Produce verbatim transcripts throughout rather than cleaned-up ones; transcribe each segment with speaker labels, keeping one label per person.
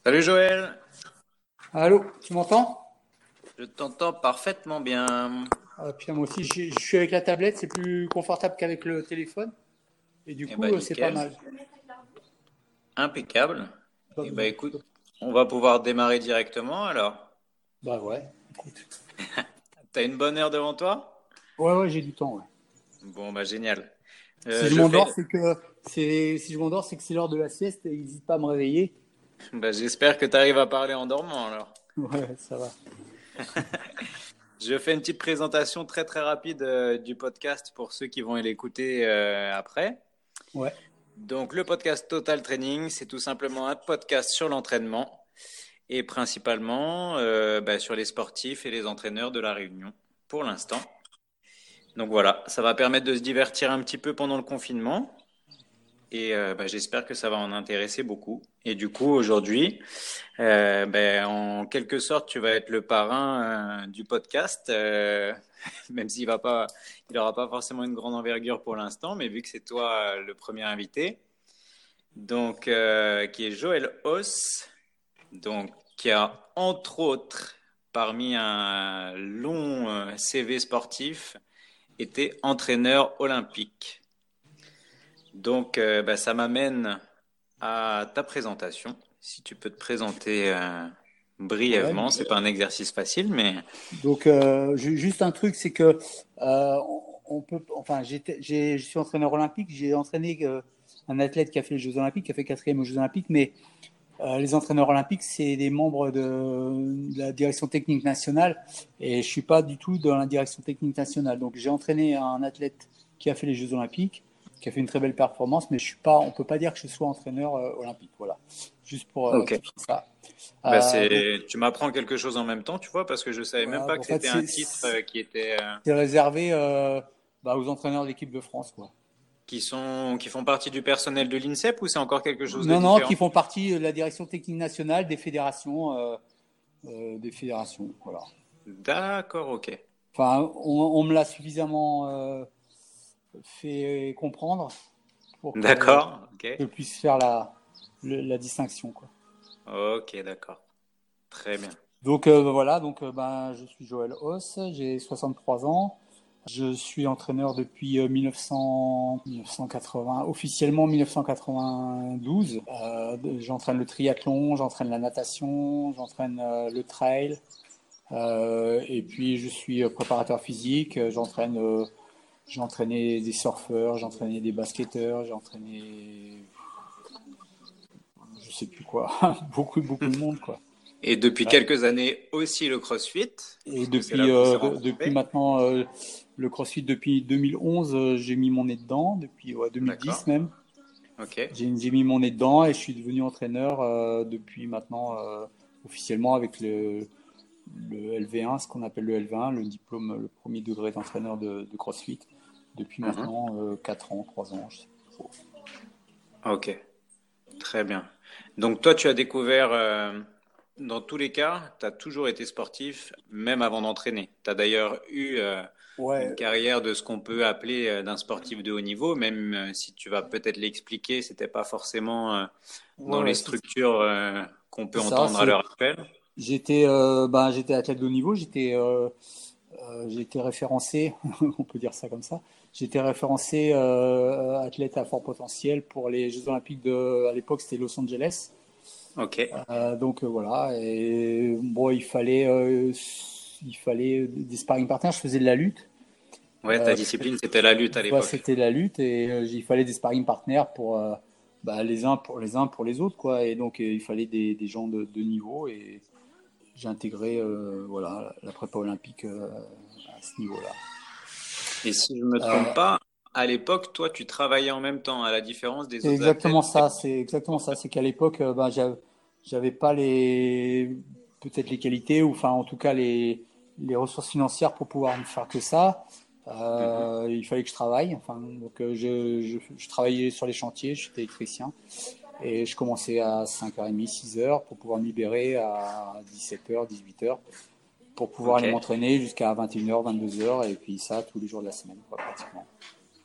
Speaker 1: Salut Joël,
Speaker 2: Allô, tu m'entends?
Speaker 1: je t'entends parfaitement bien.
Speaker 2: Ah, putain, moi aussi, je je suis avec la tablette, c'est plus confortable qu'avec le téléphone. Et du
Speaker 1: Eh
Speaker 2: coup,
Speaker 1: ben
Speaker 2: euh, c'est pas
Speaker 1: nickel,
Speaker 2: mal.
Speaker 1: impeccable.
Speaker 2: Pas
Speaker 1: Eh ben
Speaker 2: besoin.
Speaker 1: écoute, on va pouvoir démarrer directement alors.
Speaker 2: Bah ouais, écoute.
Speaker 1: T'as une bonne heure devant toi?
Speaker 2: Ouais, ouais, j'ai du temps, ouais.
Speaker 1: Bon bah génial.
Speaker 2: Si
Speaker 1: Euh,
Speaker 2: je
Speaker 1: je fais,
Speaker 2: m'endors, c'est que c'est si je m'endors, c'est que c'est l'heure de la sieste et n'hésite pas à me réveiller.
Speaker 1: bah, j'espère que tu arrives à parler en dormant alors.
Speaker 2: Ouais, ça va.
Speaker 1: Je fais une petite présentation très très rapide euh, du podcast pour ceux qui vont l'écouter euh, après.
Speaker 2: Ouais.
Speaker 1: Donc le podcast Total Training, c'est tout simplement un podcast sur l'entraînement et principalement euh, bah, sur les sportifs et les entraîneurs de la Réunion pour l'instant. Donc voilà, ça va permettre de se divertir un petit peu pendant le confinement et euh, bah, j'espère que ça va en intéresser beaucoup. Et du coup, aujourd'hui, euh, ben, en quelque sorte, tu vas être le parrain euh, du podcast, euh, même s'il va pas, il n'aura pas forcément une grande envergure pour l'instant, mais vu que c'est toi euh, le premier invité, donc euh, qui est Joël Hauss, donc qui a entre autres, parmi un long euh, C V sportif, été entraîneur olympique. Donc, euh, bah, ça m'amène à ta présentation. Si tu peux te présenter euh,
Speaker 2: Ouais.
Speaker 1: brièvement, c'est pas un exercice facile, mais
Speaker 2: Donc, euh, ju- juste un truc, c'est que euh, on on peut, enfin, j'étais, j'ai, je suis entraîneur olympique. J'ai entraîné euh, un athlète qui a fait les Jeux Olympiques, qui a fait quatrième aux Jeux Olympiques, mais Euh, les entraîneurs olympiques, c'est des membres de, de la direction technique nationale et je suis pas du tout dans la direction technique nationale. Donc j'ai entraîné un athlète qui a fait les Jeux olympiques, qui a fait une très belle performance, mais je suis pas, on peut pas dire que je sois entraîneur euh, olympique. Voilà, juste pour euh,
Speaker 1: ok.
Speaker 2: rectifier ça.
Speaker 1: Bah,
Speaker 2: Euh, donc
Speaker 1: c'est, tu m'apprends quelque chose en même temps, tu vois, parce que je savais même
Speaker 2: voilà,
Speaker 1: pas que
Speaker 2: en fait
Speaker 1: c'était un
Speaker 2: c'est
Speaker 1: titre euh, qui était, euh,
Speaker 2: c'est réservé euh, bah, aux entraîneurs de l'équipe de France, quoi.
Speaker 1: qui sont, qui font partie du personnel de l'INSEP ou c'est encore quelque chose de
Speaker 2: Non, non,
Speaker 1: différent?
Speaker 2: qui font partie de la direction technique nationale des fédérations, euh, euh, des fédérations. Voilà.
Speaker 1: D'accord, ok.
Speaker 2: Enfin, on, on me l'a suffisamment euh, fait comprendre pour que
Speaker 1: D'accord, ok.
Speaker 2: je puisse faire la, le- la distinction, quoi.
Speaker 1: Ok, d'accord. Très bien.
Speaker 2: Donc euh, voilà, donc euh, ben, je suis Joël Hauss, j'ai soixante-trois ans. Je suis entraîneur depuis euh, mille neuf cents, mille neuf cent quatre-vingts, officiellement mille neuf cent quatre-vingt-douze. Euh, j'entraîne le triathlon, j'entraîne la natation, j'entraîne euh, le trail. Euh, et puis je suis euh, préparateur physique, j'entraîne euh, j'ai entraîné des surfeurs, j'ai entraîné des basketteurs, j'ai entraîné je sais plus quoi, beaucoup beaucoup de monde, quoi.
Speaker 1: Et depuis
Speaker 2: Ouais.
Speaker 1: quelques années aussi le CrossFit,
Speaker 2: Et
Speaker 1: parce que c'est là
Speaker 2: depuis
Speaker 1: qu'on s'est
Speaker 2: euh, de- depuis
Speaker 1: rencontrés.
Speaker 2: maintenant euh, le CrossFit depuis deux mille onze, euh, j'ai mis mon nez dedans depuis ouais, deux mille dix
Speaker 1: D'accord.
Speaker 2: même.
Speaker 1: Ok.
Speaker 2: J'ai j'ai mis mon nez dedans et je suis devenu entraîneur euh, depuis maintenant euh, officiellement avec le le L V un, ce qu'on appelle le L V un, le diplôme, le premier degré d'entraîneur de, de CrossFit, depuis
Speaker 1: Mhm.
Speaker 2: maintenant euh, quatre ans, trois ans, je sais plus trop.
Speaker 1: Ok. Très bien. Donc toi, tu as découvert, euh, dans tous les cas, tu as toujours été sportif, même avant d'entraîner. Tu as d'ailleurs eu euh, une
Speaker 2: Ouais,
Speaker 1: carrière de ce qu'on peut appeler euh, d'un sportif de haut niveau, même euh, si tu vas peut-être l'expliquer, c'était pas forcément euh,
Speaker 2: ouais,
Speaker 1: dans les
Speaker 2: ouais, c'est
Speaker 1: structures euh, qu'on peut
Speaker 2: c'est ça.
Speaker 1: entendre à
Speaker 2: C'est,
Speaker 1: l'heure actuelle.
Speaker 2: j'étais, euh, bah, j'étais athlète de haut niveau. J'étais, euh, euh, j'ai été référencé, on peut dire ça comme ça. J'étais référencé euh, athlète à fort potentiel pour les Jeux Olympiques de, à l'époque c'était Los Angeles.
Speaker 1: Ok.
Speaker 2: Euh, donc euh, voilà. Et bon, il fallait, euh, il fallait des sparring partners. Je faisais de la lutte.
Speaker 1: Ouais, ta
Speaker 2: Euh,
Speaker 1: discipline, c'était la lutte à
Speaker 2: Bah,
Speaker 1: l'époque.
Speaker 2: c'était la lutte et euh, il fallait des sparring partners pour euh, bah, les uns pour les uns pour les autres, quoi. Et donc euh, il fallait des, des gens de, de niveau et j'ai intégré euh, voilà la prépa olympique euh, à ce niveau-là.
Speaker 1: Et si je me trompe
Speaker 2: Euh,
Speaker 1: pas, à l'époque, toi, tu travaillais en même temps, à la différence des
Speaker 2: c'est
Speaker 1: autres athlètes.
Speaker 2: exactement ça, c'est exactement ça. C'est qu'à l'époque, euh, bah, j'avais j'avais pas les peut-être les qualités ou enfin en tout cas les les ressources financières pour pouvoir ne faire que ça.
Speaker 1: Mhm.
Speaker 2: Euh, il fallait que je travaille. Enfin, donc euh, je, je, je travaillais sur les chantiers, j'étais électricien. Et je commençais à cinq heures trente, six heures pour pouvoir me libérer à dix-sept heures, dix-huit heures pour pouvoir
Speaker 1: Ok.
Speaker 2: aller m'entraîner jusqu'à vingt et une heures, vingt-deux heures et puis ça tous les jours de la semaine, quoi, pratiquement.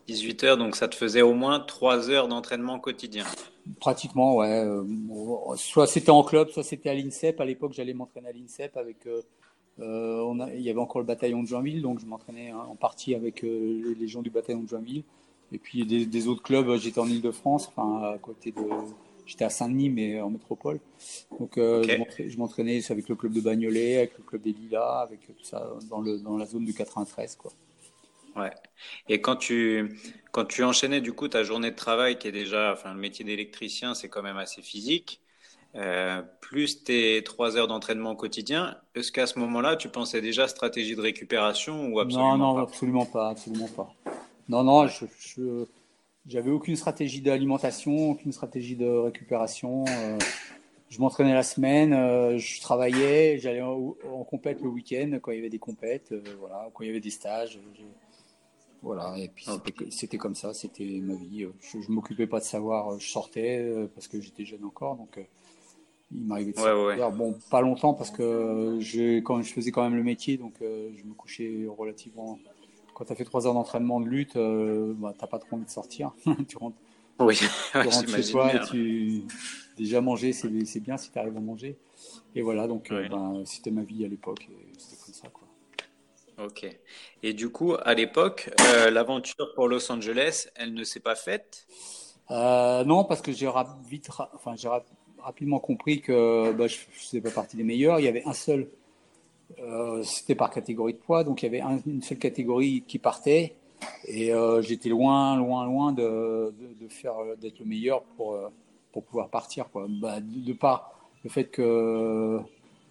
Speaker 1: dix-huit heures, donc ça te faisait au moins trois heures d'entraînement quotidien.
Speaker 2: Pratiquement, ouais. Euh, bon, soit c'était en club, soit c'était à l'INSEP. À l'époque, j'allais m'entraîner à l'INSEP avec. Euh, euh, on a, il y avait encore le bataillon de Joinville, donc je m'entraînais hein, en partie avec euh, les gens du bataillon de Joinville. Et puis des, des autres clubs, j'étais en Île-de-France, enfin à côté de. J'étais à Saint-Denis, mais en métropole. Donc euh,
Speaker 1: Ok.
Speaker 2: je m'entraînais, je m'entraînais avec le club de Bagnolet, avec le club des Lilas, avec tout ça dans, le, dans la zone du quatre-vingt-treize, quoi.
Speaker 1: Ouais. Et quand tu, quand tu enchaînais du coup ta journée de travail, qui est déjà, enfin le métier d'électricien, c'est quand même assez physique, euh, plus tes trois heures d'entraînement quotidien, est-ce qu'à ce moment-là, tu pensais déjà stratégie de récupération ou
Speaker 2: Non,
Speaker 1: absolument
Speaker 2: non,
Speaker 1: pas?
Speaker 2: absolument pas, absolument pas. Non, non,
Speaker 1: Ouais.
Speaker 2: je, je, j'avais aucune stratégie d'alimentation, aucune stratégie de récupération. Euh, je m'entraînais la semaine, euh, je travaillais, j'allais en, en compète le week-end quand il y avait des compètes, euh, voilà, quand il y avait des stages. Je- voilà, et puis
Speaker 1: Ok.
Speaker 2: c'était, c'était comme ça, c'était ma vie. Je, je m'occupais pas de savoir, je sortais euh, parce que j'étais jeune encore, donc euh, il m'arrivait de
Speaker 1: Ouais, ouais, ouais.
Speaker 2: sortir. Bon, pas longtemps parce que je, quand je faisais quand même le métier, donc euh, je me couchais relativement. Quand tu as fait trois heures d'entraînement de lutte, euh, bah, t'as pas trop envie de sortir. tu rentres
Speaker 1: Oui,
Speaker 2: tu
Speaker 1: ouais,
Speaker 2: rentres chez
Speaker 1: j'imagine
Speaker 2: toi et
Speaker 1: bien.
Speaker 2: tu déjà manger, c'est c'est bien si tu arrives à manger. Et voilà, donc euh,
Speaker 1: Ouais.
Speaker 2: ben, c'était ma vie à l'époque et c'était comme ça quoi.
Speaker 1: Ok. Et du coup, à l'époque, euh, l'aventure pour Los Angeles, elle ne s'est pas faite.
Speaker 2: Euh, non, parce que j'ai rap- vite, ra- enfin j'ai rap- rapidement compris que bah, je ne faisais pas partie des meilleurs. Il y avait un seul, euh, c'était par catégorie de poids, donc il y avait un- une seule catégorie qui partait et euh, j'étais loin, loin, loin de, de, de faire d'être le meilleur pour euh, pour pouvoir partir quoi. Bah, de, de par le fait que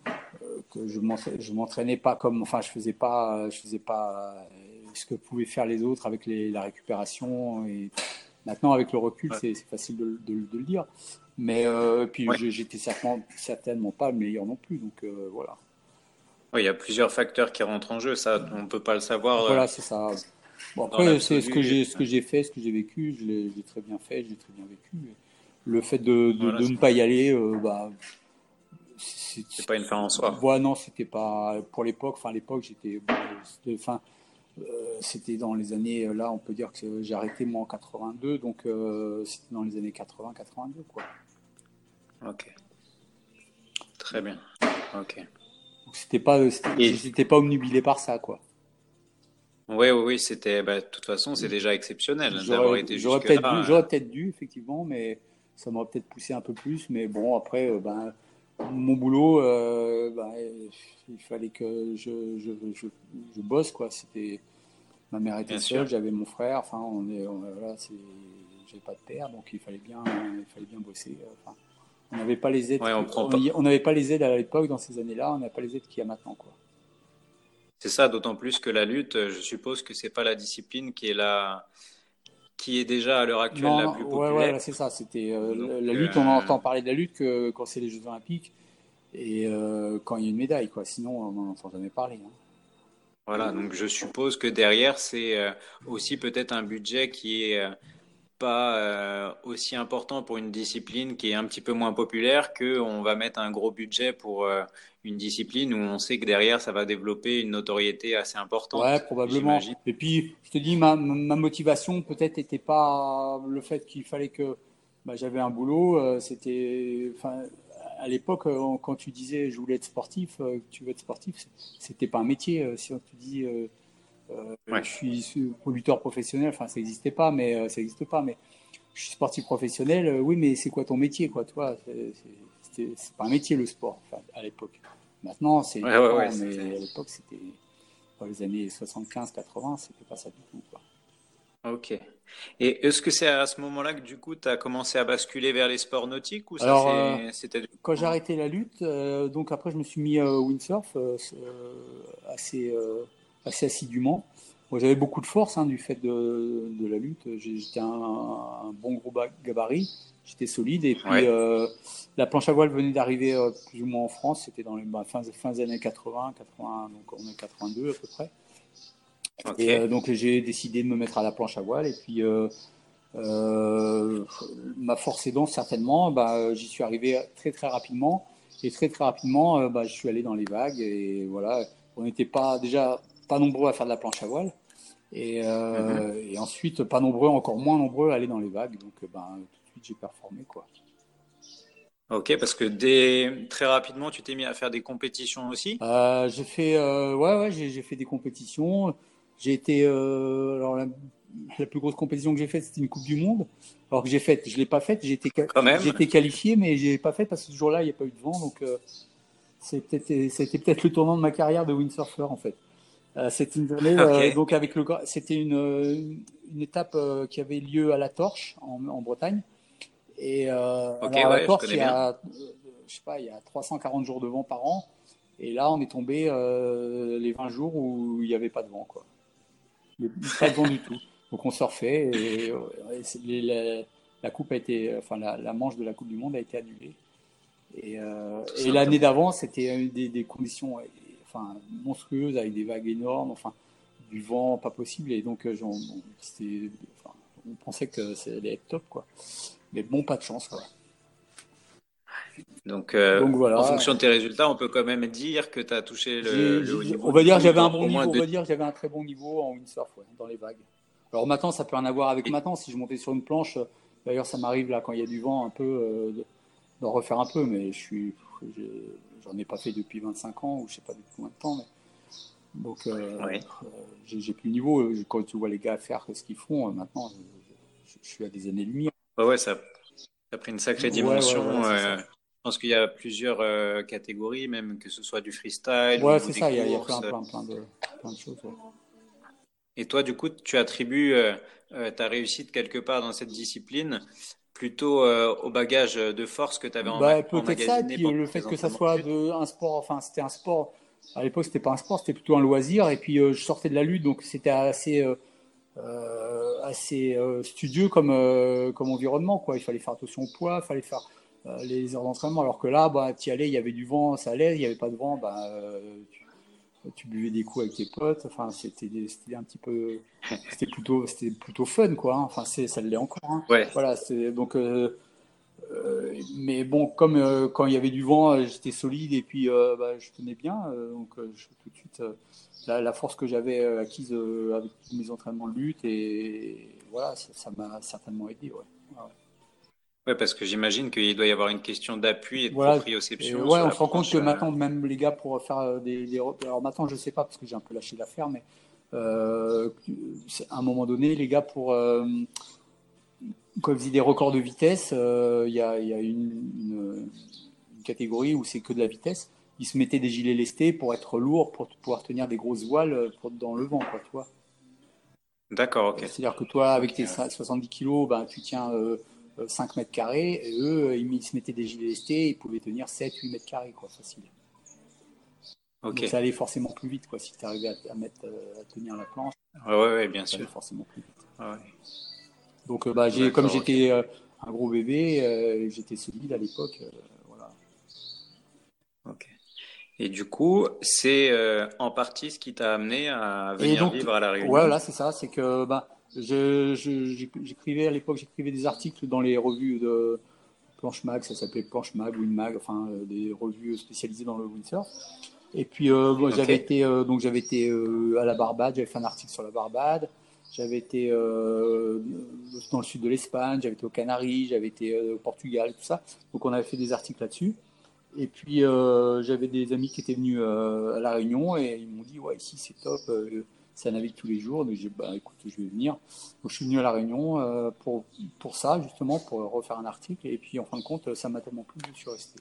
Speaker 2: que je m'entraînais, je m'entraînais pas comme, enfin, je faisais pas, je faisais pas ce que pouvaient faire les autres avec les, la récupération. Et maintenant, avec le recul,
Speaker 1: Ouais.
Speaker 2: c'est c'est facile de, de, de le dire. Mais euh, puis
Speaker 1: Ouais.
Speaker 2: je- j'étais certainement, certainement pas le meilleur non plus. Donc euh, voilà.
Speaker 1: Oui, il y a plusieurs facteurs qui rentrent en jeu. Ça, on peut pas le savoir euh,
Speaker 2: Voilà, c'est ça. Bon,
Speaker 1: dans
Speaker 2: après, c'est ce que
Speaker 1: l'absolu.
Speaker 2: j'ai, ce que j'ai fait, ce que j'ai vécu, je l'ai, je l'ai très bien fait, je l'ai très bien vécu. Le fait de, de,
Speaker 1: Voilà,
Speaker 2: de
Speaker 1: c'est
Speaker 2: ne pas y aller, euh, bah, c'est,
Speaker 1: c'est pas une fin en soi.
Speaker 2: ouais, non, c'était pas pour l'époque. Enfin, à l'époque, j'étais, c'était, enfin, Euh, c'était dans les années, euh, là on peut dire que j'ai arrêté moi en quatre-vingt-deux, donc euh, c'était dans les années quatre-vingts quatre-vingt-deux quoi.
Speaker 1: Ok, très bien. Ok.
Speaker 2: Donc c'était pas, c'était-
Speaker 1: Et
Speaker 2: j'étais pas omnubilé par ça quoi.
Speaker 1: oui, oui, oui, c'était. Bah, de toute façon, c'est déjà exceptionnel d'avoir
Speaker 2: J'aurais,
Speaker 1: été
Speaker 2: j'aurais peut-être dû,
Speaker 1: jusque-là.
Speaker 2: j'aurais peut-être dû effectivement, mais ça m'aurait peut-être poussé un peu plus. Mais bon après, euh, ben, mon boulot, euh, ben, il fallait que je, je, je, je bosse quoi. C'était, ma mère était
Speaker 1: Bien
Speaker 2: seule,
Speaker 1: sûr.
Speaker 2: j'avais mon frère, enfin on est, on- voilà, c'est, j'avais pas de père, donc il fallait bien, il fallait bien bosser. Enfin, on n'avait pas les aides,
Speaker 1: Ouais, on
Speaker 2: qui-
Speaker 1: prend pas.
Speaker 2: on n'avait pas les aides à l'époque dans ces années-là, on n'a pas les aides qu'il y a maintenant quoi.
Speaker 1: C'est ça, d'autant plus que la lutte, euh, je suppose que c'est pas la discipline qui est la, qui est déjà à l'heure actuelle
Speaker 2: Non,
Speaker 1: la
Speaker 2: non,
Speaker 1: plus
Speaker 2: ouais, ouais,
Speaker 1: populaire.
Speaker 2: là, c'est ça. C'était
Speaker 1: Donc,
Speaker 2: euh, la, la lutte. On
Speaker 1: euh,
Speaker 2: entend parler de la lutte que quand c'est les Jeux Olympiques et euh, quand il y a une médaille, quoi. Sinon, on n'en entend jamais parler, hein.
Speaker 1: voilà. Donc, je suppose que derrière, c'est euh, aussi peut-être un budget qui est euh, pas euh, aussi important pour une discipline qui est un petit peu moins populaire que on va mettre un gros budget pour euh, une discipline où on sait que derrière ça va développer une notoriété assez
Speaker 2: Ouais,
Speaker 1: importante,
Speaker 2: probablement.
Speaker 1: j'imagine.
Speaker 2: Et puis, je te dis, ma, ma motivation peut-être n'était pas le fait qu'il fallait que bah, j'avais un boulot. euh, C'était, enfin, à l'époque, euh, quand tu disais je voulais être sportif, euh, tu veux être sportif, c'était pas un métier. Euh, Si on te dit euh, euh,
Speaker 1: Ouais,
Speaker 2: je suis lutteur professionnel, enfin, ça n'existait pas, mais euh, ça n'existe pas, mais je suis sportif professionnel, euh, oui, mais c'est quoi ton métier, quoi, toi? C'est c'est- c'est pas un métier le sport, enfin, à l'époque. Maintenant, c'est
Speaker 1: ouais, ouais, ouais,
Speaker 2: différent, mais
Speaker 1: c'était
Speaker 2: à l'époque, c'était dans les années soixante-quinze quatre-vingts, c'était pas ça du tout, quoi.
Speaker 1: ok. Et est-ce que c'est à ce moment-là que du coup tu as commencé à basculer vers les sports nautiques ou ça
Speaker 2: Alors, euh,
Speaker 1: c'est c'était du
Speaker 2: quand j'ai
Speaker 1: coup-
Speaker 2: arrêté la lutte, euh, donc après, je me suis mis euh, au windsurf euh, euh, assez, euh, assez assidûment. Moi, j'avais beaucoup de force hein, du fait de, de la lutte. J'ai- J'étais un, un bon gros ba- gabarit, j'étais solide. Et puis,
Speaker 1: Ouais,
Speaker 2: euh, la planche à voile venait d'arriver euh, plus ou moins en France. C'était dans les bah, fins, fins des années quatre-vingts, quatre-vingts, donc on est quatre-vingt-deux à peu près.
Speaker 1: ok,
Speaker 2: Et euh, donc, j'ai décidé de me mettre à la planche à voile. Et puis, euh, euh, ma force aidant certainement, bah, j'y suis arrivé très très rapidement et très très rapidement, euh, bah, je suis allé dans les vagues et voilà, on n'était pas déjà pas nombreux à faire de la planche à voile Et,
Speaker 1: Mhm.
Speaker 2: euh, et ensuite, pas nombreux, encore moins nombreux à aller dans les vagues. Donc, euh, ben, tout de suite, j'ai performé, quoi.
Speaker 1: Ok, parce que dès très rapidement, tu t'es mis à faire des compétitions aussi.
Speaker 2: Euh, j'ai fait, euh, ouais, ouais, j'ai, j'ai fait des compétitions. J'ai été, euh, alors la, la plus grosse compétition que j'ai faite, c'était une Coupe du Monde. Alors que j'ai faite, je l'ai pas faite. J'ai été, qua-
Speaker 1: Quand
Speaker 2: j'ai
Speaker 1: même.
Speaker 2: été qualifié, mais j'ai pas faite parce que ce jour-là, il n'y a pas eu de vent. Donc, euh, c'était, c'était peut-être le tournant de ma carrière de windsurfer, en fait. Euh, c'était une journée,
Speaker 1: Ok,
Speaker 2: euh, donc avec le, gra- c'était une, euh, une étape euh, qui avait lieu à La Torche, en, en Bretagne. Et euh,
Speaker 1: ok,
Speaker 2: alors à La
Speaker 1: ouais, je
Speaker 2: Torche, il
Speaker 1: connais
Speaker 2: y
Speaker 1: bien.
Speaker 2: a, euh, je sais pas, il y a trois cent quarante jours de vent par an. Et là, on est tombé euh, les vingt jours où il n'y avait pas de vent, quoi. Mais pas de vent du tout. Donc on surfait et, euh, et c'est- les- la, la coupe a été, enfin la, la manche de la Coupe du Monde a été annulée. Et, euh,
Speaker 1: Tout
Speaker 2: et l'année
Speaker 1: simplement.
Speaker 2: d'avant, c'était des, des conditions, euh, enfin monstrueuses avec des vagues énormes, enfin du vent pas possible. Et donc euh, j'en- bon, c'était, enfin, on pensait que ça allait être top, quoi. Mais bon, pas de chance, quoi.
Speaker 1: Donc, euh,
Speaker 2: Donc
Speaker 1: en
Speaker 2: voilà.
Speaker 1: fonction de tes résultats, on peut quand même dire que tu as touché le,
Speaker 2: J'ai,
Speaker 1: le haut
Speaker 2: j'ai-
Speaker 1: niveau
Speaker 2: on va
Speaker 1: du
Speaker 2: dire que
Speaker 1: coup
Speaker 2: j'avais un
Speaker 1: dans
Speaker 2: bon
Speaker 1: au moins
Speaker 2: niveau, on
Speaker 1: deux.
Speaker 2: va dire que j'avais un très bon niveau en windsurf, ouais, dans les vagues. Alors maintenant, ça peut rien avoir avec
Speaker 1: Et-
Speaker 2: maintenant. Si je montais sur une planche, euh, d'ailleurs, ça m'arrive là quand il y a du vent un peu euh, de- d'en refaire un peu, mais je suis, j'ai- j'en ai pas fait depuis vingt-cinq ans ou je sais pas depuis combien de temps. Mais- donc euh,
Speaker 1: Oui.
Speaker 2: euh, j'ai, j'ai plus le niveau. Quand tu vois les gars faire ce qu'ils font, euh, maintenant, je, je- je suis à des années-lumière.
Speaker 1: Ouais, ouais, ça, ça a pris une sacrée
Speaker 2: Ouais, ouais, ouais,
Speaker 1: dimension.
Speaker 2: c'est
Speaker 1: euh,
Speaker 2: ça.
Speaker 1: je pense qu'il y a plusieurs euh, catégories, même que ce soit du freestyle
Speaker 2: Ouais,
Speaker 1: ou
Speaker 2: c'est
Speaker 1: des
Speaker 2: ça. Il y a, il y a plein,
Speaker 1: courses.
Speaker 2: plein, plein de, plein de choses. Ouais.
Speaker 1: Et toi, du coup, tu attribues euh, euh, ta réussite quelque part dans cette discipline plutôt euh, au bagage de force que tu avais
Speaker 2: Bah, peut-être ça, et
Speaker 1: emmagasiné
Speaker 2: puis euh,
Speaker 1: pendant
Speaker 2: le fait
Speaker 1: tes
Speaker 2: que ça
Speaker 1: entraînements
Speaker 2: soit
Speaker 1: de lutte.
Speaker 2: de, un sport, enfin c'était un sport, à l'époque c'était pas un sport, c'était plutôt un loisir, et puis euh, je sortais de la lutte, donc c'était assez, euh, euh, assez euh, studieux comme, euh, comme environnement, quoi. Il fallait faire attention au poids, il fallait faire euh, les heures d'entraînement, alors que là, bah, tu y allais, il y avait du vent, ça allait, il n'y avait pas de vent, bah, euh, tu, tu buvais des coups avec tes potes, enfin c'était c'était un petit peu, c'était plutôt, c'était plutôt fun, quoi, hein. Enfin c'est, ça l'est encore, hein.
Speaker 1: Ouais,
Speaker 2: Voilà, c'est donc. Euh, euh, mais bon, comme euh, quand il y avait du vent, euh, j'étais solide et puis euh, bah, je tenais bien. Euh, donc euh, je, tout de suite, euh, la, la force que j'avais euh, acquise euh, avec tous mes entraînements de lutte et voilà, ça ça m'a certainement aidé. Ouais. Ouais.
Speaker 1: ouais, parce que j'imagine qu'il doit y avoir une question d'appui et de
Speaker 2: Voilà. Et
Speaker 1: proprioception
Speaker 2: ouais,
Speaker 1: sur
Speaker 2: on
Speaker 1: la
Speaker 2: se rend compte que
Speaker 1: planche. euh.
Speaker 2: maintenant, même les gars, pour faire euh, des, des rep- alors maintenant, je sais pas parce que j'ai un peu lâché l'affaire, mais euh, c'est- à un moment donné, les gars, pour euh, quand ils faisaient des records de vitesse, euh, il y a, il y a une, une- une catégorie où c'est que de la vitesse. Ils se mettaient des gilets lestés pour être lourds, pour pouvoir tenir des grosses voiles euh, pour, dans le vent, quoi, tu vois.
Speaker 1: D'accord,
Speaker 2: Euh,
Speaker 1: ok.
Speaker 2: C'est-à-dire que toi, avec
Speaker 1: Ok,
Speaker 2: tes
Speaker 1: ouais.
Speaker 2: soixante-dix kilos, ben, tu tiens euh, euh, cinq mètres carrés, et eux, ils, ils se mettaient des gilets lestés, ils pouvaient tenir sept, huit mètres carrés, quoi, facile.
Speaker 1: Ok.
Speaker 2: Donc ça allait forcément plus vite, quoi, si tu arrivais à, à, mettre, euh, à tenir la planche,
Speaker 1: Ouais, ouais, ouais, bien
Speaker 2: ça allait
Speaker 1: sûr.
Speaker 2: forcément plus vite.
Speaker 1: Ouais, ouais.
Speaker 2: Donc euh, bah, j'ai, comme
Speaker 1: D'accord, ok.
Speaker 2: j'étais euh, un gros bébé, euh, j'étais solide à l'époque, euh, voilà.
Speaker 1: Ok. Et du coup, c'est euh, en partie ce qui t'a amené à
Speaker 2: Et
Speaker 1: venir
Speaker 2: donc,
Speaker 1: vivre à La Réunion.
Speaker 2: voilà, c'est ça, c'est que bah, je, je- j'écrivais à l'époque, j'écrivais des articles dans les revues de Planche Mag, ça s'appelait Planche Mag, Win Mag, enfin euh, des revues spécialisées dans le windsurf. Et puis euh, bon,
Speaker 1: Ok.
Speaker 2: j'avais été euh, donc j'avais été euh, à la Barbade, j'avais fait un article sur la Barbade. J'avais été euh, dans le sud de l'Espagne, j'avais été aux Canaries, j'avais été euh, au Portugal, tout ça. Donc on avait fait des articles là-dessus. Et puis euh, j'avais des amis qui étaient venus euh, à La Réunion et ils m'ont dit ouais ici c'est top, euh, ça navigue tous les jours. Donc j'ai dit bah écoute je vais venir. Donc je suis venu à La Réunion euh, pour, pour ça justement, pour refaire un article. Et puis en fin de compte ça m'a tellement plu que je suis resté.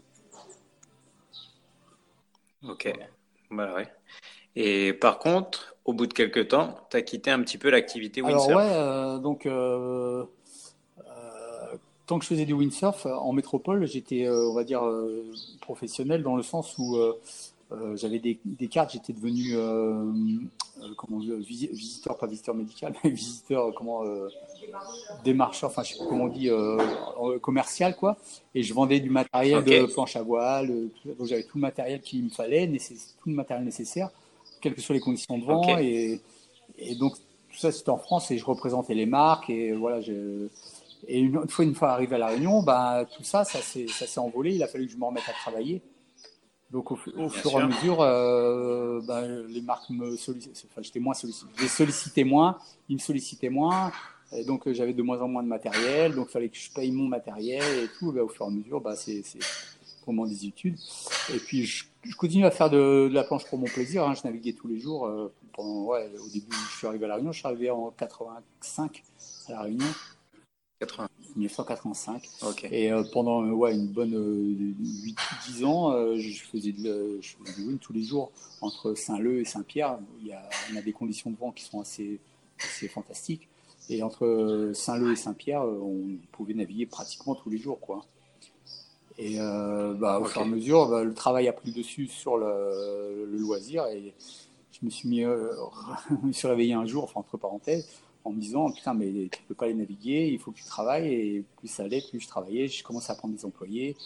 Speaker 1: Ok.
Speaker 2: Voilà.
Speaker 1: Bah ouais. Et par contre, au bout de quelques temps, t'as quitté un petit peu l'activité
Speaker 2: Alors ouais,
Speaker 1: windsurf.
Speaker 2: euh, donc euh, euh, tant que je faisais du windsurf euh, en métropole, j'étais euh, on va dire euh, professionnel dans le sens où euh, euh, j'avais des, des cartes, j'étais devenu euh, euh, comment dire, visi- visiteur, pas visiteur médical, mais visiteur, euh, comment euh, démarcheur, enfin je sais pas comment on dit, euh, euh, commercial quoi. Et je vendais du matériel
Speaker 1: Ok.
Speaker 2: de planche à voile, euh, tout- donc j'avais tout le matériel qu'il me fallait, nécess- tout le matériel nécessaire, quelles que soient les conditions de
Speaker 1: Ok.
Speaker 2: vent. Et, et donc tout ça c'était en France et je représentais les marques et voilà. Je, et une fois, une fois arrivé à La Réunion, bah, tout ça, ça s'est, ça s'est envolé. Il a fallu que je me remette à travailler. Donc au, au
Speaker 1: Bien
Speaker 2: fur et à
Speaker 1: sûr.
Speaker 2: mesure, euh, bah, les marques me sollicitaient, enfin j'étais moins sollicité, je les sollicitais moins, ils me sollicitaient moins, et donc euh, j'avais de moins en moins de matériel, donc il fallait que je paye mon matériel et tout. Bah, au fur et à mesure, bah, c'est, c'est vraiment des études. Et puis je, je continue à faire de, de la planche pour mon plaisir, hein. Je naviguais tous les jours. Euh, pendant, ouais, au début, je suis arrivé à La Réunion, je suis arrivé en quatre-vingt-cinq à La Réunion.
Speaker 1: quatre-vingts.
Speaker 2: mille neuf cent quatre-vingt-cinq.
Speaker 1: Ok.
Speaker 2: Et euh, pendant euh, ouais, une bonne euh, huit dix ans, euh, je faisais, de, je faisais du wind tous les jours entre Saint-Leu et Saint-Pierre. Il y a, on a des conditions de vent qui sont assez, assez fantastiques. Et entre Saint-Leu et Saint-Pierre, on pouvait naviguer pratiquement tous les jours, quoi. Et euh, bah, au
Speaker 1: Ok.
Speaker 2: fur et à mesure, bah, le travail a pris le dessus sur le, le loisir. Et je me suis mis, euh, je me suis réveillé un jour, enfin entre parenthèses, en me disant putain mais tu peux pas les naviguer, il faut que tu travailles. Et plus ça allait, plus je travaillais, je commençais à prendre des employés.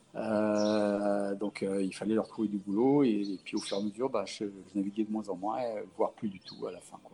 Speaker 2: Euh, donc euh, il fallait leur trouver du boulot. Et, et puis au fur et à mesure, bah, je, je naviguais de moins en moins, voire plus du tout à la fin, quoi.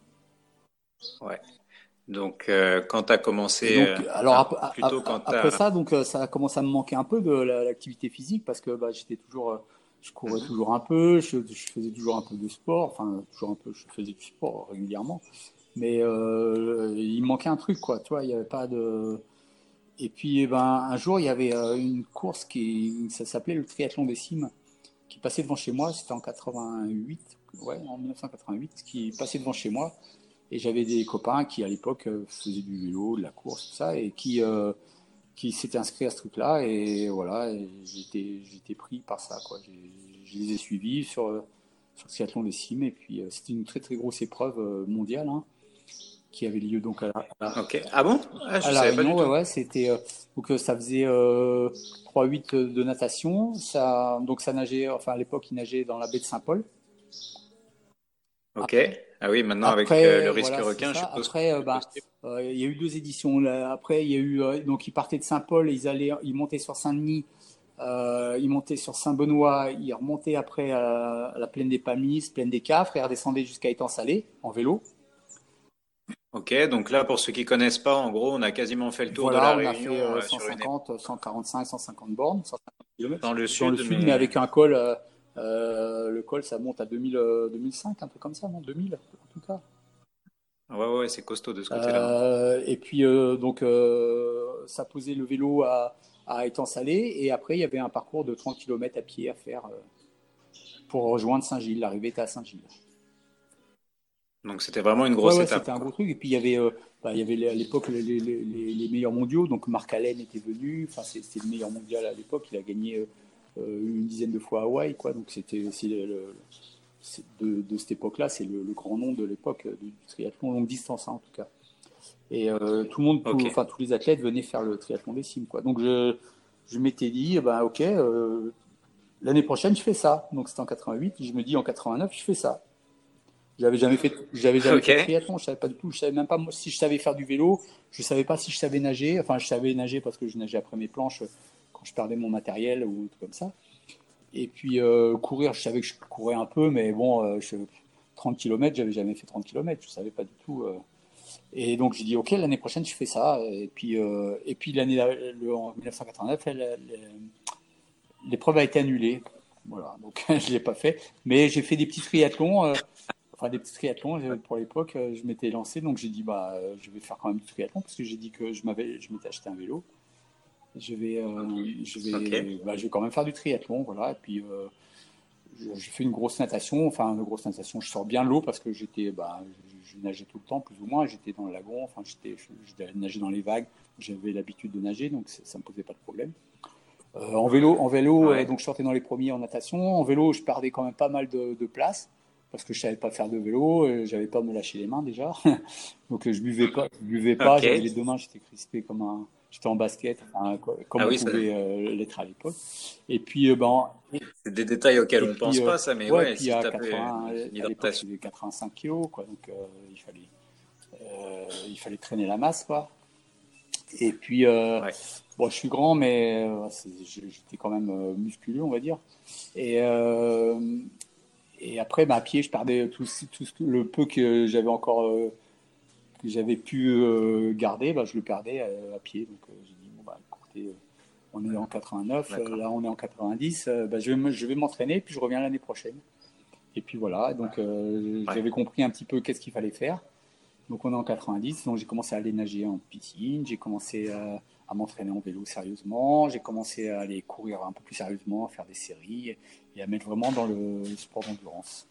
Speaker 1: Ouais. Donc, euh, quand tu as
Speaker 2: Et
Speaker 1: commencé, euh,
Speaker 2: donc, alors
Speaker 1: enfin,
Speaker 2: ap-
Speaker 1: plutôt
Speaker 2: ap-
Speaker 1: quand tu
Speaker 2: après
Speaker 1: as.
Speaker 2: ça, donc euh, ça a commencé à me manquer un peu de la- l'activité physique parce que bah, j'étais toujours, euh, je courais toujours un peu, je, je faisais toujours un peu de sport, enfin toujours un peu, je faisais du sport régulièrement, mais euh, il me manquait un truc, quoi. Tu vois, il n'y avait pas de. Et puis, eh ben, un jour, il y avait euh, une course qui, ça s'appelait le triathlon des cimes, qui passait devant chez moi. C'était en quatre-vingt-huit, ouais, en mille neuf cent quatre-vingt-huit, qui passait devant chez moi. Et j'avais des copains qui, à l'époque, euh, faisaient du vélo, de la course, tout ça, et qui, euh, qui s'étaient inscrits à ce truc-là. Et voilà, et j'étais, j'étais pris par ça, quoi. J'ai- Je les ai suivis sur, euh, sur le triathlon des cimes. Et puis, euh, c'était une très, très grosse épreuve euh, mondiale, hein, qui avait lieu donc à la, à la-
Speaker 1: Ok. Ah bon? Ah,
Speaker 2: à
Speaker 1: je
Speaker 2: La
Speaker 1: savais pas
Speaker 2: Réunion.
Speaker 1: du
Speaker 2: Ouais,
Speaker 1: tout.
Speaker 2: ouais, c'était. Euh, donc, euh, ça faisait euh, trois huit de natation. Ça, donc, ça nageait, enfin, à l'époque, ils nageaient dans la baie de Saint-Paul.
Speaker 1: Ok. Ah oui, maintenant avec euh, le
Speaker 2: Après,
Speaker 1: risque
Speaker 2: voilà, c'est
Speaker 1: requin, je
Speaker 2: ça.
Speaker 1: suppose que
Speaker 2: Après, euh,
Speaker 1: c'est
Speaker 2: ben,
Speaker 1: possible.
Speaker 2: euh, il y a eu deux éditions. Là. Après, il y a eu euh, donc ils partaient de Saint-Paul, ils allaient, ils montaient sur Saint-Denis, euh, ils montaient sur Saint-Benoît, ils remontaient après à, à la plaine des Palmiers, plaine des Cafres, et ils redescendaient jusqu'à Étang-Salé en vélo.
Speaker 1: Ok, donc là, pour ceux qui connaissent pas, en gros, on a quasiment fait le tour de
Speaker 2: Voilà,
Speaker 1: la
Speaker 2: on a fait
Speaker 1: Réunion
Speaker 2: euh,
Speaker 1: euh, sur une époque,
Speaker 2: cent cinquante, cent quarante-cinq, cent cinquante bornes, cent cinquante kilomètres
Speaker 1: dans le
Speaker 2: dans le
Speaker 1: sud,
Speaker 2: sud, mais
Speaker 1: mais
Speaker 2: avec un col. Euh, euh, le col, ça monte à deux mille, euh, deux mille cinq, un peu comme ça, non? deux mille en tout cas.
Speaker 1: ouais, ouais, c'est costaud de ce côté-là, hein.
Speaker 2: Euh, et puis, euh, donc, euh, ça posait le vélo à, à Étang-Salé. Et après, il y avait un parcours de trente kilomètres à pied à faire euh, pour rejoindre Saint-Gilles. L'arrivée était à Saint-Gilles.
Speaker 1: Donc c'était vraiment une
Speaker 2: Ouais,
Speaker 1: grosse
Speaker 2: ouais, c'était
Speaker 1: étape,
Speaker 2: un
Speaker 1: quoi.
Speaker 2: gros truc. Et puis, il y avait, euh, bah, il y avait à l'époque les, les, les, les meilleurs mondiaux. Donc, Marc Allen était venu. Enfin, c'était le meilleur mondial à l'époque. Il a gagné euh, une dizaine de fois à Hawaï, quoi. Donc, c'était c'est le, le- c'est de, de cette époque-là. C'est le, le grand nom de l'époque euh, du triathlon longue distance, hein, en tout cas. Et euh, tout le monde, tout,
Speaker 1: Ok.
Speaker 2: enfin tous les athlètes venaient faire le triathlon des cimes, quoi. Donc je, je m'étais dit, eh ben ok, euh, l'année prochaine je fais ça. Donc c'était en quatre-vingt-huit. Je me dis en quatre-vingt-neuf je fais ça. J'avais jamais fait, j'avais jamais
Speaker 1: Ok.
Speaker 2: fait de triathlon. Je savais pas du tout. Je savais même pas moi, si je savais faire du vélo. Je savais pas si je savais nager. Enfin je savais nager parce que je nageais après mes planches quand je perdais mon matériel ou tout comme ça. Et puis euh, courir, je savais que je courais un peu, mais bon, euh, je, trente kilomètres, j'avais jamais fait trente kilomètres. Je savais pas du tout. Euh, Et donc j'ai dit ok l'année prochaine je fais ça et puis euh, et puis l'année le, en mille neuf cent quatre-vingt-neuf elle- elle- l'épreuve a été annulée, voilà, donc je l'ai pas fait, mais j'ai fait des petits triathlons, euh, enfin des petits triathlons euh, pour l'époque, euh, je m'étais lancé, donc j'ai dit bah euh, je vais faire quand même du triathlon parce que j'ai dit que je m'avais je m'étais acheté un vélo, je vais euh, je
Speaker 1: Ok.
Speaker 2: vais bah, je vais quand même faire du triathlon, voilà, et puis euh, j'ai fait une grosse natation, enfin une grosse natation, je sors bien de l'eau parce que j'étais, bah, je, je nageais tout le temps plus ou moins, j'étais dans le lagon, enfin j'étais, je, je nageais dans les vagues, j'avais l'habitude de nager donc ça me posait pas de problème. Euh, en vélo, en vélo, euh,
Speaker 1: Ouais.
Speaker 2: donc je sortais dans les premiers en natation. En vélo, je perdais quand même pas mal de, de place parce que je savais pas faire de vélo, euh, j'avais pas me lâcher les mains déjà. Donc euh, je buvais pas, je buvais pas,
Speaker 1: Ok.
Speaker 2: j'avais les deux mains, j'étais crispé comme un, j'étais en basket, enfin, co- comme
Speaker 1: Ah
Speaker 2: on
Speaker 1: oui, ça,
Speaker 2: pouvait euh, l'être à l'époque. Et puis euh, ben,
Speaker 1: c'est des détails auxquels
Speaker 2: et
Speaker 1: on
Speaker 2: puis
Speaker 1: pense
Speaker 2: euh,
Speaker 1: pas, ça, mais
Speaker 2: ouais,
Speaker 1: ouais,
Speaker 2: puis
Speaker 1: si
Speaker 2: à
Speaker 1: tu avais
Speaker 2: quatre-vingts,
Speaker 1: une
Speaker 2: à l'époque je
Speaker 1: hydratation.
Speaker 2: faisais quatre-vingt-cinq kilos, quoi, donc euh, il fallait, euh, il fallait traîner la masse, quoi. Et puis euh,
Speaker 1: Ouais.
Speaker 2: bon, je suis grand, mais euh, c'est- j'étais quand même euh, musculeux, on va dire. Et, euh, et après, bah, à pied, je perdais tout, tout ce que- le peu que j'avais encore, euh, que j'avais pu euh, garder, bah, je le perdais euh, à pied. Donc euh, j'ai dit, bon, bah, écoutez, euh, On est en quatre-vingt-neuf, euh,
Speaker 1: D'accord.
Speaker 2: là on est en quatre-vingt-dix. Euh, bah, je vais, je vais m'entraîner, puis je reviens l'année prochaine. Et puis voilà, donc euh,
Speaker 1: Ouais.
Speaker 2: j'avais compris un petit peu qu'est-ce qu'il fallait faire. Donc on est en quatre-vingt-dix, donc j'ai commencé à aller nager en piscine, j'ai commencé à, à m'entraîner en vélo sérieusement, j'ai commencé à aller courir un peu plus sérieusement, à faire des séries et à mettre vraiment dans le sport d'endurance.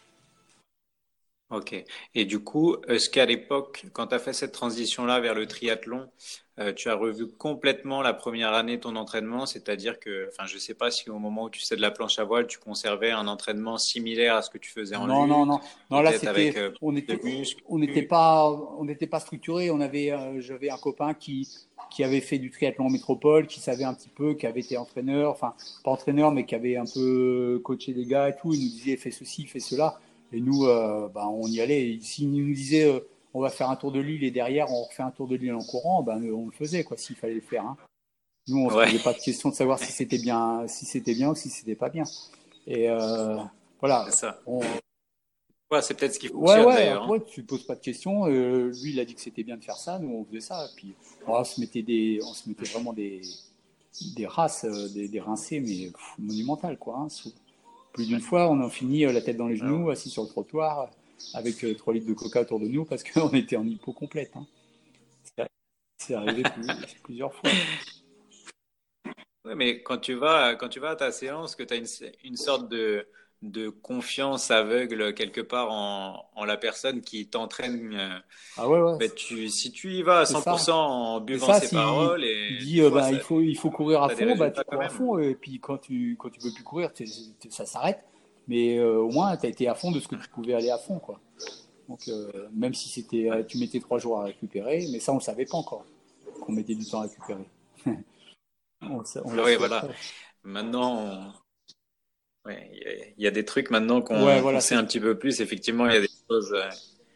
Speaker 1: Ok. Et du coup, est-ce qu'à l'époque, quand tu as fait cette transition-là vers le triathlon, euh, tu as revu complètement la première année ton entraînement, c'est-à-dire que, enfin, je sais pas si au moment où tu faisais de la planche à voile, tu conservais un entraînement similaire à ce que tu faisais en
Speaker 2: Non, non, non,
Speaker 1: lutte,
Speaker 2: non. Là,
Speaker 1: peut-être
Speaker 2: c'était,
Speaker 1: avec euh,
Speaker 2: on
Speaker 1: plus
Speaker 2: était,
Speaker 1: de muscles.
Speaker 2: on n'était pas, on n'était pas structuré. On avait, euh, j'avais un copain qui, qui avait fait du triathlon en métropole, qui savait un petit peu, qui avait été entraîneur, enfin pas entraîneur, mais qui avait un peu coaché des gars et tout. Il nous disait fais ceci, fais cela. Et nous, euh, ben, on y allait. S'il nous disait euh, on va faire un tour de l'île et derrière on refait un tour de l'île en courant, ben on le faisait quoi, s'il fallait le faire. Hein. Nous, on se
Speaker 1: Ouais,
Speaker 2: posait pas de question de savoir si c'était bien, si c'était bien ou si c'était pas bien. Et euh, voilà.
Speaker 1: c'est ça.
Speaker 2: On,
Speaker 1: Ouais, c'est peut-être ce qui
Speaker 2: Ouais,
Speaker 1: fonctionne
Speaker 2: ouais,
Speaker 1: d'ailleurs, hein.
Speaker 2: après, tu te poses pas de questions. Euh, lui, il a dit que c'était bien de faire ça. Nous, on faisait ça. Puis, oh, on se mettait des, on se mettait vraiment des, des races, euh, des, des rincées, mais pff, monumentales, quoi. Hein. Sous- Plus d'une fois, on a fini euh, la tête dans les
Speaker 1: Ah
Speaker 2: genoux, assis sur le trottoir, avec euh, trois litres de coca autour de nous, parce qu'on était en hypo complète. Hein. C'est c'est arrivé plus- plusieurs fois.
Speaker 1: ouais, mais quand tu vas, quand tu vas à ta séance, que tu as une, une sorte de, de confiance aveugle quelque part en, en la personne qui t'entraîne, euh,
Speaker 2: Ah ouais, ouais,
Speaker 1: ben tu, si tu y vas à
Speaker 2: c'est ça.
Speaker 1: cent pour cent en
Speaker 2: C'est
Speaker 1: buvant
Speaker 2: ça,
Speaker 1: ses
Speaker 2: si
Speaker 1: paroles,
Speaker 2: il
Speaker 1: et
Speaker 2: dit
Speaker 1: des
Speaker 2: euh,
Speaker 1: fois,
Speaker 2: bah,
Speaker 1: ça,
Speaker 2: il faut, il faut courir à
Speaker 1: ça a des
Speaker 2: fond, bah, tu
Speaker 1: résultats quand
Speaker 2: cours à
Speaker 1: même.
Speaker 2: fond, et puis quand tu quand tu peux plus courir, t'es- t'es- ça s'arrête. Mais euh, au moins, tu as été à fond de ce que tu pouvais aller à fond, quoi. Donc, euh, même si c'était, euh,
Speaker 1: Ouais.
Speaker 2: tu mettais trois jours à récupérer, mais ça, on ne le savait pas encore, qu'on mettait du temps à récupérer. On, le sa- on l'a
Speaker 1: Oui,
Speaker 2: su
Speaker 1: voilà.
Speaker 2: après.
Speaker 1: Maintenant, on- ouais, il y, a il y a des trucs maintenant
Speaker 2: Ouais,
Speaker 1: qu'on qu'on
Speaker 2: voilà,
Speaker 1: sait
Speaker 2: c'est
Speaker 1: un petit peu plus. Effectivement, il y a des choses. euh,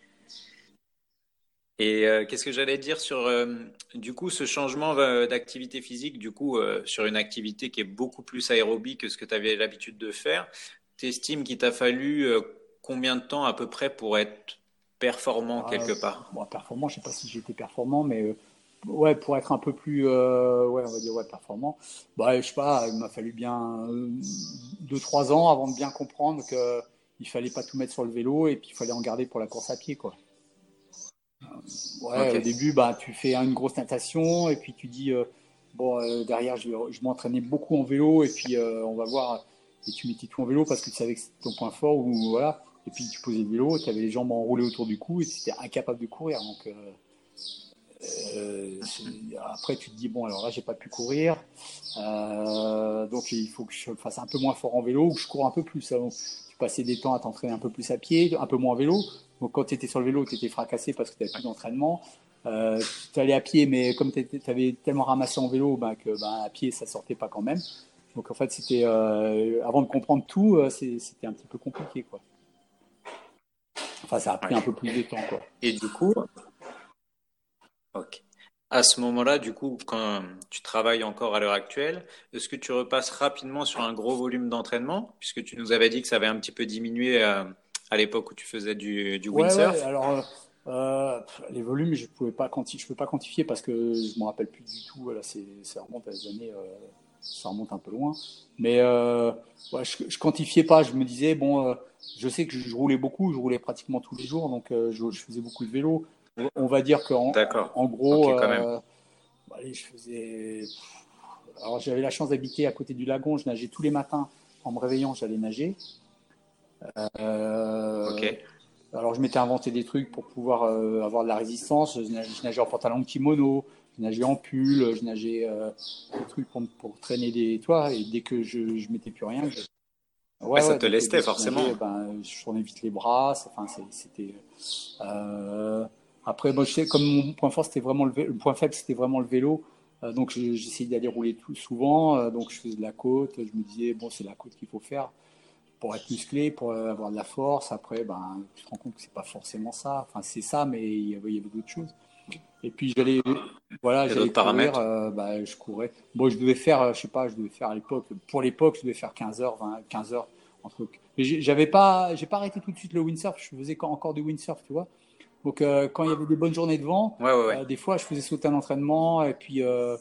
Speaker 1: Et euh, qu'est-ce que j'allais dire sur euh, du coup ce changement euh, d'activité physique, du coup euh, sur une activité qui est beaucoup plus aérobie que ce que tu avais l'habitude de faire, t'estimes qu'il t'a fallu euh, combien de temps à peu près pour être performant
Speaker 2: euh,
Speaker 1: quelque part?
Speaker 2: bon, performant, je sais pas si j'étais performant, mais euh, ouais, pour être un peu plus, euh, ouais, on va dire ouais, performant, bah, je sais pas, il m'a fallu bien euh, deux, trois ans avant de bien comprendre que il fallait pas tout mettre sur le vélo et puis il fallait en garder pour la course à pied, quoi. Ouais,
Speaker 1: Ok,
Speaker 2: au début, bah, tu fais une grosse natation et puis tu dis, euh, bon, euh, derrière, je, vais- je m'entraînais beaucoup en vélo et puis euh, on va voir. Et tu mettais tout en vélo parce que tu savais que c'était ton point fort ou voilà. Et puis tu posais le vélo, tu avais les jambes enroulées autour du cou et tu étais incapable de courir. Donc euh, euh, après, tu te dis, bon, alors là, j'ai pas pu courir. Euh, donc il faut que je fasse un peu moins fort en vélo ou que je cours un peu plus. Donc, tu passais des temps à t'entraîner un peu plus à pied, un peu moins en vélo. Donc quand tu étais sur le vélo, tu étais fracassé parce que tu n'avais plus d'entraînement. Euh, tu allais à pied, mais comme tu avais tellement ramassé en vélo bah, que bah, à pied, ça sortait pas quand même. Donc en fait, c'était euh, avant de comprendre tout, euh, c'était un petit peu compliqué, quoi. Enfin, ça a pris
Speaker 1: ouais.
Speaker 2: un peu plus de temps, quoi.
Speaker 1: Et du coup, ok. À ce moment-là, du coup, quand tu travailles encore à l'heure actuelle, est-ce que tu repasses rapidement sur un gros volume d'entraînement, puisque tu nous avais dit que ça avait un petit peu diminué euh, à l'époque où tu faisais du, du
Speaker 2: Ouais, ouais.
Speaker 1: windsurf?
Speaker 2: Alors, euh, euh, les volumes, je pouvais pas quanti- je peux pas quantifier parce que je me rappelle plus du tout. Voilà, c'est, ça remonte à des années, euh, ça remonte un peu loin. Mais euh, ouais, je, je quantifiais pas. Je me disais bon, euh, je sais que je, je roulais beaucoup, je roulais pratiquement tous les jours, donc euh, je, je faisais beaucoup de vélo. On va dire qu'en
Speaker 1: D'accord.
Speaker 2: en gros,
Speaker 1: Ok, quand même.
Speaker 2: euh, bah, allez, je faisais. Alors, j'avais la chance d'habiter à côté du lagon. Je nageais tous les matins en me réveillant, j'allais nager.
Speaker 1: Ok.
Speaker 2: Euh, alors je m'étais inventé des trucs pour pouvoir euh, avoir de la résistance. Je nageais, je nageais en pantalon de kimono, je nageais en pull, je nageais euh, des trucs pour, pour traîner des toits. Et dès que je, je mettais plus rien, je-
Speaker 1: Ouais,
Speaker 2: ouais
Speaker 1: ça
Speaker 2: ouais,
Speaker 1: te
Speaker 2: dès que, dès
Speaker 1: lestait
Speaker 2: que je nageais,
Speaker 1: forcément.
Speaker 2: ben je tournais vite les bras. Enfin c'était. Euh, après moi je sais comme mon point fort c'était vraiment le, vélo, le point faible c'était vraiment le vélo. Euh, donc j'essayais d'aller rouler tout souvent. Euh, donc je faisais de la côte. Je me disais bon c'est la côte qu'il faut faire pour être musclé, pour avoir de la force. Après, ben, tu te rends compte que c'est pas forcément ça. Enfin, c'est ça, mais il y avait, il y avait d'autres choses. Et puis j'allais, voilà,
Speaker 1: Il y a
Speaker 2: j'allais
Speaker 1: d'autres
Speaker 2: courir.
Speaker 1: paramètres.
Speaker 2: Euh, bah, je courais. Bon, je devais faire, euh, je sais pas, je devais faire à l'époque. Pour l'époque, je devais faire quinze heures, vingt, quinze heures entre. Mais j'ai- j'avais pas, j'ai pas arrêté tout de suite le windsurf. Je faisais encore du windsurf, tu vois. Donc euh, quand il y avait des bonnes journées de vent,
Speaker 1: Ouais, ouais, ouais.
Speaker 2: euh, des fois je faisais sauter un entraînement et puis euh,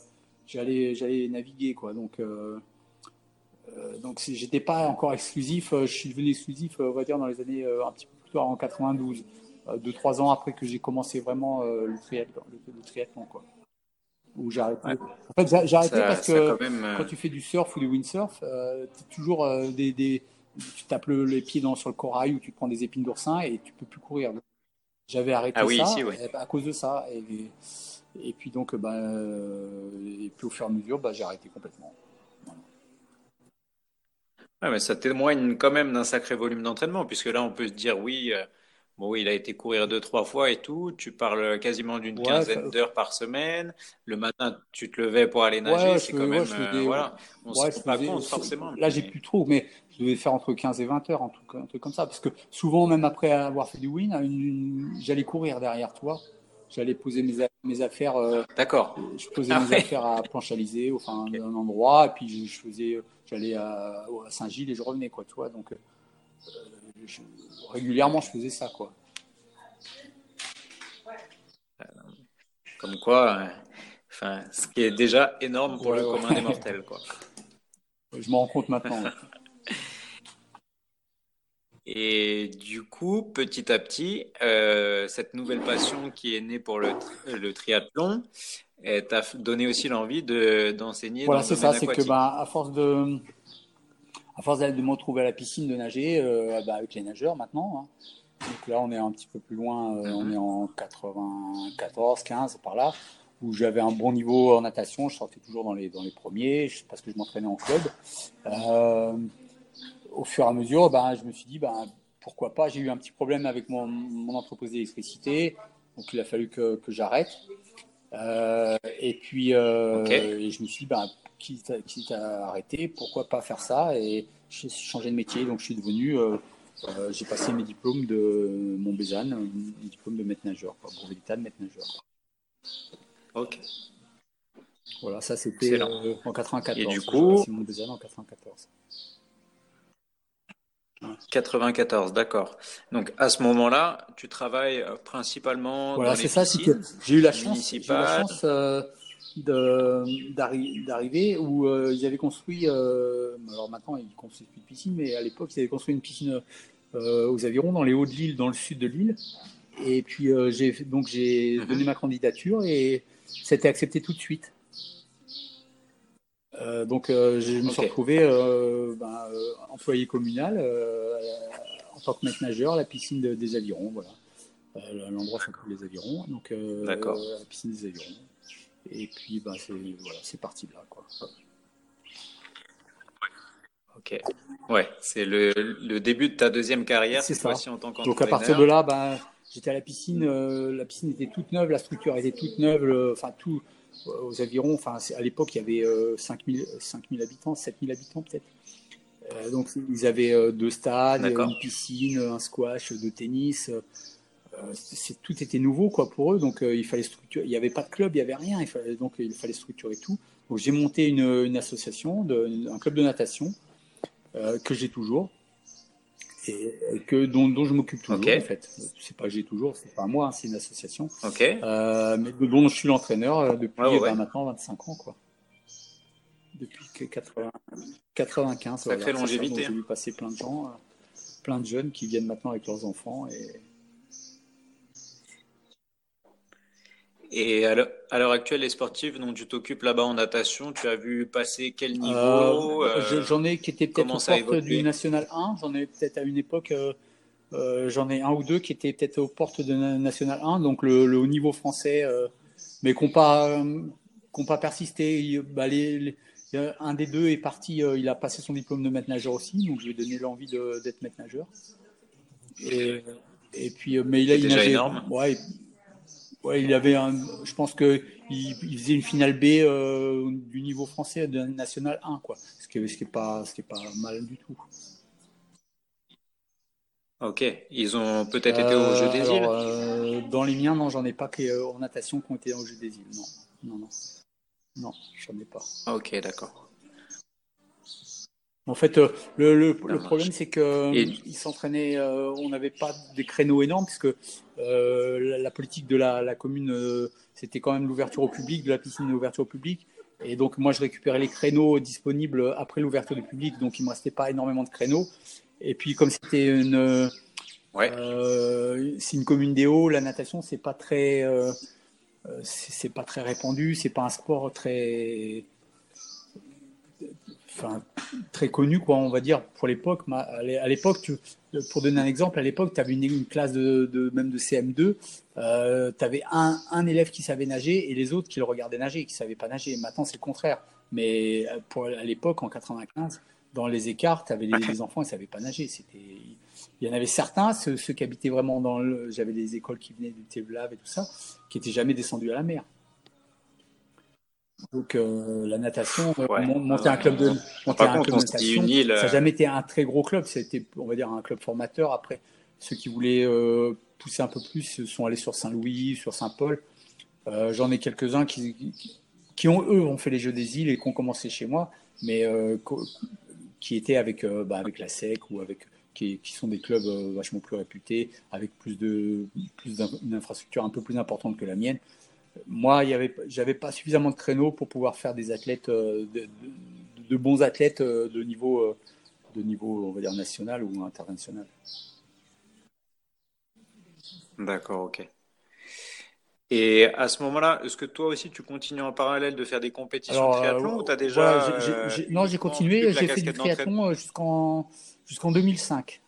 Speaker 2: j'allais, j'allais naviguer, quoi. Donc, euh, euh, donc c'est- j'étais pas encore exclusif. euh, Je suis devenu exclusif, euh, on va dire, dans les années euh, un petit peu plus tard, en quatre-vingt-douze, euh, deux, trois ans après que j'ai commencé vraiment euh, le triathlon, le, le triathlon, quoi. Où j'ai arrêté.
Speaker 1: Ouais.
Speaker 2: En fait, j'ai j'ai arrêté
Speaker 1: Ça,
Speaker 2: parce
Speaker 1: ça
Speaker 2: que
Speaker 1: quand même.
Speaker 2: quand
Speaker 1: euh,
Speaker 2: tu fais du surf ou du windsurf, euh, t'es toujours euh, des, des- tu tapes le- les pieds dans, sur le corail ou tu prends des épines d'oursin et tu peux plus courir. J'avais
Speaker 1: Ah
Speaker 2: arrêté
Speaker 1: oui, ici,
Speaker 2: ça
Speaker 1: oui.
Speaker 2: eh ben, à cause de ça. Et, et puis donc, bah, euh, et puis au fur et à mesure, bah, j'ai arrêté complètement. Voilà.
Speaker 1: Ouais, mais ça témoigne quand même d'un sacré volume d'entraînement, puisque là, on peut se dire, oui, euh, bon, oui, il a été courir deux, trois fois et tout. Tu parles quasiment d'une
Speaker 2: Ouais, fa-
Speaker 1: quinzaine d'heures par semaine. Le matin, tu te levais pour aller
Speaker 2: ouais,
Speaker 1: nager.
Speaker 2: ouais, je,
Speaker 1: C'est quand
Speaker 2: fais- ouais,
Speaker 1: même,
Speaker 2: je
Speaker 1: euh,
Speaker 2: faisais,
Speaker 1: voilà, on se
Speaker 2: ouais, je
Speaker 1: rend pas
Speaker 2: faisais.
Speaker 1: compte forcément.
Speaker 2: Là, j'ai
Speaker 1: Mais
Speaker 2: plus trop, mais je devais faire entre quinze et vingt heures, un truc, un truc comme ça, parce que souvent, même après avoir fait du win, une- une- j'allais courir derrière toi. J'allais poser mes, a- mes affaires. euh,
Speaker 1: d'accord.
Speaker 2: je posais
Speaker 1: Ah
Speaker 2: mes
Speaker 1: ouais.
Speaker 2: affaires à Planche-Alizé, enfin,
Speaker 1: Ok.
Speaker 2: un endroit, et puis je, je faisais, j'allais à, à Saint-Gilles et je revenais, quoi, tu vois. Donc, euh, je- régulièrement, je faisais ça, quoi.
Speaker 1: Comme quoi, euh, enfin, ce qui est déjà énorme pour
Speaker 2: Ouais,
Speaker 1: le commun des
Speaker 2: ouais.
Speaker 1: mortels, quoi.
Speaker 2: Je m'en rends compte maintenant, ouais.
Speaker 1: Et du coup, petit à petit, euh, cette nouvelle passion qui est née pour le, tri- le triathlon, elle t'a f- donné aussi l'envie de, d'enseigner dans
Speaker 2: Voilà,
Speaker 1: le
Speaker 2: c'est ça,
Speaker 1: domaine
Speaker 2: c'est que
Speaker 1: aquatique.
Speaker 2: bah, à force de, à force d'aller de me retrouver à la piscine de nager, euh, bah, avec les nageurs maintenant, hein. Donc là, on est un petit peu plus loin, euh, on est
Speaker 1: Mhm.
Speaker 2: en quatre-vingt-quatorze, quinze par là, où j'avais un bon niveau en natation, je sortais toujours dans les, dans les premiers, parce que je m'entraînais en club. Euh, Au fur et à mesure, ben, je me suis dit, ben, pourquoi pas, j'ai eu un petit problème avec mon, mon entreprise d'électricité, donc il a fallu que, que j'arrête. Euh, et puis,
Speaker 1: Ok,
Speaker 2: euh, et je me suis dit, ben, quitte, à, quitte à arrêter, pourquoi pas faire ça? Et j'ai changé de métier, donc je suis devenu, euh, euh, j'ai passé mes diplômes de Montbézanne, mes diplômes de maître nageur, quoi, brevet d'état de maître nageur.
Speaker 1: ok,
Speaker 2: Voilà, ça c'était
Speaker 1: excellent.
Speaker 2: euh, en
Speaker 1: Et du
Speaker 2: quatre-vingt-quatorze. J'ai
Speaker 1: coup,
Speaker 2: passé Montbézanne en quatre-vingt-quatorze.
Speaker 1: quatre-vingt-quatorze, d'accord. Donc à ce moment-là, tu travailles euh, principalement
Speaker 2: Voilà,
Speaker 1: dans
Speaker 2: c'est
Speaker 1: les
Speaker 2: ça, c'est que
Speaker 1: piscines
Speaker 2: j'ai eu la chance, j'ai eu la
Speaker 1: municipales.
Speaker 2: chance euh, de- d'arri- d'arriver où euh, ils avaient construit, euh, alors maintenant ils construisent plus de piscine, mais à l'époque ils avaient construit une piscine euh, aux Avirons, dans les hauts de l'île, dans le sud de l'île. Et puis euh, j'ai donc j'ai donné
Speaker 1: Mhm.
Speaker 2: ma candidature et c'était accepté tout de suite. Euh, donc euh, je me suis
Speaker 1: Ok,
Speaker 2: retrouvé euh, ben, euh, employé communal euh, en tant que maître nageur à la piscine de- des Avirons, voilà. Euh, L'endroit s'appelle les Avirons, donc
Speaker 1: d'accord.
Speaker 2: euh, la piscine des Avirons. Et puis ben, c'est voilà, c'est parti de là, quoi.
Speaker 1: Ok. Ouais, c'est le, le début de ta deuxième carrière,
Speaker 2: C'est
Speaker 1: cette
Speaker 2: ça.
Speaker 1: fois-ci en tant
Speaker 2: Donc à partir de
Speaker 1: qu'entraîneur.
Speaker 2: là, ben, j'étais à la piscine. Euh, la piscine était toute neuve, la structure était toute neuve. le- Enfin, tout euh, aux Avirons. Enfin, c'est- à l'époque, il y avait euh, cinq mille, cinq mille habitants, sept mille habitants peut-être. Euh, donc ils avaient euh, deux stades,
Speaker 1: D'accord.
Speaker 2: une piscine, un squash, de tennis. Euh, c'est, tout était nouveau, quoi, pour eux. Donc euh, il fallait structurer. Il n'y avait pas de club, il n'y avait rien. Il fallait, donc il fallait structurer tout. Donc j'ai monté une, une association, de, un club de natation euh, que j'ai toujours. Et, et que, dont, dont je m'occupe
Speaker 1: Ok,
Speaker 2: toujours, en fait. C'est pas que j'ai toujours, c'est pas moi, hein, c'est une association.
Speaker 1: ok. Ouais,
Speaker 2: Euh, mais dont je suis l'entraîneur euh,
Speaker 1: ouais,
Speaker 2: depuis ben,
Speaker 1: ouais.
Speaker 2: maintenant vingt-cinq ans, quoi. Depuis que quatre-vingts, quatre-vingt-quinze, voilà,
Speaker 1: Sacrée
Speaker 2: c'est ça. Donc
Speaker 1: longévité,
Speaker 2: j'ai
Speaker 1: hein.
Speaker 2: vu passer plein de gens, euh, plein de jeunes qui viennent maintenant avec leurs enfants. Et
Speaker 1: Et à l'heure à l'heure actuelle, les sportifs dont tu t'occupes là-bas en natation, tu as vu passer quel
Speaker 2: euh,
Speaker 1: niveau, euh,
Speaker 2: j'en ai qui étaient peut-être aux
Speaker 1: comment ça a
Speaker 2: portes du
Speaker 1: évolué?
Speaker 2: National un. J'en ai peut-être à une époque, euh, euh, j'en ai un ou deux qui étaient peut-être aux portes de National un, donc le, le haut niveau français. Euh, mais qui n'ont pas, qui pas persisté. Il, bah, les, les, un des deux est parti, euh, il a passé son diplôme de maître nageur aussi, donc je lui ai donné l'envie de, d'être maître nageur. Et, et puis, euh, mais il,
Speaker 1: Ce qui
Speaker 2: a,
Speaker 1: est
Speaker 2: il
Speaker 1: déjà
Speaker 2: nageait,
Speaker 1: énorme.
Speaker 2: ouais, ouais, il avait un, je pense que il, il faisait une finale B euh, du niveau français de national un, quoi. Ce qui, ce qui est pas, ce qui est pas mal du tout.
Speaker 1: Ok. Ils ont peut-être été aux Jeux
Speaker 2: Euh,
Speaker 1: des
Speaker 2: alors,
Speaker 1: îles?
Speaker 2: euh, dans les miens, non, j'en ai pas qui, euh, en natation qui ont été au jeu des îles. Non, non, non, non, j'en ai pas.
Speaker 1: Ok, d'accord.
Speaker 2: En fait, euh, le, le,
Speaker 1: Ça
Speaker 2: le
Speaker 1: marche.
Speaker 2: problème, c'est qu'ils euh,
Speaker 1: Et
Speaker 2: s'entraînaient, euh, on n'avait pas des créneaux énormes, puisque euh, la, la politique de la, la commune, euh, c'était quand même l'ouverture au public, de la piscine et l'ouverture au public. Et donc, moi, je récupérais les créneaux disponibles après l'ouverture du public. Donc, il ne me restait pas énormément de créneaux. Et puis, comme c'était une,
Speaker 1: Ouais.
Speaker 2: euh, c'est une commune des Hauts, la natation, c'est pas très, euh, c'est c'est pas très répandu. C'est pas un sport très, enfin, très connu, quoi, on va dire, pour l'époque. À l'époque, tu, pour donner un exemple, à l'époque, tu avais une, une classe de, de, même de C M deux, euh, tu avais un, un élève qui savait nager et les autres qui le regardaient nager et qui ne savaient pas nager. Maintenant, c'est le contraire. Mais pour, à l'époque, en quatre-vingt-quinze, dans les écarts, tu avais les, les enfants, ils ne savaient pas nager. C'était, il y en avait certains, ceux, ceux qui habitaient vraiment dans le. J'avais des écoles qui venaient du Tévelave et tout ça, qui n'étaient jamais descendus à la mer. Donc euh, la natation, euh,
Speaker 1: Ouais. Ah
Speaker 2: monter
Speaker 1: non,
Speaker 2: un club de
Speaker 1: on se rend
Speaker 2: monter
Speaker 1: pas
Speaker 2: un
Speaker 1: compte,
Speaker 2: club
Speaker 1: on
Speaker 2: de
Speaker 1: se dit
Speaker 2: natation,
Speaker 1: une île.
Speaker 2: ça n'a
Speaker 1: euh,
Speaker 2: jamais été un très gros club. C'était, on va dire, un club formateur. Après, ceux qui voulaient euh, pousser un peu plus sont allés sur Saint-Louis, sur Saint-Paul. Euh, j'en ai quelques-uns qui, qui, qui ont eux ont fait les Jeux des îles et qui ont commencé chez moi, mais euh, qui étaient avec euh, bah, avec la S E C ou avec qui, qui sont des clubs euh, vachement plus réputés, avec plus de plus d'infrastructures un peu plus importantes que la mienne. Moi, il y avait, j'avais pas suffisamment de créneaux pour pouvoir faire des athlètes, euh, de, de, de bons athlètes euh, de niveau, euh, de niveau, on va dire national ou international.
Speaker 1: D'accord, ok. Et à ce moment-là, est-ce que toi aussi tu continues en parallèle de faire des compétitions de
Speaker 2: Alors euh,
Speaker 1: triathlon ou tu as
Speaker 2: voilà,
Speaker 1: déjà
Speaker 2: j'ai,
Speaker 1: euh,
Speaker 2: j'ai, non, j'ai
Speaker 1: uniquement plus
Speaker 2: continué.
Speaker 1: de la
Speaker 2: J'ai fait du
Speaker 1: casquette d'entraîneur?
Speaker 2: triathlon euh, jusqu'en jusqu'en deux mille cinq.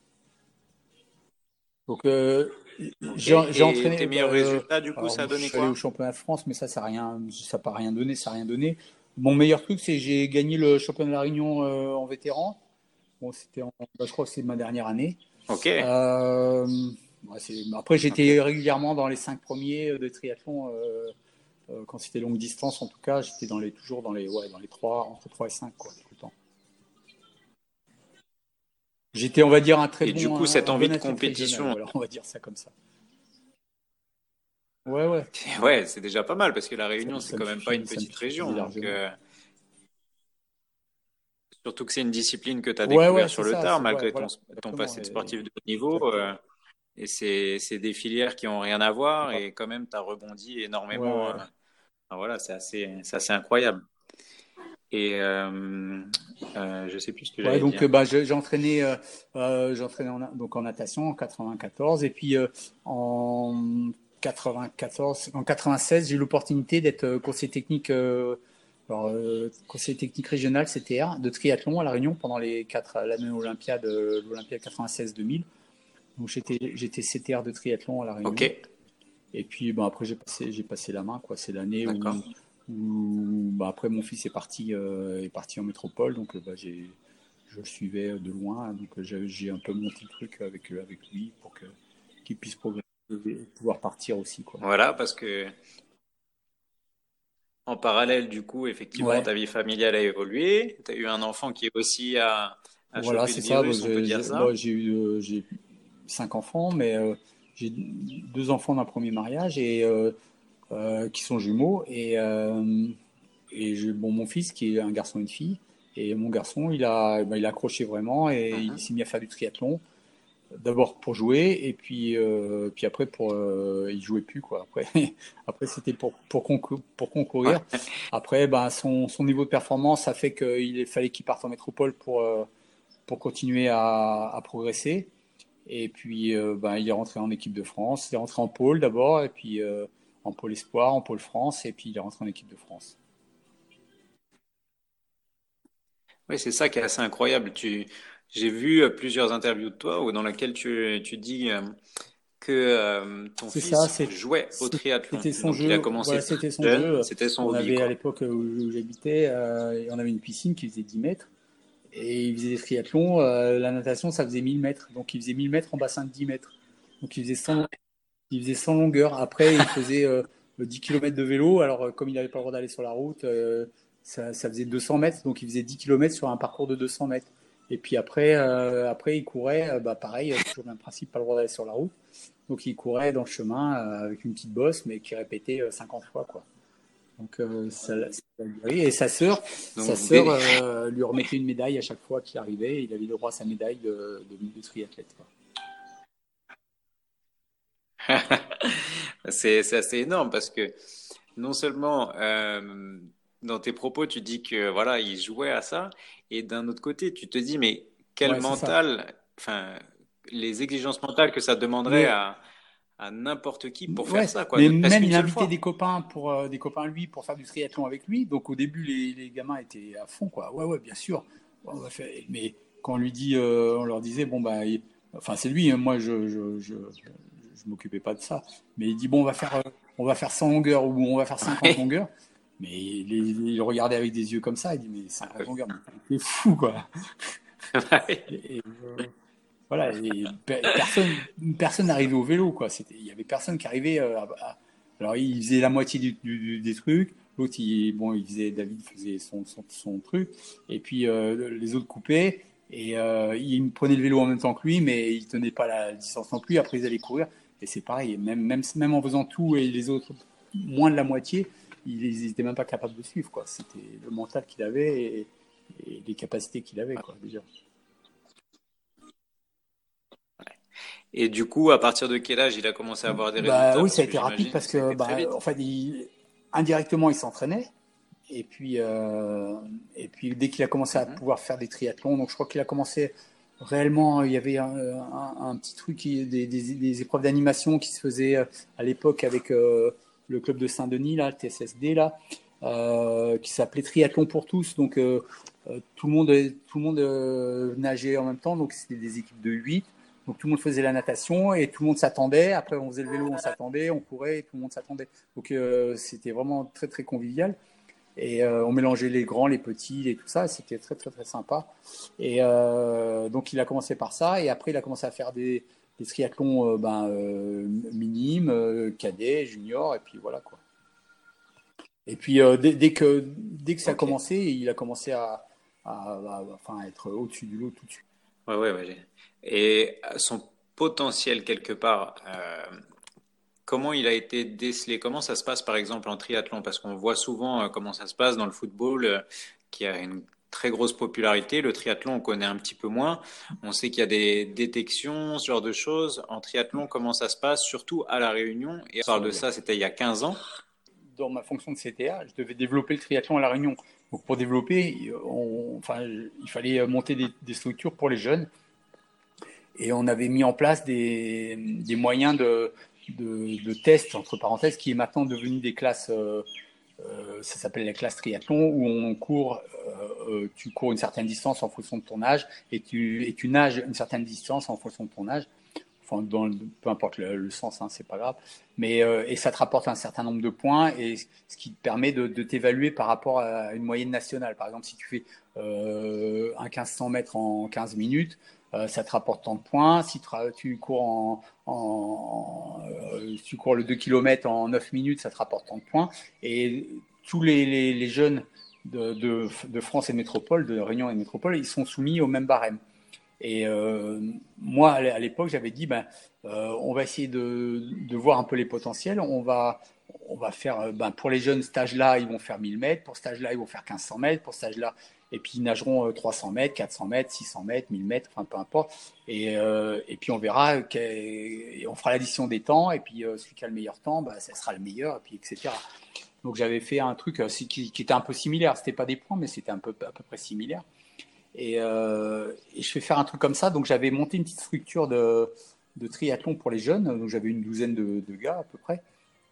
Speaker 2: Donc euh,
Speaker 1: Ok.
Speaker 2: j'ai, j'ai
Speaker 1: Et tes
Speaker 2: entraîné. Bah,
Speaker 1: meilleurs
Speaker 2: euh,
Speaker 1: résultats, du coup,
Speaker 2: alors
Speaker 1: ça a
Speaker 2: je
Speaker 1: donné
Speaker 2: suis allé au
Speaker 1: quoi?
Speaker 2: championnat de France, mais ça, ça n'a rien, ça n'a pas rien donné, ça a rien donné. Mon meilleur truc, c'est que j'ai gagné le championnat de la Réunion euh, en vétéran. Bon, c'était, en, bah, je crois que c'est ma dernière année.
Speaker 1: Ok,
Speaker 2: Euh, ouais, après,
Speaker 1: ok.
Speaker 2: j'étais régulièrement dans les cinq premiers de triathlon. Euh, euh, quand c'était longue distance, en tout cas, j'étais dans les, toujours dans les, ouais, dans les trois, entre trois et cinq quoi, tout le temps. J'étais, on va dire, un très
Speaker 1: Et du
Speaker 2: bon,
Speaker 1: coup,
Speaker 2: un,
Speaker 1: cette
Speaker 2: un
Speaker 1: envie
Speaker 2: bon
Speaker 1: de
Speaker 2: athlète régional.
Speaker 1: compétition,
Speaker 2: Voilà, on va dire ça comme ça. Ouais, ouais.
Speaker 1: ouais, c'est déjà pas mal parce que la
Speaker 2: Ça,
Speaker 1: Réunion, c'est
Speaker 2: ça me
Speaker 1: quand même pas
Speaker 2: suffit,
Speaker 1: une
Speaker 2: ça me
Speaker 1: petite
Speaker 2: suffisait
Speaker 1: région. Donc,
Speaker 2: largement.
Speaker 1: euh, surtout que c'est une discipline que tu as
Speaker 2: Ouais, ouais,
Speaker 1: découvert
Speaker 2: c'est
Speaker 1: sur le
Speaker 2: ça.
Speaker 1: tard
Speaker 2: C'est ouais,
Speaker 1: malgré ton,
Speaker 2: voilà,
Speaker 1: ton
Speaker 2: exactement.
Speaker 1: passé de
Speaker 2: Et,
Speaker 1: sportif de haut niveau.
Speaker 2: exactement.
Speaker 1: euh, et c'est, c'est des filières qui ont rien à voir
Speaker 2: Ouais,
Speaker 1: et quand même, tu as rebondi
Speaker 2: ouais,
Speaker 1: énormément. euh,
Speaker 2: ouais.
Speaker 1: enfin, voilà, c'est assez, c'est assez incroyable. Et euh, euh, je sais plus ce que
Speaker 2: Ouais,
Speaker 1: j'allais
Speaker 2: donc euh,
Speaker 1: dire.
Speaker 2: bah, j'ai j'ai entraîné, euh, euh, j'ai entraîné en, na- donc en natation en quatre-vingt-quatorze et puis euh, en quatre-vingt-quatorze, en quatre-vingt-seize, j'ai eu l'opportunité d'être euh, conseiller technique, euh, alors, euh, conseiller technique régional C T R de triathlon à La Réunion pendant les quatre l'année olympiade, euh, l'Olympiade quatre-vingt-seize deux mille. Donc j'étais j'étais C T R de triathlon à La
Speaker 1: Ok,
Speaker 2: Réunion. Et puis bon, après j'ai passé j'ai passé la main quoi. C'est l'année
Speaker 1: d'accord.
Speaker 2: où, où bah, après mon fils est parti euh, est parti en métropole, donc euh, bah, j'ai je le suivais de loin, donc euh, j'ai j'ai un peu monté le truc avec euh, avec lui pour que qu'il puisse progresser et pouvoir partir aussi quoi.
Speaker 1: Voilà, parce que en parallèle, du coup, effectivement,
Speaker 2: Ouais,
Speaker 1: ta vie familiale a évolué. Tu as eu un enfant qui aussi a, a
Speaker 2: voilà
Speaker 1: chopé le
Speaker 2: c'est ça. Bah,
Speaker 1: virus, on peut
Speaker 2: j'ai
Speaker 1: dire
Speaker 2: j'ai
Speaker 1: ça.
Speaker 2: bon, j'ai eu euh, j'ai cinq enfants, mais euh, j'ai deux enfants d'un premier mariage et euh, euh, qui sont jumeaux et euh, et j'ai bon mon fils qui est un garçon et une fille et mon garçon il a bah, il a accroché vraiment et il
Speaker 1: Mhm.
Speaker 2: s'est mis à faire du triathlon d'abord pour jouer et puis euh, puis après pour euh, il jouait plus quoi après après c'était pour pour, concou- pour concourir
Speaker 1: Ouais.
Speaker 2: après ben son, son niveau de performance a fait qu'il fallait qu'il parte en métropole pour euh, pour continuer à, à progresser et puis euh, ben il est rentré en équipe de France il est rentré en pôle d'abord et puis euh, en pôle espoir en pôle France et puis il est rentré en équipe de France.
Speaker 1: Oui, c'est ça qui est assez incroyable. Tu, j'ai vu euh, plusieurs interviews de toi où dans lesquelles tu, tu dis euh, que euh, ton
Speaker 2: C'est ça,
Speaker 1: fils
Speaker 2: c'est-
Speaker 1: jouait au triathlon.
Speaker 2: c'était son
Speaker 1: Donc, il a
Speaker 2: jeu.
Speaker 1: commencé
Speaker 2: Voilà,
Speaker 1: très
Speaker 2: c'était son
Speaker 1: jeune.
Speaker 2: jeu.
Speaker 1: C'était son
Speaker 2: On
Speaker 1: hobby,
Speaker 2: avait à
Speaker 1: quoi.
Speaker 2: l'époque où j'habitais, euh, on avait une piscine qui faisait dix mètres et il faisait des triathlons. Euh, la natation, ça faisait mille mètres. Donc il faisait mille mètres en bassin de dix mètres. Donc il faisait cent, il faisait cent longueurs. Après, il faisait euh, dix kilomètres de vélo. Alors, euh, comme il n'avait pas le droit d'aller sur la route, euh, ça, ça faisait deux cents mètres. Donc il faisait dix kilomètres sur un parcours de deux cents mètres. Et puis après, euh, après il courait, euh, bah, pareil, euh, toujours le même principe, pas le droit d'aller sur la route. Donc il courait dans le chemin euh, avec une petite bosse, mais qui répétait euh, cinquante fois, quoi. Donc euh, ça, ça l'a guéri. Et sa sœur, sa
Speaker 1: Donc,
Speaker 2: sœur
Speaker 1: dès...
Speaker 2: euh, lui remettait une médaille à chaque fois qu'il arrivait. Et il avait le droit à sa médaille de, de, de triathlète, quoi.
Speaker 1: c'est, c'est assez énorme parce que non seulement euh, dans tes propos, tu dis que voilà, il jouait à ça, et d'un autre côté, tu te dis, mais quel
Speaker 2: Ouais, c'est ça.
Speaker 1: mental, enfin, les exigences mentales que ça demanderait
Speaker 2: Mais
Speaker 1: à, à n'importe qui pour faire
Speaker 2: ouais,
Speaker 1: ça, quoi,
Speaker 2: mais
Speaker 1: ne serait-ce
Speaker 2: même
Speaker 1: qu'une
Speaker 2: il
Speaker 1: seule
Speaker 2: invitait des
Speaker 1: fois.
Speaker 2: copains pour euh, des copains à lui pour faire du triathlon avec lui. Donc au début, les, les gamins étaient à fond, quoi. Ouais, ouais, bien sûr. On va faire- Mais quand on lui dit, euh, on leur disait, bon bah, il- enfin c'est lui. Hein, moi, je je je, je, je m'occupais pas de ça. Mais il dit, bon, on va faire euh, on va faire cent longueurs ou on va faire cinquante
Speaker 1: Ouais.
Speaker 2: longueurs. Mais il, il le regardait avec des yeux comme ça. Il dit, mais cinquante longueurs, mais t'es fou, quoi.
Speaker 1: Ouais.
Speaker 2: Et, et, euh, voilà, et pe- personne, personne n'arrivait au vélo, quoi. C'était, il y avait personne qui arrivait. euh, à- à- alors, il faisait la moitié du, du- du- des trucs. L'autre, il, bon, il faisait, David faisait son, son, son truc. Et puis, euh, les autres coupaient. Et euh, il prenait le vélo en même temps que lui, mais il tenait pas la distance non plus. Après, ils allaient courir. Et c'est pareil, même, même, même en faisant tout et les autres moins de la moitié, ils n'étaient même pas capables de suivre, quoi. C'était le mental qu'il avait et, et les capacités qu'il avait, quoi, déjà.
Speaker 1: Et du coup, à partir de quel âge il a commencé à avoir des
Speaker 2: Bah
Speaker 1: résultats?
Speaker 2: oui,
Speaker 1: Parce
Speaker 2: ça a
Speaker 1: que
Speaker 2: été rapide
Speaker 1: j'imagine
Speaker 2: parce
Speaker 1: que ça a
Speaker 2: que
Speaker 1: été très
Speaker 2: bah, en
Speaker 1: vite.
Speaker 2: fait, il- indirectement, il s'entraînait. Et puis, euh, et puis dès qu'il a commencé à
Speaker 1: Mhm.
Speaker 2: pouvoir faire des triathlons, donc je crois qu'il a commencé réellement, il y avait un, un- un petit truc, qui- des, des- des épreuves d'animation qui se faisaient euh, à l'époque avec euh, le club de Saint-Denis, là, le T S S D, là, euh, qui s'appelait Triathlon pour tous. Donc euh, euh, tout le monde, tout le monde euh, nageait en même temps, donc c'était des équipes de huit. Donc tout le monde faisait la natation et tout le monde s'attendait. Après, on faisait le vélo, on s'attendait, on courait et tout le monde s'attendait. Donc euh, c'était vraiment très très convivial. Et euh, on mélangeait les grands, les petits, et tout ça. C'était très, très, très sympa. Et euh, donc, il a commencé par ça. Et après, il a commencé à faire des, des triathlons euh, ben, euh, minimes, euh, cadets, juniors. Et puis voilà, quoi. Et puis, euh, dès, dès que, dès que ça a
Speaker 1: Ok.
Speaker 2: commencé, il a commencé à, à, à- enfin, à être au-dessus du lot tout de suite.
Speaker 1: Ouais, ouais, ouais. j'ai- Et euh, son potentiel quelque part, euh, comment il a été décelé? Comment ça se passe par exemple en triathlon? Parce qu'on voit souvent euh, comment ça se passe dans le football, euh, qui a une très grosse popularité. Le triathlon, on connaît un petit peu moins. On sait qu'il y a des détections, ce genre de choses. En triathlon, comment ça se passe, surtout à La Réunion? Et on parle de
Speaker 2: Sur-
Speaker 1: ça, c'était il y a quinze ans.
Speaker 2: Dans ma fonction de C T A, je devais développer le triathlon à La Réunion. Donc, pour développer, on- enfin, il fallait monter des, des structures pour les jeunes. Et on avait mis en place des, des moyens de, de, de tests, entre parenthèses, qui est maintenant devenu des classes, euh, euh, ça s'appelle la classe triathlon, où on court, euh, euh, tu cours une certaine distance en fonction de ton âge, et tu, et tu nages une certaine distance en fonction de ton âge. Enfin, dans le- peu importe le, le sens, hein, c'est pas grave. Mais euh, et ça te rapporte un certain nombre de points, et ce qui te permet de, de t'évaluer par rapport à une moyenne nationale. Par exemple, si tu fais euh, un quinze cents mètres en quinze minutes, euh, ça te rapporte tant de points. Si tu, tu cours en, en euh, si tu cours le deux kilomètres en neuf minutes, ça te rapporte tant de points. Et tous les, les, les jeunes de, de, de France et de métropole, de Réunion et de métropole, ils sont soumis au même barème. Et euh, moi, à l'époque, j'avais dit, ben, euh, on va essayer de, de voir un peu les potentiels. On va, on va faire, euh, ben, pour les jeunes, cet âge-là, ils vont faire mille mètres. Pour cet âge-là, ils vont faire quinze cents mètres. Pour cet âge-là, et puis ils nageront euh, trois cents mètres, quatre cents mètres, six cents mètres, mille mètres, enfin peu importe. Et, euh, et puis on verra, et on fera l'addition des temps. Et puis euh, celui qui a le meilleur temps, ben, ça sera le meilleur, et puis et cetera. Donc j'avais fait un truc euh, qui, qui était un peu similaire. C'était pas des points, mais c'était un peu à peu près similaire. Et, euh, et je fais faire un truc comme ça. Donc j'avais monté une petite structure de, de triathlon pour les jeunes. Donc j'avais une douzaine de, de gars à peu près.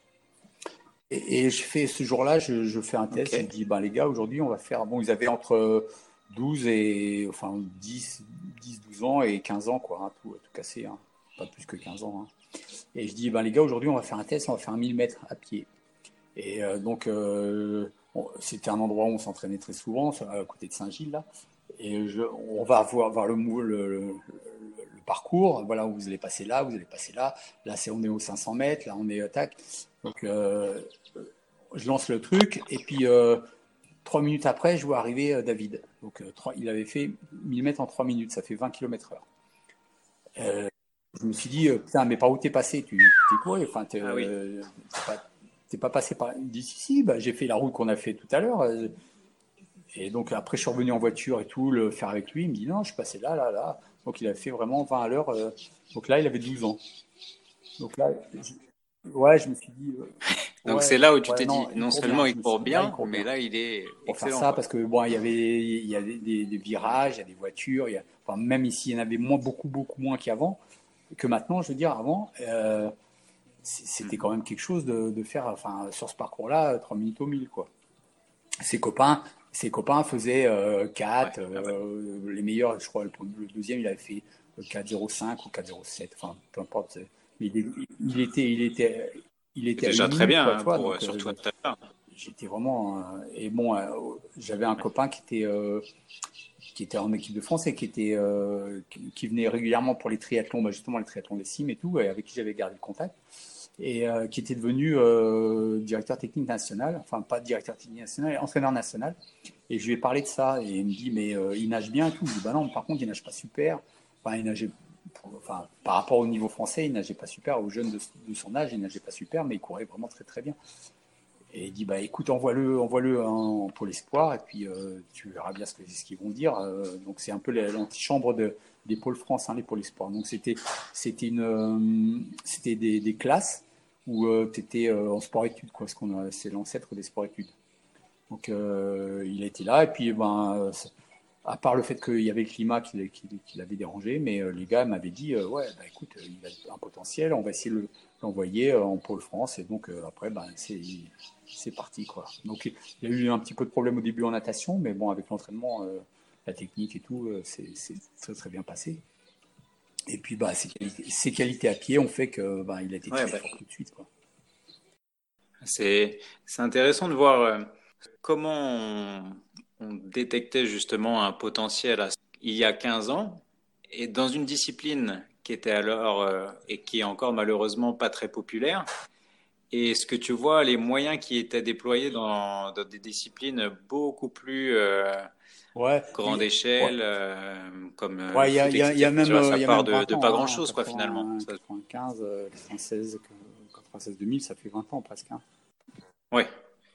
Speaker 2: Et, et je fais ce jour-là, je, je fais un test. Je
Speaker 1: Ok.
Speaker 2: dis, ben les gars, aujourd'hui on va faire. Bon, ils avaient entre douze et enfin dix, dix douze ans et quinze ans, quoi, hein, tout, tout cassé, hein. Pas plus que quinze ans, hein. Et je dis, ben les gars, aujourd'hui on va faire un test, on va faire un mille mètres à pied. Et euh, donc, euh, on- c'était un endroit où on s'entraînait très souvent, à côté de Saint-Gilles, là. Et je, on va voir, voir le, le, le, le parcours. Voilà, vous allez passer là, vous allez passer là. Là, c'est, on est aux cinq cents mètres, là, on est attaque. Donc, euh, je lance le truc. Et puis, euh, trois minutes après, je vois arriver euh, David. Donc, euh, trois, il avait fait mille mètres en trois minutes. Ça fait vingt kilomètres heure. Euh, je me suis dit, euh, putain, mais par où t'es passé? Tu t'es quoi? Enfin, t'es,
Speaker 1: Ah oui.
Speaker 2: euh, t'es pas, t'es pas passé par. Il me dit, si, si, bah, j'ai fait la route qu'on a fait tout à l'heure. euh, Et donc après, je suis revenu en voiture et tout, le faire avec lui. Il me dit non, je suis passé là, là, là. Donc il a fait vraiment vingt à l'heure. euh, donc là, il avait douze ans. Donc là, je- ouais, je me suis dit, euh,
Speaker 1: Donc
Speaker 2: Ouais,
Speaker 1: c'est là où tu
Speaker 2: ouais,
Speaker 1: t'es dit,
Speaker 2: non, il
Speaker 1: non
Speaker 2: court
Speaker 1: seulement
Speaker 2: bien.
Speaker 1: il
Speaker 2: Je me suis
Speaker 1: court
Speaker 2: dit, là, il
Speaker 1: bien,
Speaker 2: court
Speaker 1: mais
Speaker 2: bien.
Speaker 1: là il est
Speaker 2: Pour faire
Speaker 1: excellent,
Speaker 2: ça,
Speaker 1: quoi.
Speaker 2: parce que bon, il y avait, il y a des, des- des virages, il y a des voitures, il y a, enfin, même ici, il y en avait moins, beaucoup, beaucoup moins qu'avant, que maintenant, je veux dire, avant, euh, c'était
Speaker 1: Mm.
Speaker 2: quand même quelque chose de, de faire, enfin, sur ce parcours-là, trois minutes au mille, quoi. Ses copains, ses copains faisaient euh,
Speaker 1: Ouais,
Speaker 2: quatre,
Speaker 1: ah ouais.
Speaker 2: euh, les meilleurs, je crois, le, le deuxième, il avait fait quatre zéro cinq ou quatre zéro sept, enfin, peu importe. Mais il, il était, il était, il
Speaker 1: C'est
Speaker 2: était à une
Speaker 1: déjà très
Speaker 2: minute,
Speaker 1: bien
Speaker 2: quoi, tu
Speaker 1: hein,
Speaker 2: vois,
Speaker 1: pour euh,
Speaker 2: donc euh,
Speaker 1: surtout à cet âge-là.
Speaker 2: j'étais vraiment, euh, et bon, euh, j'avais un copain qui était, euh, qui était en équipe de France et qui était, euh, qui, qui venait régulièrement pour les triathlons, bah, justement les triathlons des cimes et tout, et avec qui j'avais gardé le contact et euh, qui était devenu euh, directeur technique national, enfin pas directeur technique national, entraîneur national. Et je lui ai parlé de ça, et il me dit, mais euh, il nage bien et tout. Je lui dis, bah non, par contre, il nage pas super. Enfin, il nageait, enfin, par rapport au niveau français, il nageait pas super. Aux jeunes de, de son âge, il nageait pas super, mais il courait vraiment très très bien. Et il dit, bah écoute, envoie-le, envoie-le en pôle espoir, et puis euh, tu verras bien ce, que, ce qu'ils vont dire. Euh, donc c'est un peu l'antichambre de, des pôles France, hein, les pôles espoirs. Donc c'était, c'était une, euh, c'était des, des classes où euh, tu étais euh, en sport-études, quoi, ce qu'on a, c'est l'ancêtre des sports-études. Donc euh, il a été là, et puis ben, à part le fait qu'il y avait le climat qui, qui, qui l'avait dérangé, mais euh, les gars m'avaient dit euh, ouais, bah, écoute, euh, il a un potentiel, on va essayer de l'envoyer euh, en pôle France, et donc euh, après, ben, c'est, c'est parti, quoi. Donc il y a eu un petit peu de problème au début en natation, mais bon, avec l'entraînement, euh, la technique et tout, euh, c'est, c'est très très bien passé. Et puis bah, ses, qualités, ses qualités à pied ont fait que bah, il a été
Speaker 1: Ouais,
Speaker 2: très
Speaker 1: bah,
Speaker 2: fort tout de suite, quoi.
Speaker 1: c'est c'est intéressant de voir euh, comment on, on détectait justement un potentiel à- il y a quinze ans et dans une discipline qui était alors euh, et qui est encore malheureusement pas très populaire. Et ce que tu vois, les moyens qui étaient déployés dans, dans des disciplines beaucoup plus euh,
Speaker 2: Ouais,
Speaker 1: grande
Speaker 2: il, ouais,
Speaker 1: échelle, euh, comme euh, le
Speaker 2: ouais, il y a,
Speaker 1: foot,
Speaker 2: il y a, il y a
Speaker 1: et cetera. Tu
Speaker 2: même,
Speaker 1: vois,
Speaker 2: euh,
Speaker 1: ça
Speaker 2: il y a
Speaker 1: part
Speaker 2: même
Speaker 1: de,
Speaker 2: vingt
Speaker 1: de pas
Speaker 2: ans, hein,
Speaker 1: grand-chose, quoi, finalement.
Speaker 2: quatre-vingts,
Speaker 1: Ça-
Speaker 2: quatre-vingt-quinze, euh, quatre-vingt-seize, quatre-vingt-seize deux mille, ça fait vingt ans presque, hein.
Speaker 1: Ouais.